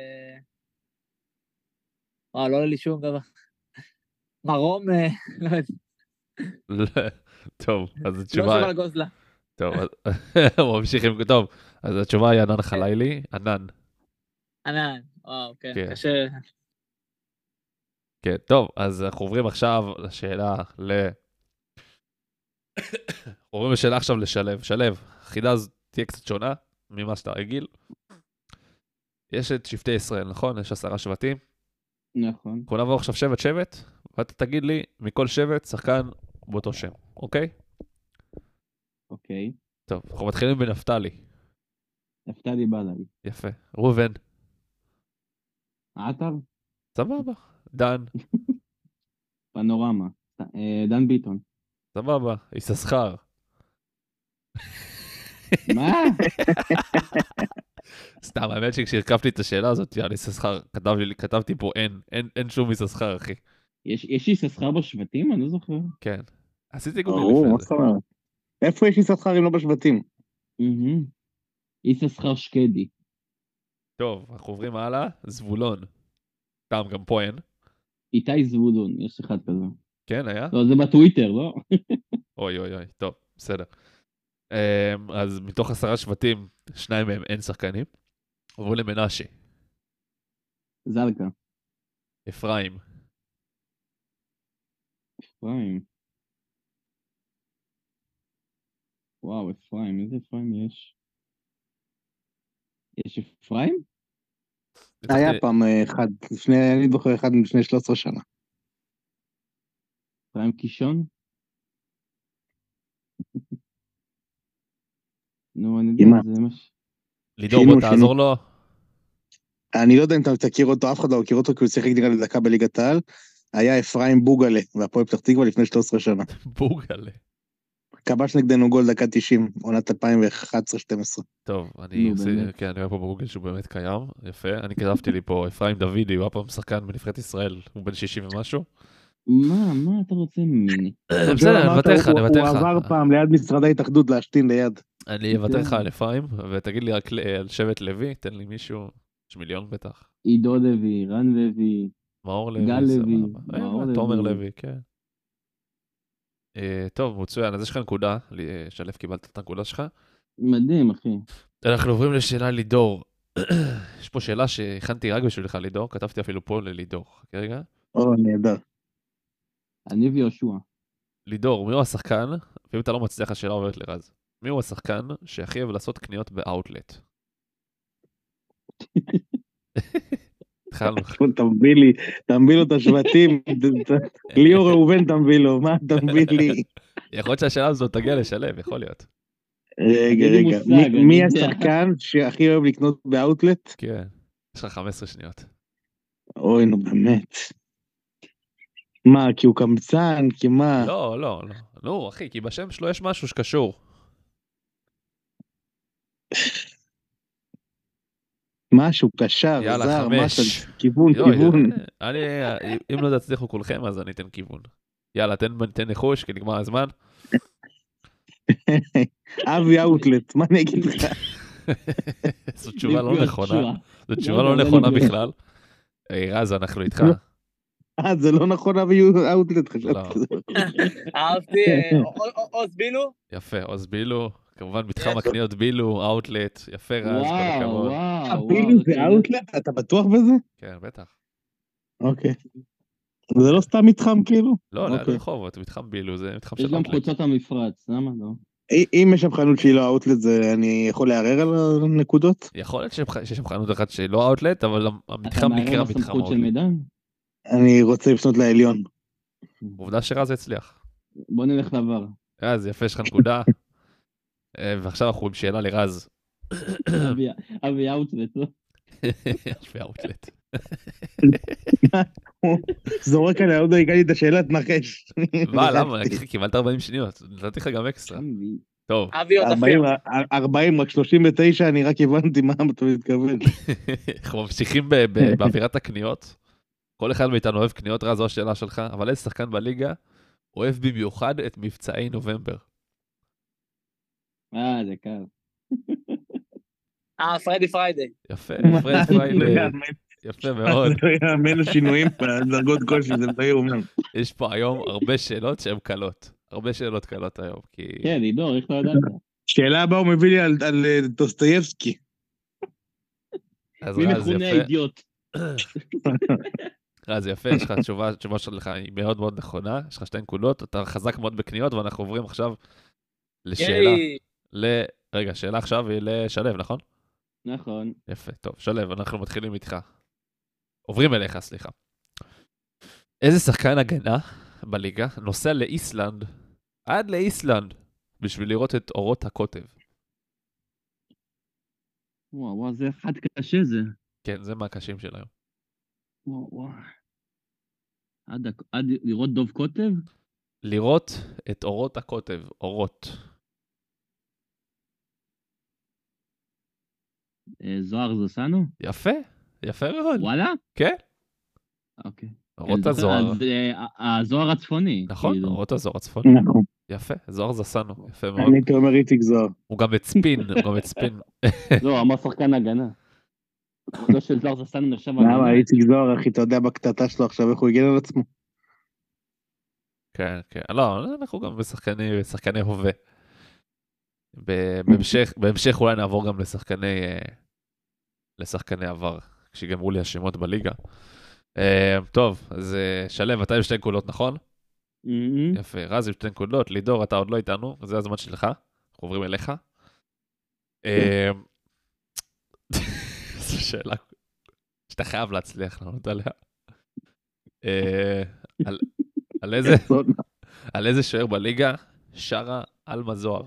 לא עולה לי שום דבר. מרום, לא יודע. טוב, אז התשובה... לא שווה לגוזלה. טוב, הוא ממשיך עם... טוב, אז התשובה היא ענן חלילי, ענן. ענן, וואו, כן, קשה. כן, טוב, אז אנחנו עוברים עכשיו לשאלה עוברים לשאלה עכשיו לשלב. שלב, החידה הזאת תהיה קצת שונה ממה שאתה רגיל. יש את שבטי ישראל, נכון? יש 10 שבטים. נכון. אנחנו נעבור עכשיו שבט, ואתה תגיד לי מכל שבט שחקן באותו שם, אוקיי? אוקיי. טוב, אנחנו מתחילים בנפתלי. נפתלי בלעי. יפה. ראובן. עטר? סבבה. דן. פנורמה. דן ביטון. סבבה. יששכר. מה? סתם, האמת שכשהרכבתי את השאלה הזאת, יאללה, יששכר, כתבתי פה אין שום יששכר, אחי. יש יששכר בשבטים? אני לא זוכר. כן. עשיתי גוגל לפני זה. איפה יש יששכר אם לא בשבטים? יששכר שקדי. טוב, אנחנו עוברים הלאה. זבולון. סתם, גם פה אין. איתי זבולון, יש אחד כזה. כן, היה? לא, זה בטוויטר, לא? אוי, טוב, בסדר. אז מתוך 10 שבטים, 2 מהם אין שחקנים. עברו למנשה. זלקה. אפרים. אפרים. וואו, אפרים, איזה אפרים יש? יש אפרים? היה פעם אחד, אני זוכר אחד לפני 13 שנה. אפרים קישון? נו, אני יודע, זה ממש... לידור, בוא תעזור לו. אני לא יודע אם אתה מכיר אותו, אף אחד לא מכיר אותו, כי הוא שיחק נראה לי דקה בליגת העל. היה אפרים בוגלה, והפועל פתח תקווה לפני 13 שנה. בוגלה. כבש נגדנו גול דקה 90, עונת 2011-2012. טוב, אני רואה פה בגוגל שהוא באמת קיים, יפה. אני כתבתי לי פה, אפרים דוידי, הוא היה פעם שחקן בנבחרת ישראל, הוא בן 60 ומשהו. מה אתה רוצה ממני? בסדר, אני אוותר לך. הוא עבר פעם ליד משרד ההתאחדות להשתין ליד. אני אוותר לך על אפרים, ותגיד לי רק על שבט לוי, תן לי מישהו, יש מיליון בטח. עידו לוי, רן לוי, מאור לוי, גל לוי, תומר לוי, כן. טוב, מצוין, אז יש לך נקודה, שלף קיבלת את הנקודה שלך. מדהים, אחי. אנחנו עוברים לשאלה לידור. יש פה שאלה שהכנתי רק בשבילך לידור, כתבתי אפילו פה ללידור. רגע. נהדר. אני ויהושע. לידור, מי הוא השחקן, ואם אתה לא מצליח השאלה עוברת לרז, מי הוא השחקן שהכי אוהב לעשות קניות באאוטלט? התחלנו. תמביא לו את השבטים, ליאור ראובן תמביא לו, מה תמביא לי? יכול להיות שהשאלה הזאת תגיע לשלב, יכול להיות. רגע, מי השחקן שהכי אוהב לקנות באאוטלט? כן, יש לך 15 שניות. אוי, נו באמת. מה, כי הוא קמצן, כי מה? לא, נו אחי, כי בשם שלו יש משהו שקשור. משהו קשר, זר, משהו, כיוון. אם לא תצליחו כולכם, אז אני אתן כיוון. יאללה, תן ניחוש, כי נגמר הזמן. אבי אאוטלט, מה אני אגיד לך? זו תשובה לא נכונה. זו תשובה לא נכונה בכלל. רז, אנחנו איתך. זה לא נכון אבי אאוטלט, חשבתי. אהבתי, עוז בילו? יפה, עוז בילו. כמובן מתחם הקניות בילו, אאוטלט, יפה רז, כל הכבוד. בילו זה אאוטלט? אתה בטוח בזה? כן, בטח. אוקיי. זה לא סתם מתחם כאילו? לא, ליד אוקיי. רחובות, מתחם בילו, זה מתחם יש של גם אאוטלט. חולצות המפרץ, למה לא? אם יש שם חנות שהיא לא האוטלט, אני יכול לערער על הנקודות? יכול להיות שיש שם חנות אחת שהיא לא אאוטלט, אבל אתה המתחם מערער נקרא מתחם בסמכות של אאוטלט. מידן? אני רוצה לפנות לעליון. עובדה שרז הצליח. בוא נלך לעבר. רז, יפה, יש לך נקודה. ועכשיו אנחנו עם שאלה לרז. אבי אאוטלט, לא? יש באאוטלט. זורק עליה, עוד לא הגעתי את השאלה, תנחש. מה, למה? קיבלת 40 שניות, נתתי לך גם אקסטרה. טוב, אבי עוד אפילו. 40, רק 39, אני רק הבנתי מה אתה מתכוון. אנחנו ממשיכים באווירת הקניות. כל אחד מאיתנו אוהב קניות, רז, זו השאלה שלך, אבל איזה שחקן בליגה אוהב במיוחד את מבצעי נובמבר? זה קל. פריידי פריידי. יפה, פרד פריידי, יפה מאוד. זה לא יאמן השינויים בדרגות כלשהי, זה לא יאומן. יש פה היום הרבה שאלות שהן קלות. הרבה שאלות קלות היום, כי... כן, עידו, איך לא ידעת? שאלה הבאה הוא מביא לי על טוסטויבסקי. אז מי רז, מכונה יפה. האידיוט? רז, יפה, יש לך התשובה שלך היא מאוד מאוד נכונה, יש לך 2 נקודות, אתה חזק מאוד בקניות, ואנחנו עוברים עכשיו לשאלה. רגע, שאלה עכשיו היא לשלב, נכון? נכון. יפה, טוב, שלב, אנחנו מתחילים איתך. עוברים אליך, סליחה. איזה שחקן הגנה בליגה נוסע לאיסלנד, עד לאיסלנד, בשביל לראות את אורות הקוטב? וואו, זה אחד קשה זה. כן, זה מהקשים של היום. וואו. עד לראות דוב קוטב? לראות את אורות הקוטב, אורות. זוהר זוסנו? יפה, יפה מאוד. וואלה? כן, אוקיי. אורות הזוהר. הזוהר הצפוני. נכון, כאילו. אורות הזוהר הצפוני. נכון. יפה, זוהר זסנו, יפה מאוד. אני הייתי אומר איציק זוהר. הוא גם הצפין, הוא גם הצפין. לא, אמר שחקן הגנה. לא של זוהר זוסנו נחשב הגנה. למה איציק זוהר, אחי, אתה יודע בקטטה שלו עכשיו איך הוא הגן על עצמו? כן, כן. לא, אנחנו גם בשחקני הווה. בהמשך אולי נעבור גם לשחקני עבר, כשיגמרו לי השמות בליגה. טוב, אז שלב, אתה עם 2 נקודות, נכון? יפה, רז עם 2 נקודות, לידור, אתה עוד לא איתנו, זה הזמן שלך, אנחנו עוברים אליך. זו שאלה שאתה חייב להצליח לענות עליה. על איזה שוער בליגה שרה אלמה זוהר?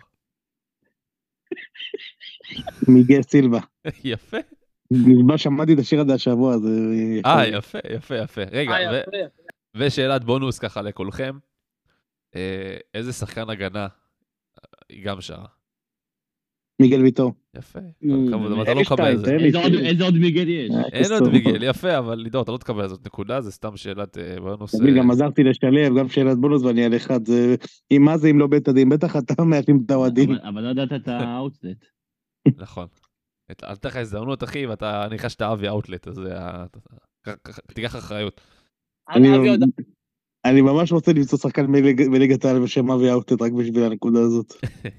מיגל סילבה. יפה. נשבע, שמעתי את השיר הזה השבוע, זה... יפה, יפה, יפה. רגע, יפה. ושאלת בונוס ככה לכולכם. איזה שחקן הגנה היא גם שרה? מיגל ויטור. יפה, כל הכבוד, אבל אתה לא מקבל את זה. איזה עוד מיגל יש? אין עוד מיגל, יפה, אבל לידור, אתה לא תקבל זאת נקודה, זה סתם שאלת בונוס. גם עזרתי לשלב, גם שאלת בונוס ואני על אחד, מה זה אם לא בית הדין? בטח אתה מאשים את האוהדים. אבל לא ידעת את האוטלט. נכון. אל תלך הזדמנות, אחי, ואתה ניחש את האבי האוטלט, אז תיקח אחריות. אני ממש רוצה למצוא שחקן בליגת העל בשם אבי האוטלט, רק בשביל הנקודה הזאת.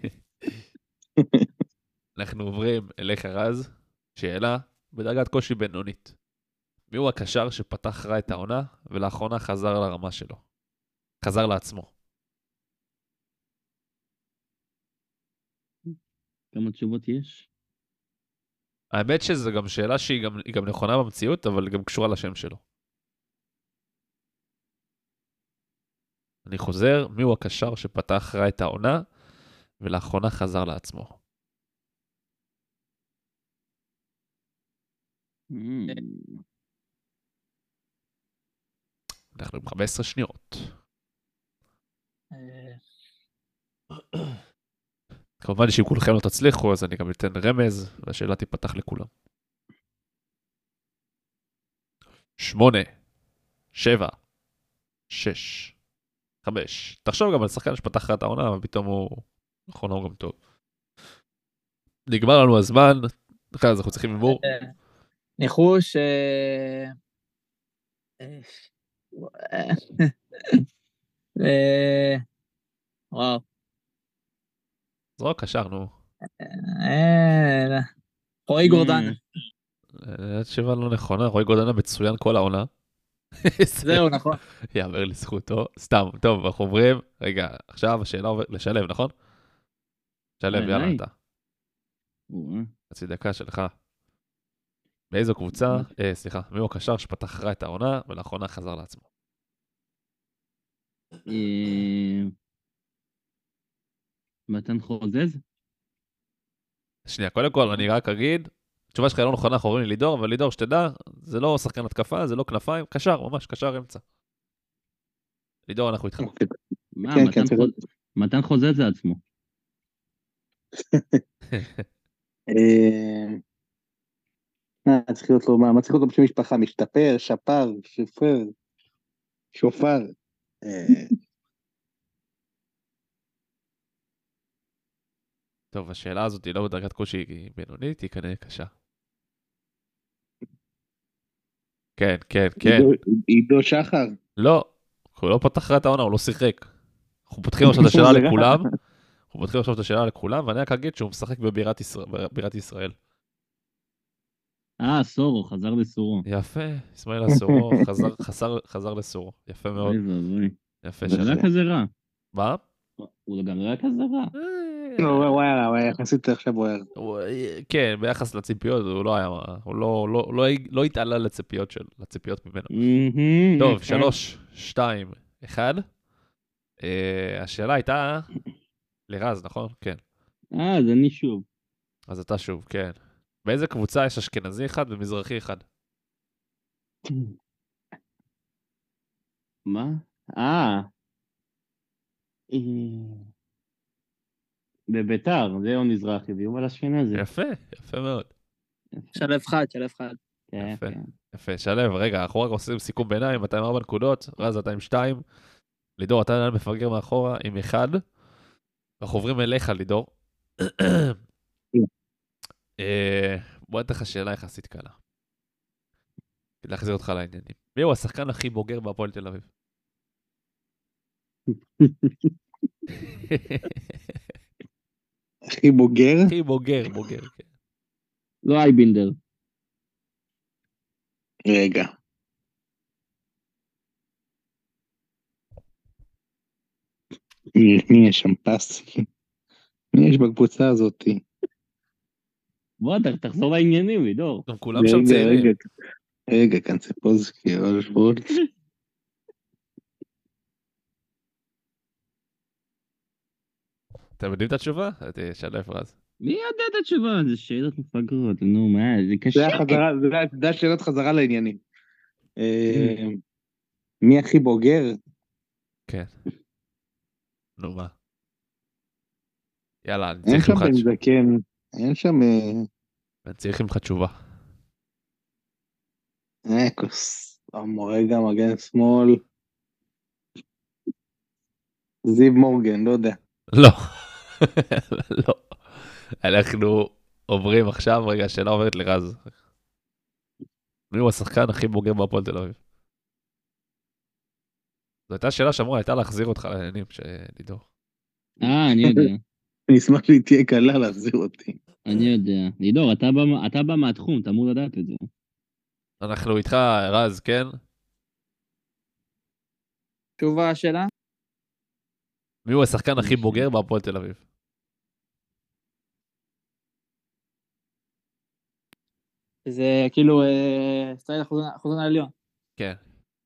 אנחנו עוברים אליך רז, שאלה בדרגת קושי בינונית. מי הוא הקשר שפתח רע את העונה, ולאחרונה חזר לרמה שלו? חזר לעצמו. כמה תשובות יש? האמת שזו גם שאלה שהיא גם נכונה במציאות, אבל גם קשורה לשם שלו. אני חוזר, מי הוא הקשר שפתח רע את העונה, ולאחרונה חזר לעצמו? אנחנו עם 15 שניות. כמובן שאם כולכם לא תצליחו, אז אני גם אתן רמז, והשאלה תיפתח לכולם. 8, 7, 6, 5. תחשוב גם על שחקן שפתח רע את העונה, אבל פתאום הוא גם טוב. נגמר לנו הזמן, אחרי אז אנחנו צריכים למור. ניחוש... וואו. זרוק קשר, נו. רועי גורדנה. התשובה לא נכונה, רועי גורדנה מצוין כל העונה. זהו, נכון. יאמר לזכותו. סתם, טוב, אנחנו עוברים. רגע, עכשיו השאלה עוברת לשלב, נכון? שלב, יאללה, אליי. אתה. חצי דקה שלך. באיזו קבוצה, סליחה, מי הוא הקשר שפתח רע את העונה ולאחרונה חזר לעצמו? מתן חוזז? שנייה, קודם כל אני רק אגיד, התשובה שלך לא נכונה, אנחנו עוברים ללידור, אבל לידור, שתדע, זה לא שחקן התקפה, זה לא כנפיים, קשר, ממש, קשר אמצע. לידור, אנחנו איתך. מה, כן, כן, צריך- מתן חוזז זה עצמו. צריך להיות לו, מה צריך להיות לו בשם משפחה? משתפר, שפר, שופר, שופר. טוב, השאלה הזאת היא לא בדרגת קושי בינונית, היא כנראה קשה. כן, כן, כן. עידו שחר. לא, הוא לא פתח רע את העונה, הוא לא שיחק. אנחנו פותחים עכשיו את השאלה זה רע. לכולם. אנחנו פותחים עכשיו את השאלה לכולם, ואני רק אגיד שהוא משחק בבירת ישראל. סורו, חזר לסורו. יפה, אסמאעיל הסורו, חזר לסורו. יפה מאוד. אוי ואבוי. יפה זה לא שלם. היה כזה רע. מה? הוא גם לא היה כזה רע. הוא היה יחסית עכשיו בוער. כן, ביחס לציפיות, הוא לא היה, הוא לא התעלה לציפיות ממנו. טוב, 3, 2, 1. השאלה הייתה לרז, נכון? כן. אז אני שוב. אז אתה שוב, כן. באיזה קבוצה יש אשכנזי אחד ומזרחי אחד? מה? בביתר, זה יום מזרחי, ויובל אשכנזי. יפה, יפה מאוד. שלב חד, שלב חד. כן, יפה. כן. יפה, שלב, רגע, אנחנו רק עושים סיכום ביניים, 204 נקודות, רז אתה עם 2, לידור אתה עדיין מפגר מאחורה עם 1, אנחנו עוברים אליך לידור. בוא נתן לך שאלה יחסית קלה. כדי להחזיר אותך לעניינים. מי הוא השחקן הכי בוגר בהפועל תל אביב? הכי בוגר. הכי בוגר, כן. לא אייבינדר. רגע. מי יש שם פס? מי יש בקבוצה הזאת? בוא, תחזור לעניינים, לידור. גם כולם שם צעירים. רגע, קנצפוזקי, אולשבולט. אתם יודעים את התשובה? שלב רז. מי יודע את התשובה? זה שאלות מפגרות, נו מה, זה קשה. זה השאלות חזרה לעניינים. מי הכי בוגר? כן. נו מה. יאללה, אני אין צריך שם ממך בן תשובה. זקן. אין שם... אני צריך ממך תשובה. כוס. המורגע, מגן שמאל. זיו מורגן, לא יודע. לא. לא. אנחנו עוברים עכשיו, רגע, השאלה עוברת לרז. מי הוא השחקן הכי בוגר בהפועל תל אביב? זו הייתה שאלה שאמורה הייתה להחזיר אותך לעניינים שלידור. אני יודע. אני אשמח שהיא תהיה קלה להחזיר אותי. אני יודע. לידור, אתה בא מהתחום, אתה אמור לדעת את זה. אנחנו איתך, רז, כן? תשובה השאלה? מי הוא השחקן הכי בוגר בהפועל תל אביב? זה כאילו, סטייל אחוזון העליון. כן.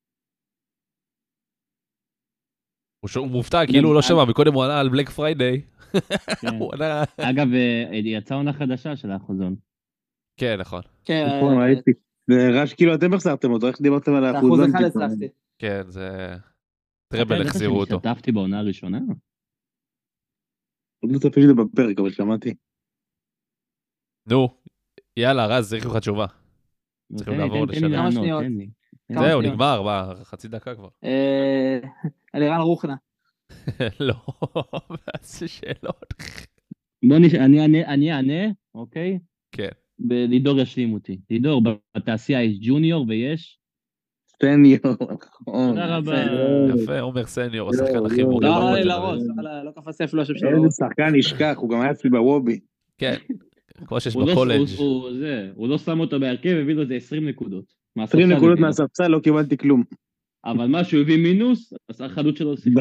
הוא מופתע, כאילו הוא לא שמע, מקודם הוא ענה על בלק פריידיי. הוא ענה... אגב, יצאה עונה חדשה של האחוזון. כן, נכון. כן, נכון, ראיתי. זה רעש כאילו אתם החזרתם אותו, איך דיברתם על את האחוזון? האחוז אחד פתאום? הצלחתי. כן, זה... טראבל החזירו אותו. שתפתי בעונה הראשונה? עוד לא צפיתי את זה בפרק, אבל שמעתי. נו, יאללה, רז, צריך לך תשובה. צריכים לעבור לשלב. כמה שניות. זהו, נגמר, חצי דקה כבר. אלירן רוחנה. לא, זה שאלות. אני אענה, אוקיי? כן. לידור ישלים אותי. לידור, בתעשייה יש ג'וניור ויש... סניור. תודה רבה. יפה, עומר סניור, השחקן הכי בוגר. לא בהפועל עלה לי תל לראש, אביב. לא קפץ אפילו השם שלו. איזה שחקן נשכח, הוא גם היה אצלי בוובי. כן, כמו שיש הוא בקולג'. הוא לא שם אותו בהרכב, הביא לו איזה 20 נקודות. מהספסל 20 נקודות הביא לו. מהספסל, לא קיבלתי כלום. אבל מה שהוא הביא מינוס, אז החלוץ שלו שיחק.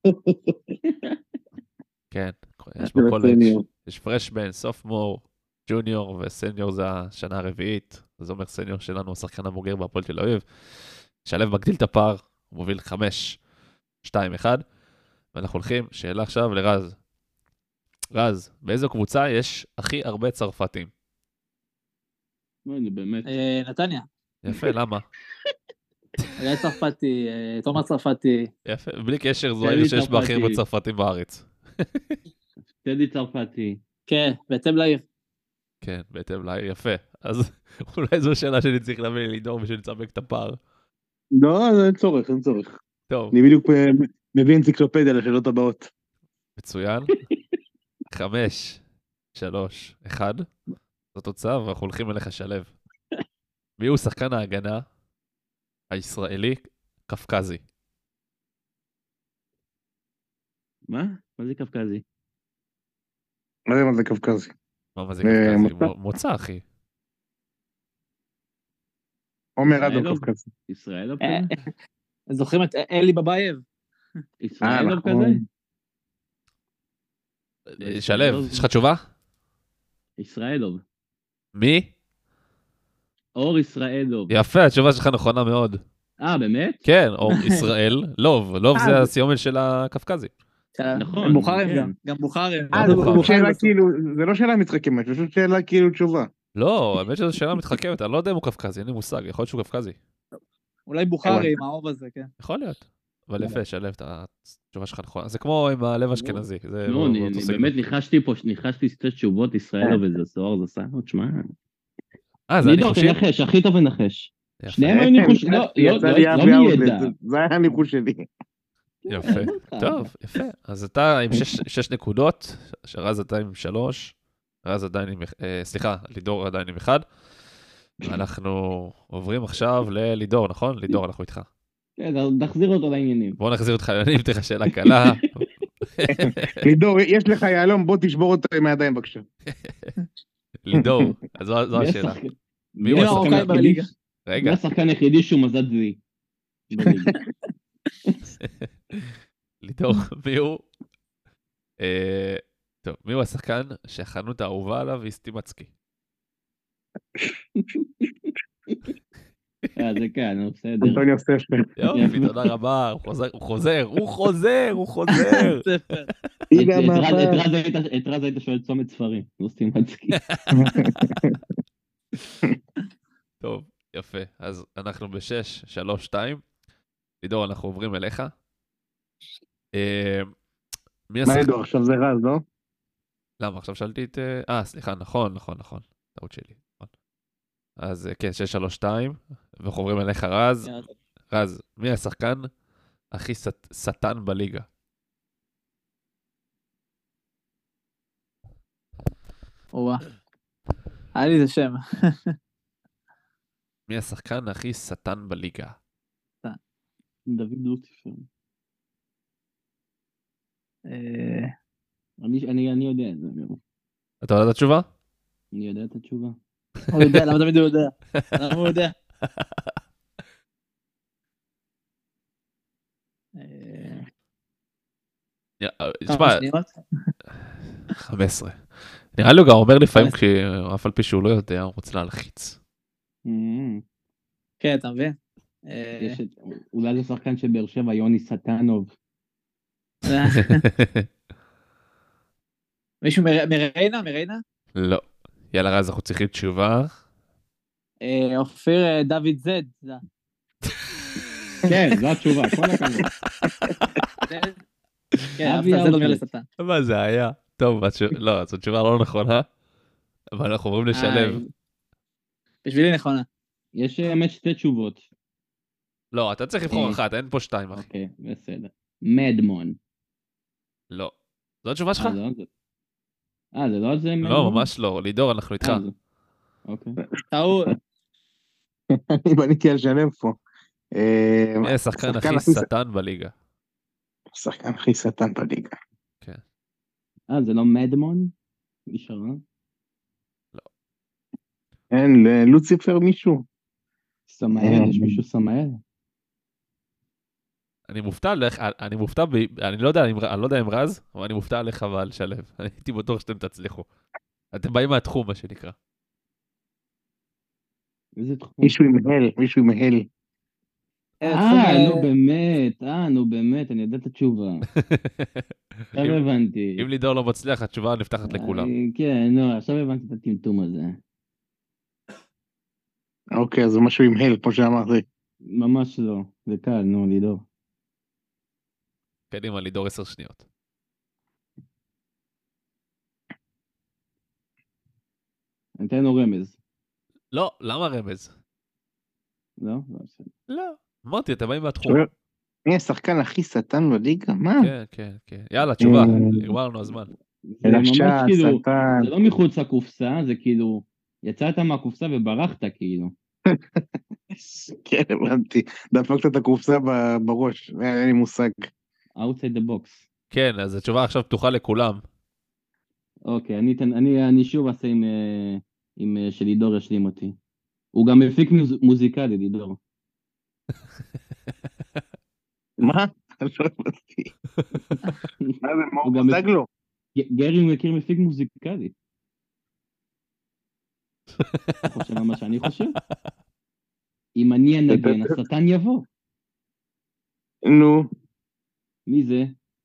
כן, יש בקולג', יש פרשמן, סופמור, ג'וניור וסניור זה השנה הרביעית, זה אומר סניור שלנו, השחקן הבוגר בהפועל תל אביב. שלב מגדיל את הפער, הוא מוביל 5-2-1, ואנחנו הולכים, שאלה עכשיו לרז. רז, באיזו קבוצה יש הכי הרבה צרפתים? באמת. נתניה. יפה, למה? היה צרפתי, תומר צרפתי. יפה, בלי קשר זו העיר שיש בה הכי הרבה צרפתים בארץ. טדי צרפתי. כן, בהתאם לעיר. כן, בהתאם לעיר, יפה. אז אולי זו שאלה שאני צריך להביא לידור בשביל לצמק את הפער. לא, אין צורך, אין צורך. טוב, אני בדיוק מביא אנציקלופדיה לשאלות הבאות. מצוין. 5, 3, 1. זו תוצאה, ואנחנו הולכים אליך שלב. מי הוא שחקן ההגנה הישראלי קפקזי? מה? מה זה קפקזי? לא יודע מה זה קווקזי. מה זה קפקזי? מוצא? מוצא, אחי. עומר אדם קווקזי. ישראלוב כזה? זוכרים את אלי בבייב? ישראלוב נכון. כזה? שלב, יש לך תשובה? ישראלוב. מי? אור ישראלוב. יפה, התשובה שלך נכונה מאוד. באמת? כן, אור ישראל, לוב. לוב זה הסיומת של הקפקזי. נכון, גם בוכרים כן. גם בוכרים. בוכרים. שאלה כאילו, זה לא שאלה מתחכמת, זה פשוט שאלה כאילו תשובה. לא, האמת שזו שאלה מתחכמת, אני לא יודע אם הוא קפקזי, אין לי מושג, יכול להיות שהוא קפקזי. אולי בוכרי עם האוב הזה, כן. יכול להיות. אבל יפה, שלב, התשובה שלך נכונה. זה כמו עם הלב אשכנזי. זה לא, לא אני אותו סגנון. באמת ניחשתי שתי תשובות ישראלוב וזה סוהר זה סענות, שמע. זה אני לידור, חושב. תנחש, הכי טוב לנחש. יפה, שניהם היו ניחוש, לא מידע. זה היה הניחוש שלי. יפה. טוב, יפה. אז אתה עם 6 נקודות, שרז עדיין עם 3, רז עדיין עם, סליחה, לידור עדיין עם 1. אנחנו עוברים עכשיו ללידור, נכון? לידור, אנחנו איתך. כן, נחזיר אותו לעניינים. בוא נחזיר אותך לעניינים, תהיה לך שאלה קלה. לידור, יש לך יהלום, בוא תשבור אותו עם הידיים בבקשה. לידור, אז זו השאלה. מי הוא מי השחקן? מרוקאי בליגה? רגע, זה השחקן היחידי שהוא מזד זי. בליגה. לידור, מי הוא? טוב, מי הוא השחקן שהחנות האהובה עליו היא סטימצקי? זה כן, נו, בסדר. אנטוניו ספר. יופי, תודה רבה, הוא חוזר. ספר. הנה המאפר. את רז היית שואל צומת ספרים, לא סטימצקי. טוב, יפה. אז אנחנו ב6, 3, 2. לידור, אנחנו עוברים אליך. מי מה השחקן? לידור, עכשיו זה רז, לא? למה? עכשיו שאלתי את... סליחה, נכון. טעות שלי. אז כן, 6, 3, 2. ואנחנו עוברים אליך, רז. רז, מי השחקן הכי שטן בליגה? וואה. היה לי זה שם. מי השחקן הכי שטן בליגה? דוד לוציפר. אני יודע את זה. אתה יודע את התשובה? אני יודע את התשובה. הוא יודע, למה תמיד הוא יודע? למה הוא יודע? תשמע, 15. נראה לי הוא גם אומר לפעמים, אף על פי שהוא לא יודע, הוא רוצה להלחיץ. כן, אתה מבין? אולי זה שחקן של באר שבע, יוני סטנוב. מישהו מריינה? לא. יאללה רז, אנחנו צריכים תשובה. אופיר דוד זד. כן, זו התשובה, כל הכבוד. כן, אף אחד זה לא נראה לשטן. מה זה היה? טוב, לא, זו תשובה לא נכונה, אבל אנחנו עוברים לשלב. בשבילי נכונה. יש האמת שתי תשובות. לא, אתה צריך לבחור אחת, אין פה 2. אוקיי, בסדר. מדמון. לא. זו התשובה שלך? זה לא זה מדמון? לא, ממש לא. לידור, אנחנו איתך. אוקיי. טעות. אני בניתי על שלב פה. מי השחקן הכי שטן בליגה? השחקן הכי שטן בליגה. כן. זה לא מדמון? נשארה? לא. אין, ללוציפר מישהו? סמאל, יש מישהו סמאל? אני מופתע עליך, אני לא יודע אם רז, אבל אני מופתע עליך ועל שלו. אני הייתי בטוח שאתם תצליחו. אתם באים מהתחום, מה שנקרא. איזה תחום? מישהו עם הל. נו באמת, אני יודע את התשובה. עכשיו הבנתי. אם לידור לא מצליח, התשובה נפתחת לכולם. כן, נו, עכשיו הבנתי את הטמטום הזה. אוקיי, אז זה משהו עם הל, כמו שאמרתי. ממש לא, זה קל, נו, לידור. קדימה, לידור 10 שניות. אני אתן לו רמז. לא, למה רמז? לא? לא, בסדר. לא. אמרתי, אתם באים מהתחום. מי השחקן הכי שטן בליגה? מה? כן. יאללה, תשובה, נגמר לנו הזמן. זה ממש אלפשע, כאילו, שטן. זה לא מחוץ לקופסה, זה כאילו, יצאת מהקופסה וברחת כאילו. כן, הבנתי. דפקת את הקופסה בראש, אין לי מושג. outside the box. כן, אז התשובה עכשיו פתוחה לכולם. אוקיי, אני שוב אעשה עם שלידור ישלים אותי. הוא גם מפיק מוזיקלי, לידור. מה? לא הבנתי. מה זה, מה הוא מושג לו? גרי מכיר מפיק מוזיקלי. אתה חושב מה שאני חושב? אם אני אנגן, השטן יבוא. נו. מי זה?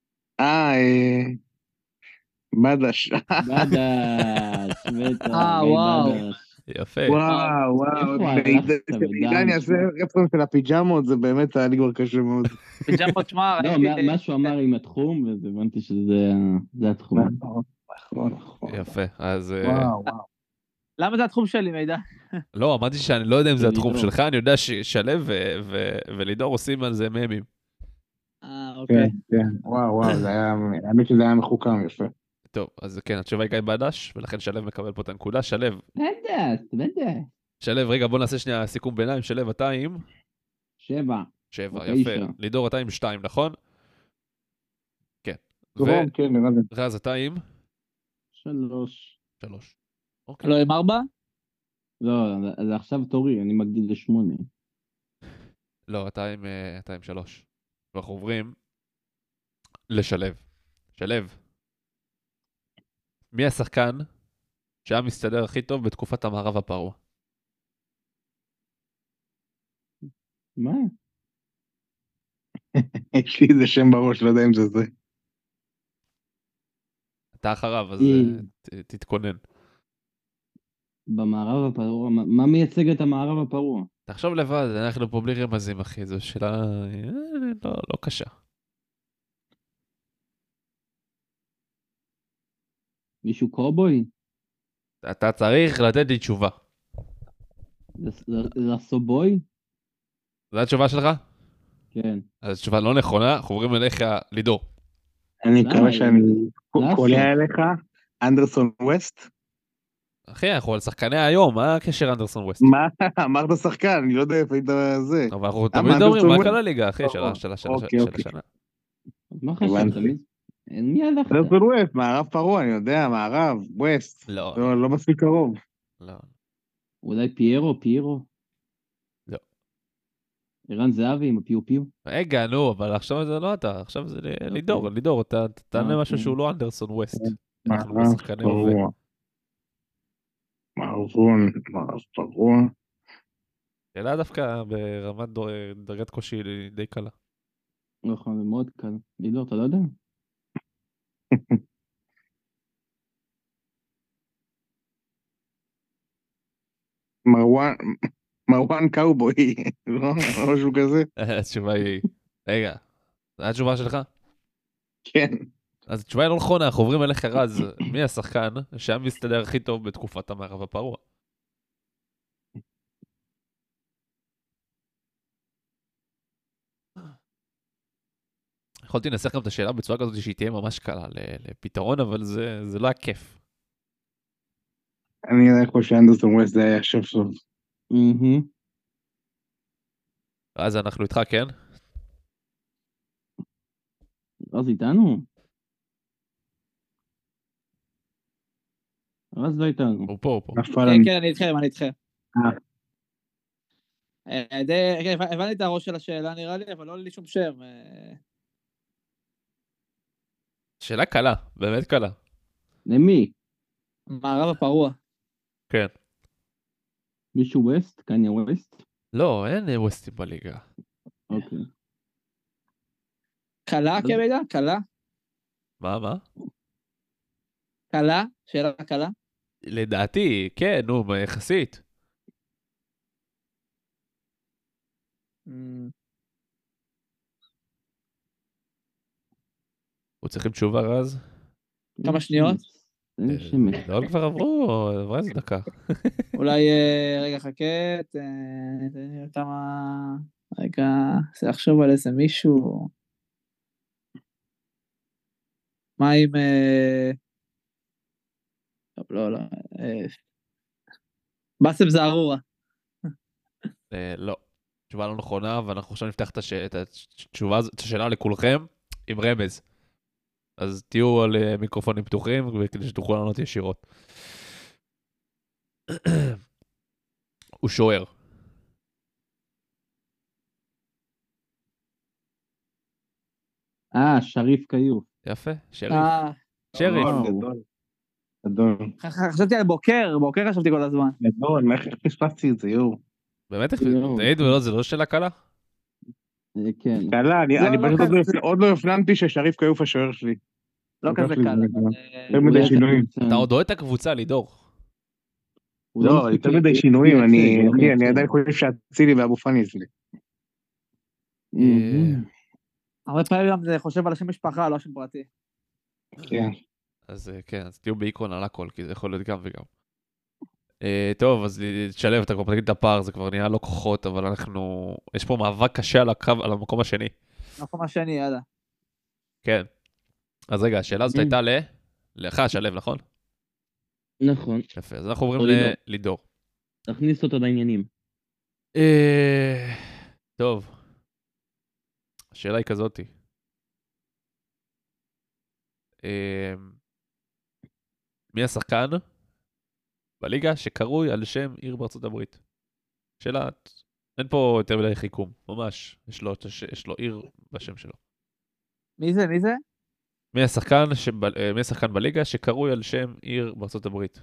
בדש. בטח, גיא וואו. בדש. יפה. וואו, איפה הלכת עידן יעשה רפרנס של הפיג'מות, זה באמת היה לי כבר קשה מאוד. פיג'מות שמע, לא, מה שהוא אמר עם התחום, ואז הבנתי שזה התחום. נכון. יפה, אז... וואו. למה זה התחום שלי, מידע? לא, אמרתי שאני לא יודע אם זה התחום לידור. שלך, אני יודע ששלו ולידור עושים על זה ממים. אוקיי. כן, וואו, זה היה, האמת שזה היה מחוכם, יפה. טוב, אז כן, התשובה היא גיא בדש, ולכן שלו מקבל פה את הנקודה. שלו, בטח. רגע, בוא נעשה שנייה סיכום ביניים. שלו, אתה עם 7. 7, אוקיי, יפה. 9. לידור, אתה עם 2, נכון? כן. כן, נראה לי. ורז, אתה עם 3. 3. אוקיי. לא עם 4? לא, זה עכשיו תורי, אני מגדיל ל8. לא, אתה עם 3. ואנחנו עוברים לשלו. שלו. מי השחקן שהיה מסתדר הכי טוב בתקופת המערב הפרוע? מה? יש לי איזה שם בראש, לא יודע אם זה זה. אתה אחריו, אז תתכונן. במערב הפרוע, מה מייצג את המערב הפרוע? תחשוב לבד, אנחנו פה בלי רמזים, אחי, זו שאלה לא קשה. מישהו קובוי? אתה צריך לתת לי תשובה. לסובוי? זו התשובה שלך? כן. אז תשובה לא נכונה, אנחנו עוברים אליך לידור. אני מקווה שאני קולע אליך. אנדרסון ווסט? אחי, אנחנו על שחקני היום, מה הקשר אנדרסון ווסט? מה? אמרת שחקן, אני לא יודע איפה היית זה. אבל אנחנו תמיד אומרים, מה כל הליגה, אחי, של השנה. אז מה חשבת? מי הלכת? אנדרסון ווסט, מערב פרוע, אני יודע, מערב, ווסט. לא מספיק קרוב. לא. אולי פיירו? לא. ערן זהבי עם הפיו פיו? רגע, נו, אבל עכשיו זה לא אתה, עכשיו זה לידור, אתה תענה משהו שהוא לא אנדרסון ווסט. אנחנו בשחקני הווה. מערב פרוע. שאלה דווקא ברמת דרגת קושי די קלה. נכון, זה מאוד קל. לידור, אתה לא יודע? מרואן קאובוי, לא? משהו כזה? התשובה היא... רגע, זו התשובה שלך? כן. אז התשובה היא לא נכונה, אנחנו עוברים אליך רז. מי השחקן שהיה מסתדר הכי טוב בתקופת המערב הפרוע? יכולתי לנסח גם את השאלה בצורה כזאת שהיא תהיה ממש קלה לפתרון, אבל זה לא היה כיף. אני חושב שאנדרסון ווסט זה היה שף סוף. אז אנחנו איתך, כן? רז איתנו? רז לא איתנו. הוא פה. כן, אני איתכם. כן, הבנתי את הראש של השאלה נראה לי, אבל לא לי שום שם. שאלה קלה, באמת קלה. למי? מערב הפרוע. כן. מישהו ווסט? קניה ווסט? לא, אין ווסטים בליגה. אוקיי. קלה כמידע? קלה? מה? קלה? שאלה קלה? לדעתי, כן, נו, יחסית. הוא צריכים תשובה רז? כמה שניות? אין שמש. לא, כבר עברה איזה דקה. אולי, רגע, חכה, תן לי כמה... רגע, צריך לחשוב על איזה מישהו. מה עם... לא. באסם זערורה. לא. תשובה לא נכונה, ואנחנו עכשיו נפתח את התשובה, את השאלה לכולכם עם רמז. אז תהיו על מיקרופונים פתוחים, כדי שתוכלו לענות ישירות. הוא שוער. שריף כיוף. יפה, שריף. שריף. גדול. חשבתי על בוקר חשבתי כל הזמן. גדול, איך פספסתי את זה, יואו. באמת, יואו. תעיד, זה לא שאלה קלה? כן. קלה, אני לא פשוט כזה. עוד לא הפנמתי ששריף כיוף השוער שלי. לא כזה קל. יותר מדי שינויים. אתה עוד אוהד את הקבוצה, לידור. לא, יותר מדי שינויים, אני עדיין חושב שאצילי ואבו פאני אצלי. הרבה פעמים גם זה חושב על השם משפחה, לא שם פרטי. כן. אז כן, אז תהיו באיקרון על הכל, כי זה יכול להיות גם וגם. טוב, אז תשלב, אתה כבר תגיד את הפער, זה כבר נהיה לא כוחות, אבל יש פה מאבק קשה על הקו, על המקום השני. מקום השני, יאללה. כן. אז רגע, השאלה הזאת הייתה לך, שלב, נכון? נכון. יפה, אז אנחנו עוברים ללידור. תכניס אותו לעניינים. טוב. השאלה היא כזאתי. מי השחקן בליגה שקרוי על שם עיר בארצות הברית? שאלה, אין פה יותר מדי חיקום, ממש, יש לו עיר בשם שלו. מי זה? מי השחקן בליגה שקרוי על שם עיר בארצות הברית?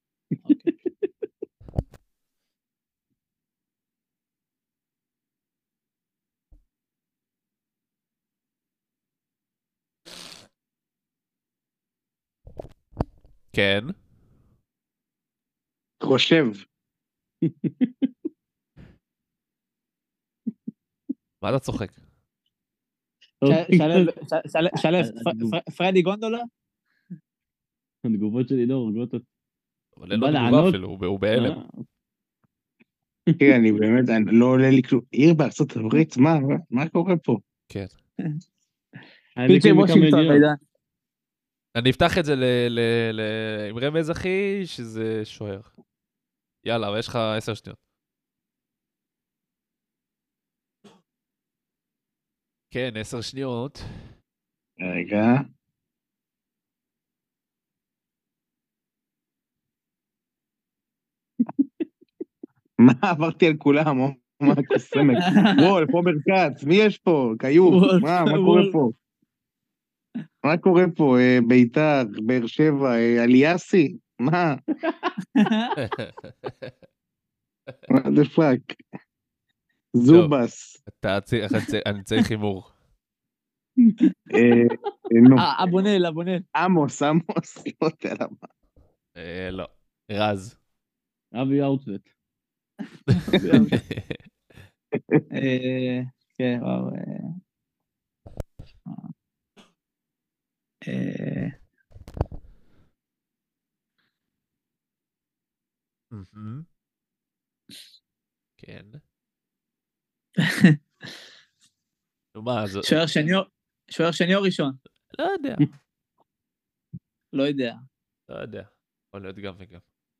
כן. חושב. מה אתה צוחק? שלב, פרדי גונדולה? התגובות שלי לא הורגות אותי. אבל אין לו תגובה אפילו, הוא בהלם. כן, אני באמת, לא עולה לי כלום. עיר בארצות הברית, מה קורה פה? כן. פיצ'י וושינגטון, מידע. אני אפתח את זה עם רמז אחי, שזה שוער. יאללה, אבל יש לך 10 שניות. כן, 10 שניות. רגע. מה עברתי על כולם? מה הקוסמת? וולף, עומר כץ, מי יש פה? כיוף, מה קורה פה? מה קורה פה? ביתר, באר שבע, אליאסי? מה? מה the fuck? זובס. אני צריך חימור. נו. אבונל. עמוס, לא יודע למה. לא. רז. אבי אאוטלט. כן, וואו. כן. מה, זה... שוער שני או ראשון? לא יודע. לא יודע. לא יודע. יכול להיות גם וגם.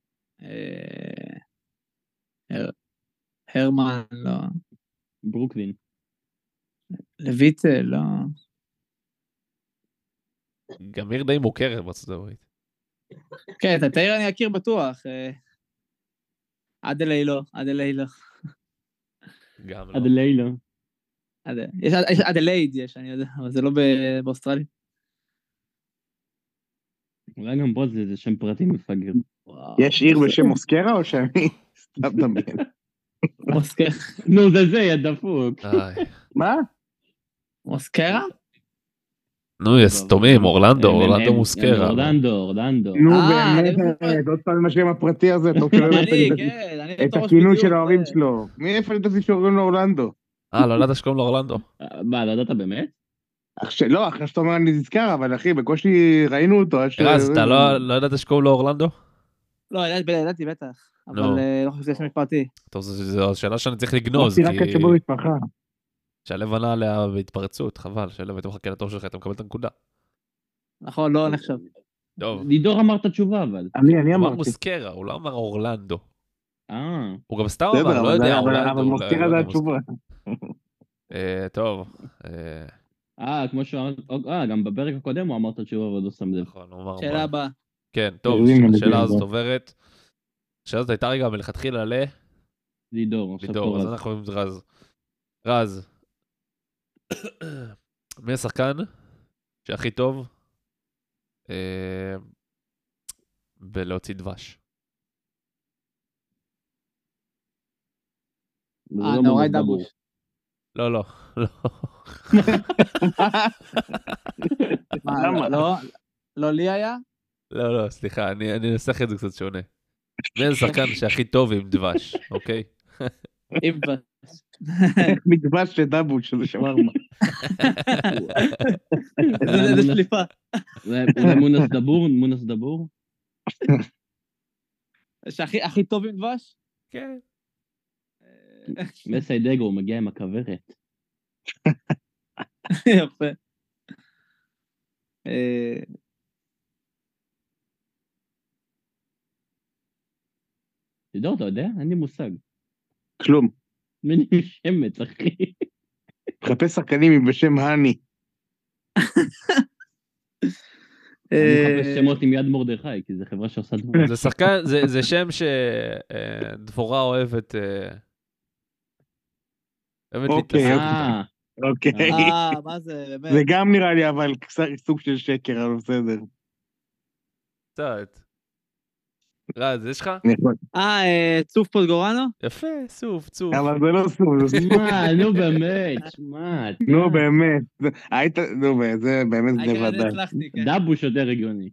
הרמן, לא. ברוקלין. לויטל, לא. גם עיר די מוכרת בארצות הברית. כן, את התאיר אני אכיר בטוח. עד אליי לא. גם לא. עד לילה. יש אדלייד, אני יודע, אבל זה לא באוסטרליה. אולי גם פה זה שם פרטי מפגר. יש עיר בשם מוסקרה או שאני סתם דמיין? מוסקרה. נו, זה, יא דפוק. איי. מה? מוסקרה? נו, יא סתומים, אורלנדו מוסקרה. אורלנדו. נו באמת, באמת, עוד פעם עם השם הפרטי הזה, טוב שלא הבאתי אני את הכינוי של ההורים שלו. מאיפה נתתי שקוראים לו אורלנדו? לא ידעת שקוראים לו אורלנדו. מה, לא ידעת באמת? לא, אחרי שאתה אומר אני נזכר, אבל אחי, בקושי ראינו אותו. רז, אתה לא ידעת שקוראים לו אורלנדו? לא, ידעתי בטח, אבל נו. לא חושב שזה שם משפטי. טוב, זו שאלה שאני צריך לגנוז, רק את שבו משפחה. שלב ענה עליה בהתפרצות, חבל, שלב הייתה מחכה לטוב שלך, אתה מקבל את הנקודה. נכון, לא נחשב. טוב, לידור אמר את התשובה, אבל. אני הוא אמר אמרתי. מוסקרה, הוא לא אמר אורלנדו. אה. הוא גם סתם אמר, לא יודע, אורלנדו. אבל מוסקרה זה התשובה. טוב. כמו שהוא אמר, גם בפרק הקודם הוא אמר את התשובה ועוד לא שם לב. נכון, הוא אמר. שאלה הבאה. כן, טוב, השאלה הזאת עוברת. השאלה הזאת הייתה רגע מלכתחילה לידור. לידור, אז אנחנו עם רז. רז. מי השחקן שהכי טוב בלהוציא דבש? נוראי דבוש. לא. למה? לא לי היה? לא, סליחה, אני אנסח את זה קצת שונה. מי השחקן שהכי טוב עם דבש, אוקיי? עם דבש. מדבש לדבוש של שווארמה. זה שליפה. אולי מונס דבור? שהכי טוב עם דבש? כן. מסיידגו, הוא מגיע עם הכוורת. יפה. לידור, אתה יודע? אין לי מושג. כלום. מי שמץ, אחי. מחפש שחקנים בשם הני. אני מחפש שמות עם יד מרדכי, כי זה חברה שעושה דברים. זה שחקן, זה שם שדבורה אוהבת אוקיי. אוקיי. מה זה, באמת? זה גם נראה לי, אבל סוג של שקר, אבל בסדר. קצת. רז, יש לך? צוף פוטגורנו? יפה, צוף. אבל זה לא סוג. מה, נו באמת, שמע. נו באמת. היית, נו באמת, זה באמת גניבה. דבוש יותר הגיוני.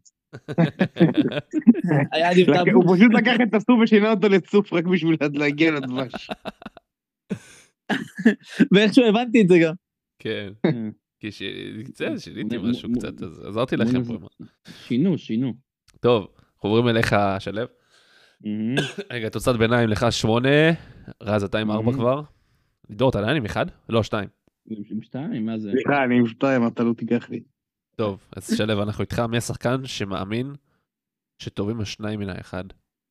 הוא פשוט לקח את הסוף ושינה אותו לצוף רק בשביל להגיע לדבש. ואיכשהו הבנתי את זה גם. כן. כי שיניתי משהו קצת, אז עזרתי לכם פה. שינו. טוב, אנחנו עוברים אליך, שלב. רגע, תוצאת ביניים לך 8, רז אתה עם 4 כבר. לידור, אתה עדיין עם 1? לא, 2. עם 2, מה זה? סליחה, אני עם 2, אתה לא תיקח לי. טוב, אז שלב, אנחנו איתך. מי השחקן שמאמין שטובים השניים מן האחד?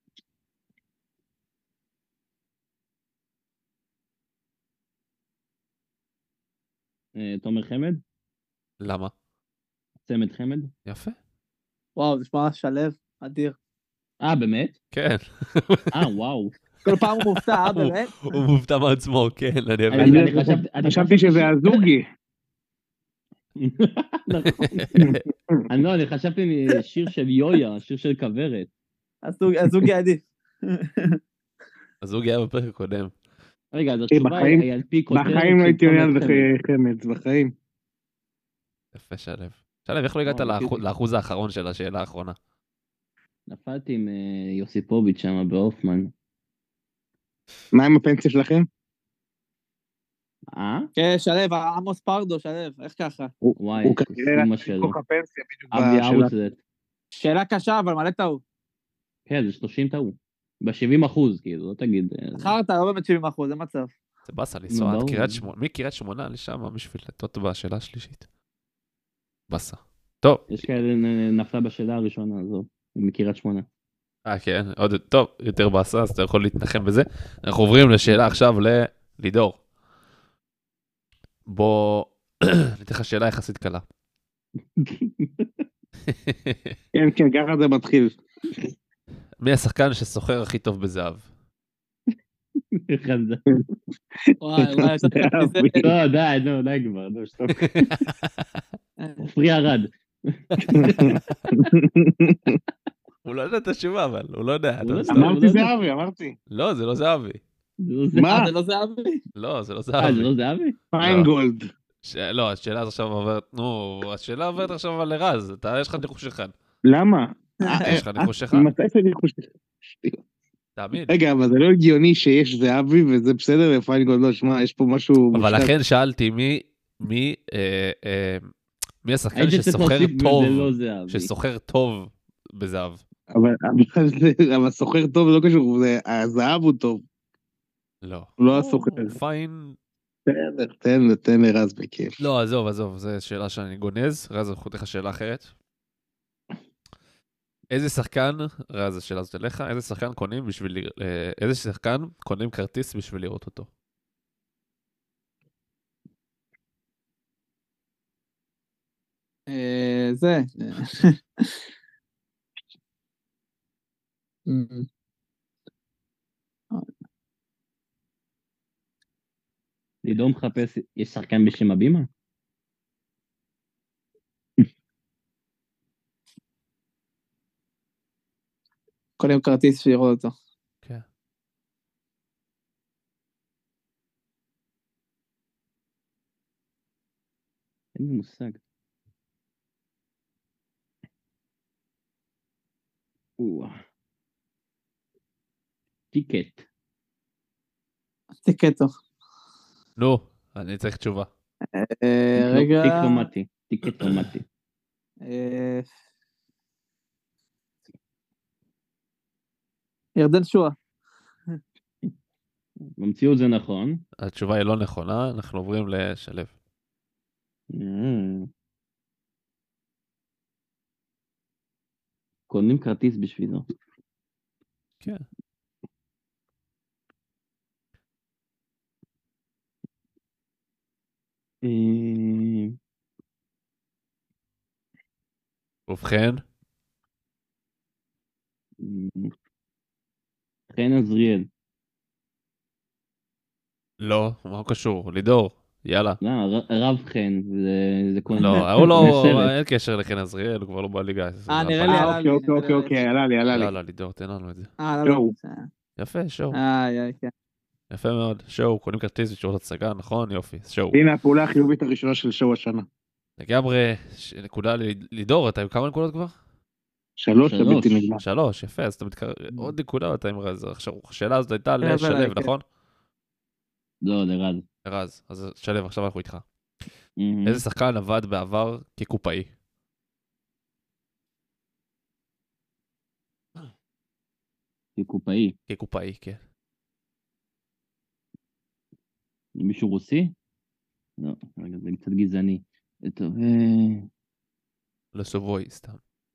תומר חמד? למה? צמד חמד? יפה. וואו, זה שמע שלב, אדיר. באמת? כן. וואו. כל פעם הוא מופתע, באמת? הוא מופתע מעצמו, כן. אני חשבתי שזה הזוגי. אני חשבתי שיר של יויה, שיר של כוורת. הזוגי עדיף. הזוגי היה בפרק הקודם. רגע, אז התשובה היא על פי כותרת. בחיים לא הייתי עונה על חמד, בחיים. יפה, שלב. שלב, איך לא הגעת לאחוז האחרון של השאלה האחרונה? נפלתי עם יוסיפוביץ' שם באופמן. מה עם הפנסיה שלכם? כן, שלב, עמוס פרדו, שלב, איך ככה? וואי, הוא כנראה רק הפנסיה בדיוק בשאלה. שאלה קשה, אבל מלא טעו. כן, זה 30 טעו. ב-70%, כאילו, לא תגיד. אחרת, לא באמת 70%, זה מצב. זה בסה לנסוע עד קריית שמונה. מקריית שמונה לשם בשביל לטעות בשאלה השלישית. בסה. טוב. יש כאלה נפלה בשאלה הראשונה הזו, מקריית שמונה. כן, עוד טוב, יותר בסה, אז אתה יכול להתנחם בזה. אנחנו עוברים לשאלה עכשיו ללידור. בוא, ניתן לך שאלה יחסית קלה. כן, ככה זה מתחיל. מי השחקן שסוחר הכי טוב בזהב? וואי, יצאת מזה. לא, די כבר, לא, שתוק. פרי ארד. הוא לא יודע את התשובה, אבל הוא לא יודע. הוא לא אתה יודע. סתם- אמרתי זהבי, אמרתי. לא, זה לא זהבי. מה? זה לא זהבי? לא, זה לא זה זהבי. לא זהבי? פיינגולד. לא, השאלה עכשיו עוברת, השאלה עוברת עכשיו על רז, יש לך ניחוש אחד. למה? יש לך ניחוש אחד? מתי שאני חושב? תאמין. רגע, אבל זה לא הגיוני שיש זהבי וזה בסדר ופיינגולד לא, שמע, יש פה משהו... אבל מושלם. לכן שאלתי מי השחקן היית צריך שסוחר להוסיף טוב, וזה לא זהבי. שסוחר טוב בזהב. אבל סוחר טוב לא קשור, הזהב הוא טוב, לא. הוא לא הסוחר. פיין. תן לרז בכיף. לא, עזוב, זו שאלה שאני גונז. רז, אני חותך לך שאלה אחרת. איזה שחקן, רז, השאלה הזאת אליך, איזה שחקן קונים כרטיס בשביל לראות אותו? זה. לידור מחפש, יש שחקן בשם הבימה? קונים כרטיס שיראו אותו. כן. אין לי מושג. טיקט. טיקטו. נו, אני צריך תשובה. רגע. טיקט אוטומטי. ירדן שואה. במציאות זה נכון. התשובה היא לא נכונה, אנחנו עוברים לשלב. קונים כרטיס בשבילו. כן. ובכן? חן עזריאל. לא, מה הוא קשור? לידור, יאללה. לא, רב חן, זה קונה. לא, הוא לא, מסרט. אין קשר לכן עזריאל, הוא כבר לא בליגה. נראה לי עלה לי. אוקיי, עלה לי. יאללה, לידור, תן לנו את זה. שואו. יפה, שואו. כן. יפה מאוד, שואו, קונים כרטיס בשבילות הצגה, נכון? יופי, שואו. הנה הפעולה החיובית הראשונה של שואו השנה. לגמרי, נקודה לידור, אתה עם כמה נקודות כבר? 3 הבלתי נגמר. 3, יפה, אז אתה מתקרב, עוד נקודה אתה עם רז. עכשיו, השאלה הזאת הייתה לשלב, נכון? לא, לרז. רז, אז שלב, עכשיו אנחנו איתך. איזה שחקן עבד בעבר כקופאי? כקופאי. כקופאי, כן. מישהו רוסי? לא, רגע, זה קצת גזעני. טוב, לסובוי, סתם.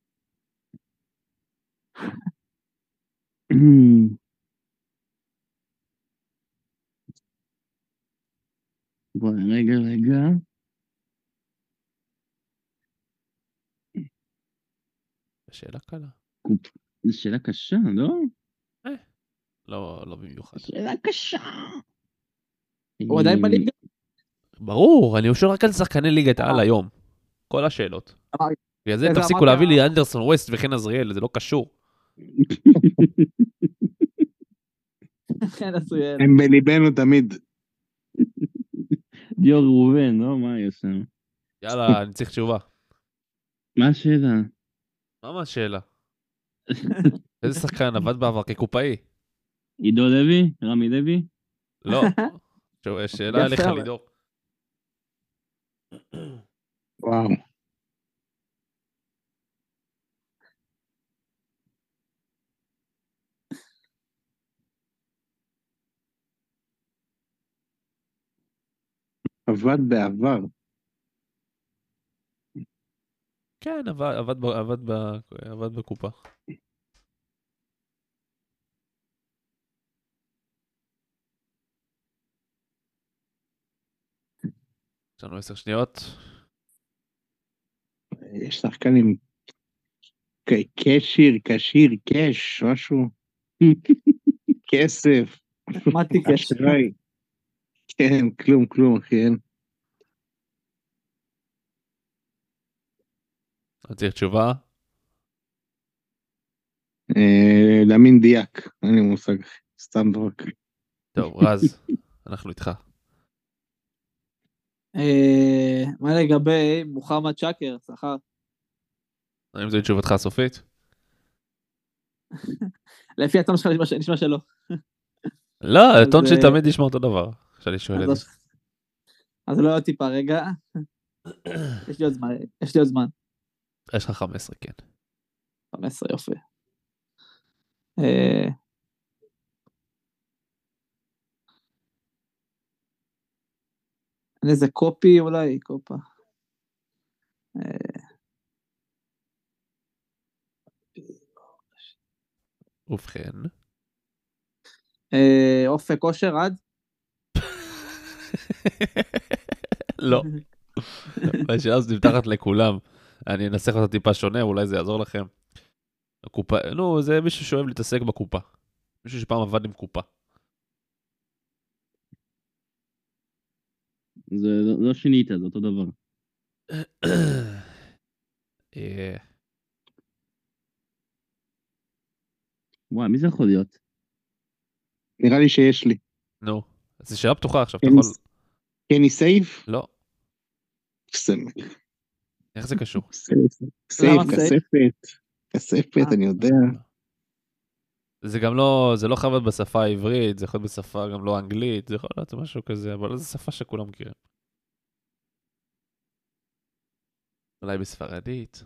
בוא, רגע. שאלה קלה. זו שאלה קשה, לא? לא במיוחד. שאלה קשה. הוא עדיין בליגה? ברור, אני שואל רק על שחקני ליגת העל היום. כל השאלות. בגלל זה תפסיקו להביא לי אנדרסון ווסט וכן עזריאל, זה לא קשור. הם בליבנו תמיד. דיור ראובן, לא? מה יש שם? יאללה, אני צריך תשובה. מה השאלה? מה השאלה? איזה שחקן עבד בעבר כקופאי? עידו לוי? רמי לוי? לא. שאלה אליך לידור. וואו. עבד בעבר. כן, עבד בקופה. יש לנו 10 שניות. יש שחקנים כשיר, קש, משהו. כסף. מה תיקש? כן, כלום, אחי, אין. אני צריך תשובה. למין דיאק, אין לי מושג, סתם דרוק. טוב, רז, אנחנו איתך. מה לגבי מוחמד שקר, שכר? האם זו תשובתך הסופית? לפי הטעם שלך נשמע שלא. לא, הטון שלי אז, תמיד נשמע אותו דבר. כשאני שואל את זה. אז לא טיפה רגע. יש לי עוד זמן. יש לך 15, כן. 15, יופי. אין איזה קופי אולי, קופה. ובכן. אופק כושר עד? לא. והשאלה הזאת נפתחת לכולם. אני אנסח אותה טיפה שונה, אולי זה יעזור לכם. הקופה, נו, זה מישהו שאוהב להתעסק בקופה. מישהו שפעם עבד עם קופה. זה לא שינית, זה אותו דבר. וואי, מי זה יכול להיות? נראה לי שיש לי. נו, אז זו שאלה פתוחה עכשיו, אתה כן, יכול... קני סייף? לא, סמק. איך זה קשור? סייף, למה כספת, אני יודע. זה גם לא, זה לא חייב להיות בשפה העברית, זה יכול להיות בשפה גם לא אנגלית, זה יכול להיות משהו כזה, אבל זו שפה שכולם מכירים. אולי בספרדית.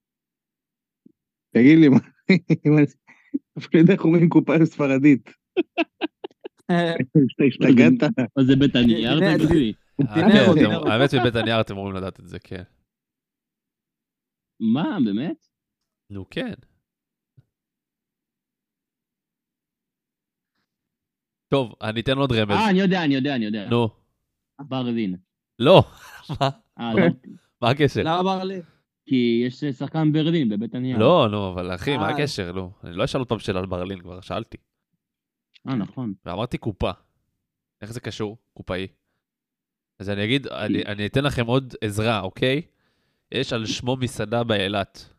תגיד לי, אפילו יודע איך אומרים קופה בספרדית. השתגעת? אז זה בית הנייר, תגידי לי. האמת שבית הנייר אתם אמורים לדעת את זה, כן. מה, באמת? נו, כן. טוב, אני אתן עוד רמז. אני יודע. נו. ברלין. לא. מה? לא. מה הקשר? למה אמר לי? כי יש שחקן ברלין בבית הנייר. לא, נו, אבל אחי, מה הקשר? לא. אני לא אשאל עוד פעם שאלה על ברלין, כבר שאלתי. נכון. ואמרתי קופה. איך זה קשור? קופאי. אז אני אגיד, אני אתן לכם עוד עזרה, אוקיי? יש על שמו מסעדה באילת.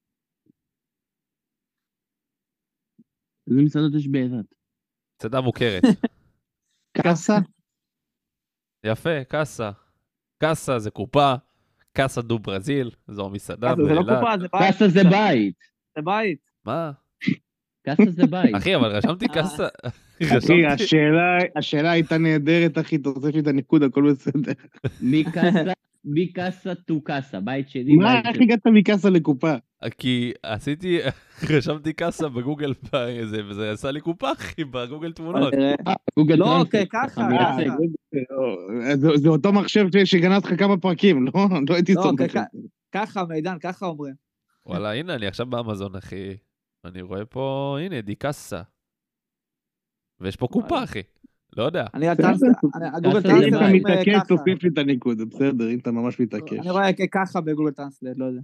איזה מסעדות יש באילת? מסעדה מוכרת. קאסה? יפה, קאסה. קאסה זה קופה, קאסה דו ברזיל, זו מסעדה זה לא באילת. קופה, זה בית. קאסה זה בית. זה בית. מה? קאסה זה בית. אחי, אבל רשמתי קאסה. אחי, השאלה הייתה נהדרת, אחי, תוסף לי את הניקוד, הכל בסדר. מקאסה טו קאסה, בית שלי. מה, איך הגעת מקאסה לקופה? כי עשיתי, רשמתי קאסה בגוגל, וזה עשה לי קופה, אחי, בגוגל תמונות. גוגל לא, טרנסלייט. אוקיי, ככה. זה אותו מחשב שגנז לך כמה פרקים, לא הייתי לא, סומך. ככה, מידן, ככה אומרים. וואלה, הנה, אני עכשיו באמזון, אחי. אני רואה פה, הנה, די קאסה. ויש פה קופה, אחי. לא יודע. אני על טרנסלייט, גוגל אם אם אתה טרנסלייט מתעקש, ככה. תוסיף לי את הניקוד, זה בסדר, אם אתה ממש מתעקש. אני רואה ככה בגוגל טרנסלייט, לא יודע.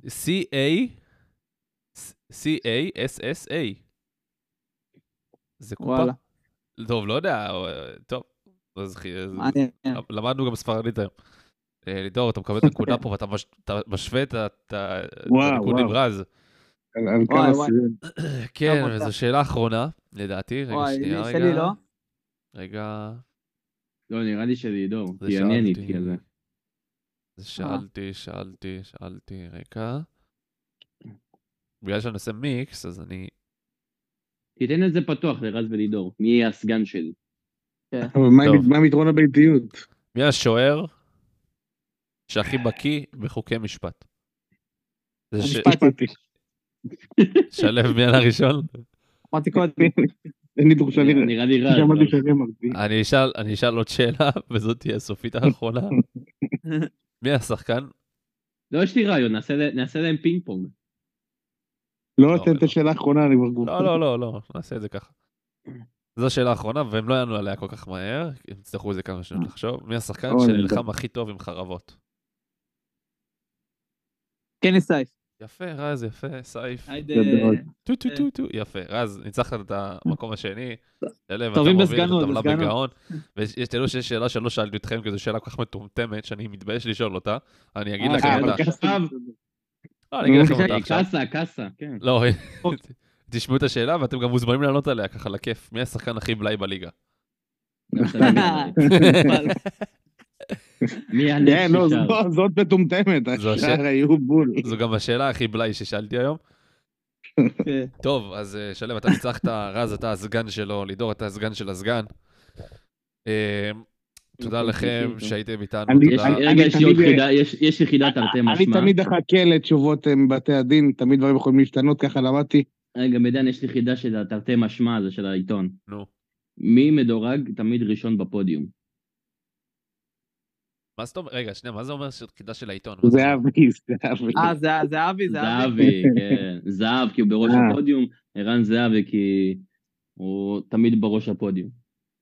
C-A-S-S-A. זה קופה? וואלה. טוב, לא יודע. טוב. אז מעניין. למדנו גם ספרדית היום. לידור, אתה מקבל את הנקודה פה, ואתה משווה את הניקוד עם רז. על כמה סיום. כן, וזו שאלה אחרונה, לדעתי. רגע, שנייה, רגע. שלי לא? רגע. לא, נראה לי שלידור. זה כי אני שאלתי. עניתי על זה. שאלתי, רגע. בגלל שאני עושה מיקס, אז אני... תיתן את זה פתוח לרז ולידור. מי יהיה הסגן שלי? אבל מה המתרון הביתיות? מי השוער שהכי בקיא בחוקי משפט? משפטי. שלב מי על הראשון? אמרתי קודם. אין לי דרושה לי. נראה לי רז. שמעתי שאני אמרתי. אני אשאל עוד שאלה, וזאת תהיה הסופית האחרונה. מי השחקן? לא, יש לי רעיון, נעשה להם פינג פונג. לא, תן את השאלה האחרונה, אני כבר גוף. לא, נעשה את זה ככה. זו השאלה האחרונה, והם לא יענו עליה כל כך מהר, כי הם יצטרכו איזה כמה שנים לחשוב. מי השחקן שנלחם הכי טוב עם חרבות? קני סייף. יפה, רז, יפה, סייף. היידה, גדול. טו טו טו טו, יפה. רז, ניצחת את המקום השני. שלם, אתה טובים מוביל את בסגנות, הטבלה בסגנות. בגאון. תדעו שיש שאלה שלא שאלתי אתכם, כי זו שאלה כל כך מטומטמת, שאני מתבייש לשאול אותה. אני אגיד לכם אבל אותה. ככה- לא, אני אגיד לכם אותה עכשיו. קאסה, כן. לא, תשמעו את השאלה ואתם גם מוזמנים לענות עליה, ככה לכיף. מי השחקן הכי בלעי בליגה? מי כן, לא, הנשיא זאת מטומטמת, זו השאר היו בול. זו גם השאלה הכי בלעי ששאלתי היום. טוב, אז שלם, אתה ניצחת, רז, אתה הסגן שלו, לידור, אתה הסגן של הסגן. תודה לכם שהייתם איתנו, אני- תודה. רגע, יש לי עוד תמיד- חידה, יש לי חידה תרתי אני משמע. תמיד אחכה לתשובות מבתי הדין, תמיד דברים יכולים להשתנות, ככה למדתי. רגע, מידן, יש לי חידה של התרתי משמע הזה של העיתון. נו, מי מדורג תמיד ראשון בפודיום? מה זאת אומרת? רגע, שנייה, מה זה אומר חידה של העיתון? זה אבי. זה אבי. זהבי, כן. זהב, כי הוא בראש הפודיום, ערן זהבי, כי הוא תמיד בראש הפודיום.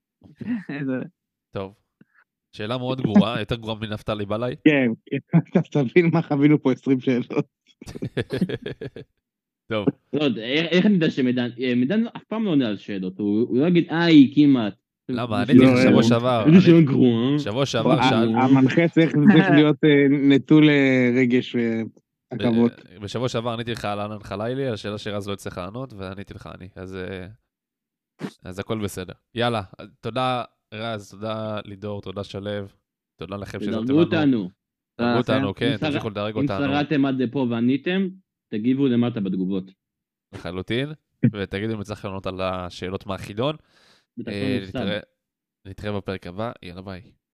טוב. שאלה מאוד גרועה, יותר גרועה מנפתלי בלעי. כן, אתה תבין מה חווינו פה 20 שאלות. טוב, לא, איך אני יודע שמידן, מידן אף פעם לא עונה על שאלות, הוא לא יגיד, היא כמעט. למה? זה עניתי לא- לך שבוע שעבר. איזה שאלה גרועה. שבוע שעבר שאל... המנחה צריך להיות נטול רגש ועכבות. בשבוע שעבר עניתי לך על ענן חלילי, על השאלה שרז לא יצטרך לענות, ועניתי לך אני. אז הכל בסדר. יאללה, תודה רז, תודה לידור, תודה שלו, תודה לכם שזמתם תדרגו לנו. אותנו. דרגו אותנו, כן, אם שר- תמשיכו לדרג אם אותנו שרדתם עד לפה ועניתם, תגיבו למטה בתגובות. לחלוטין, ותגידו אם הצלחתם לענות על השאלות מהחידון. בתחתון מופסד. נתראה בפרק הבא, יאללה ביי.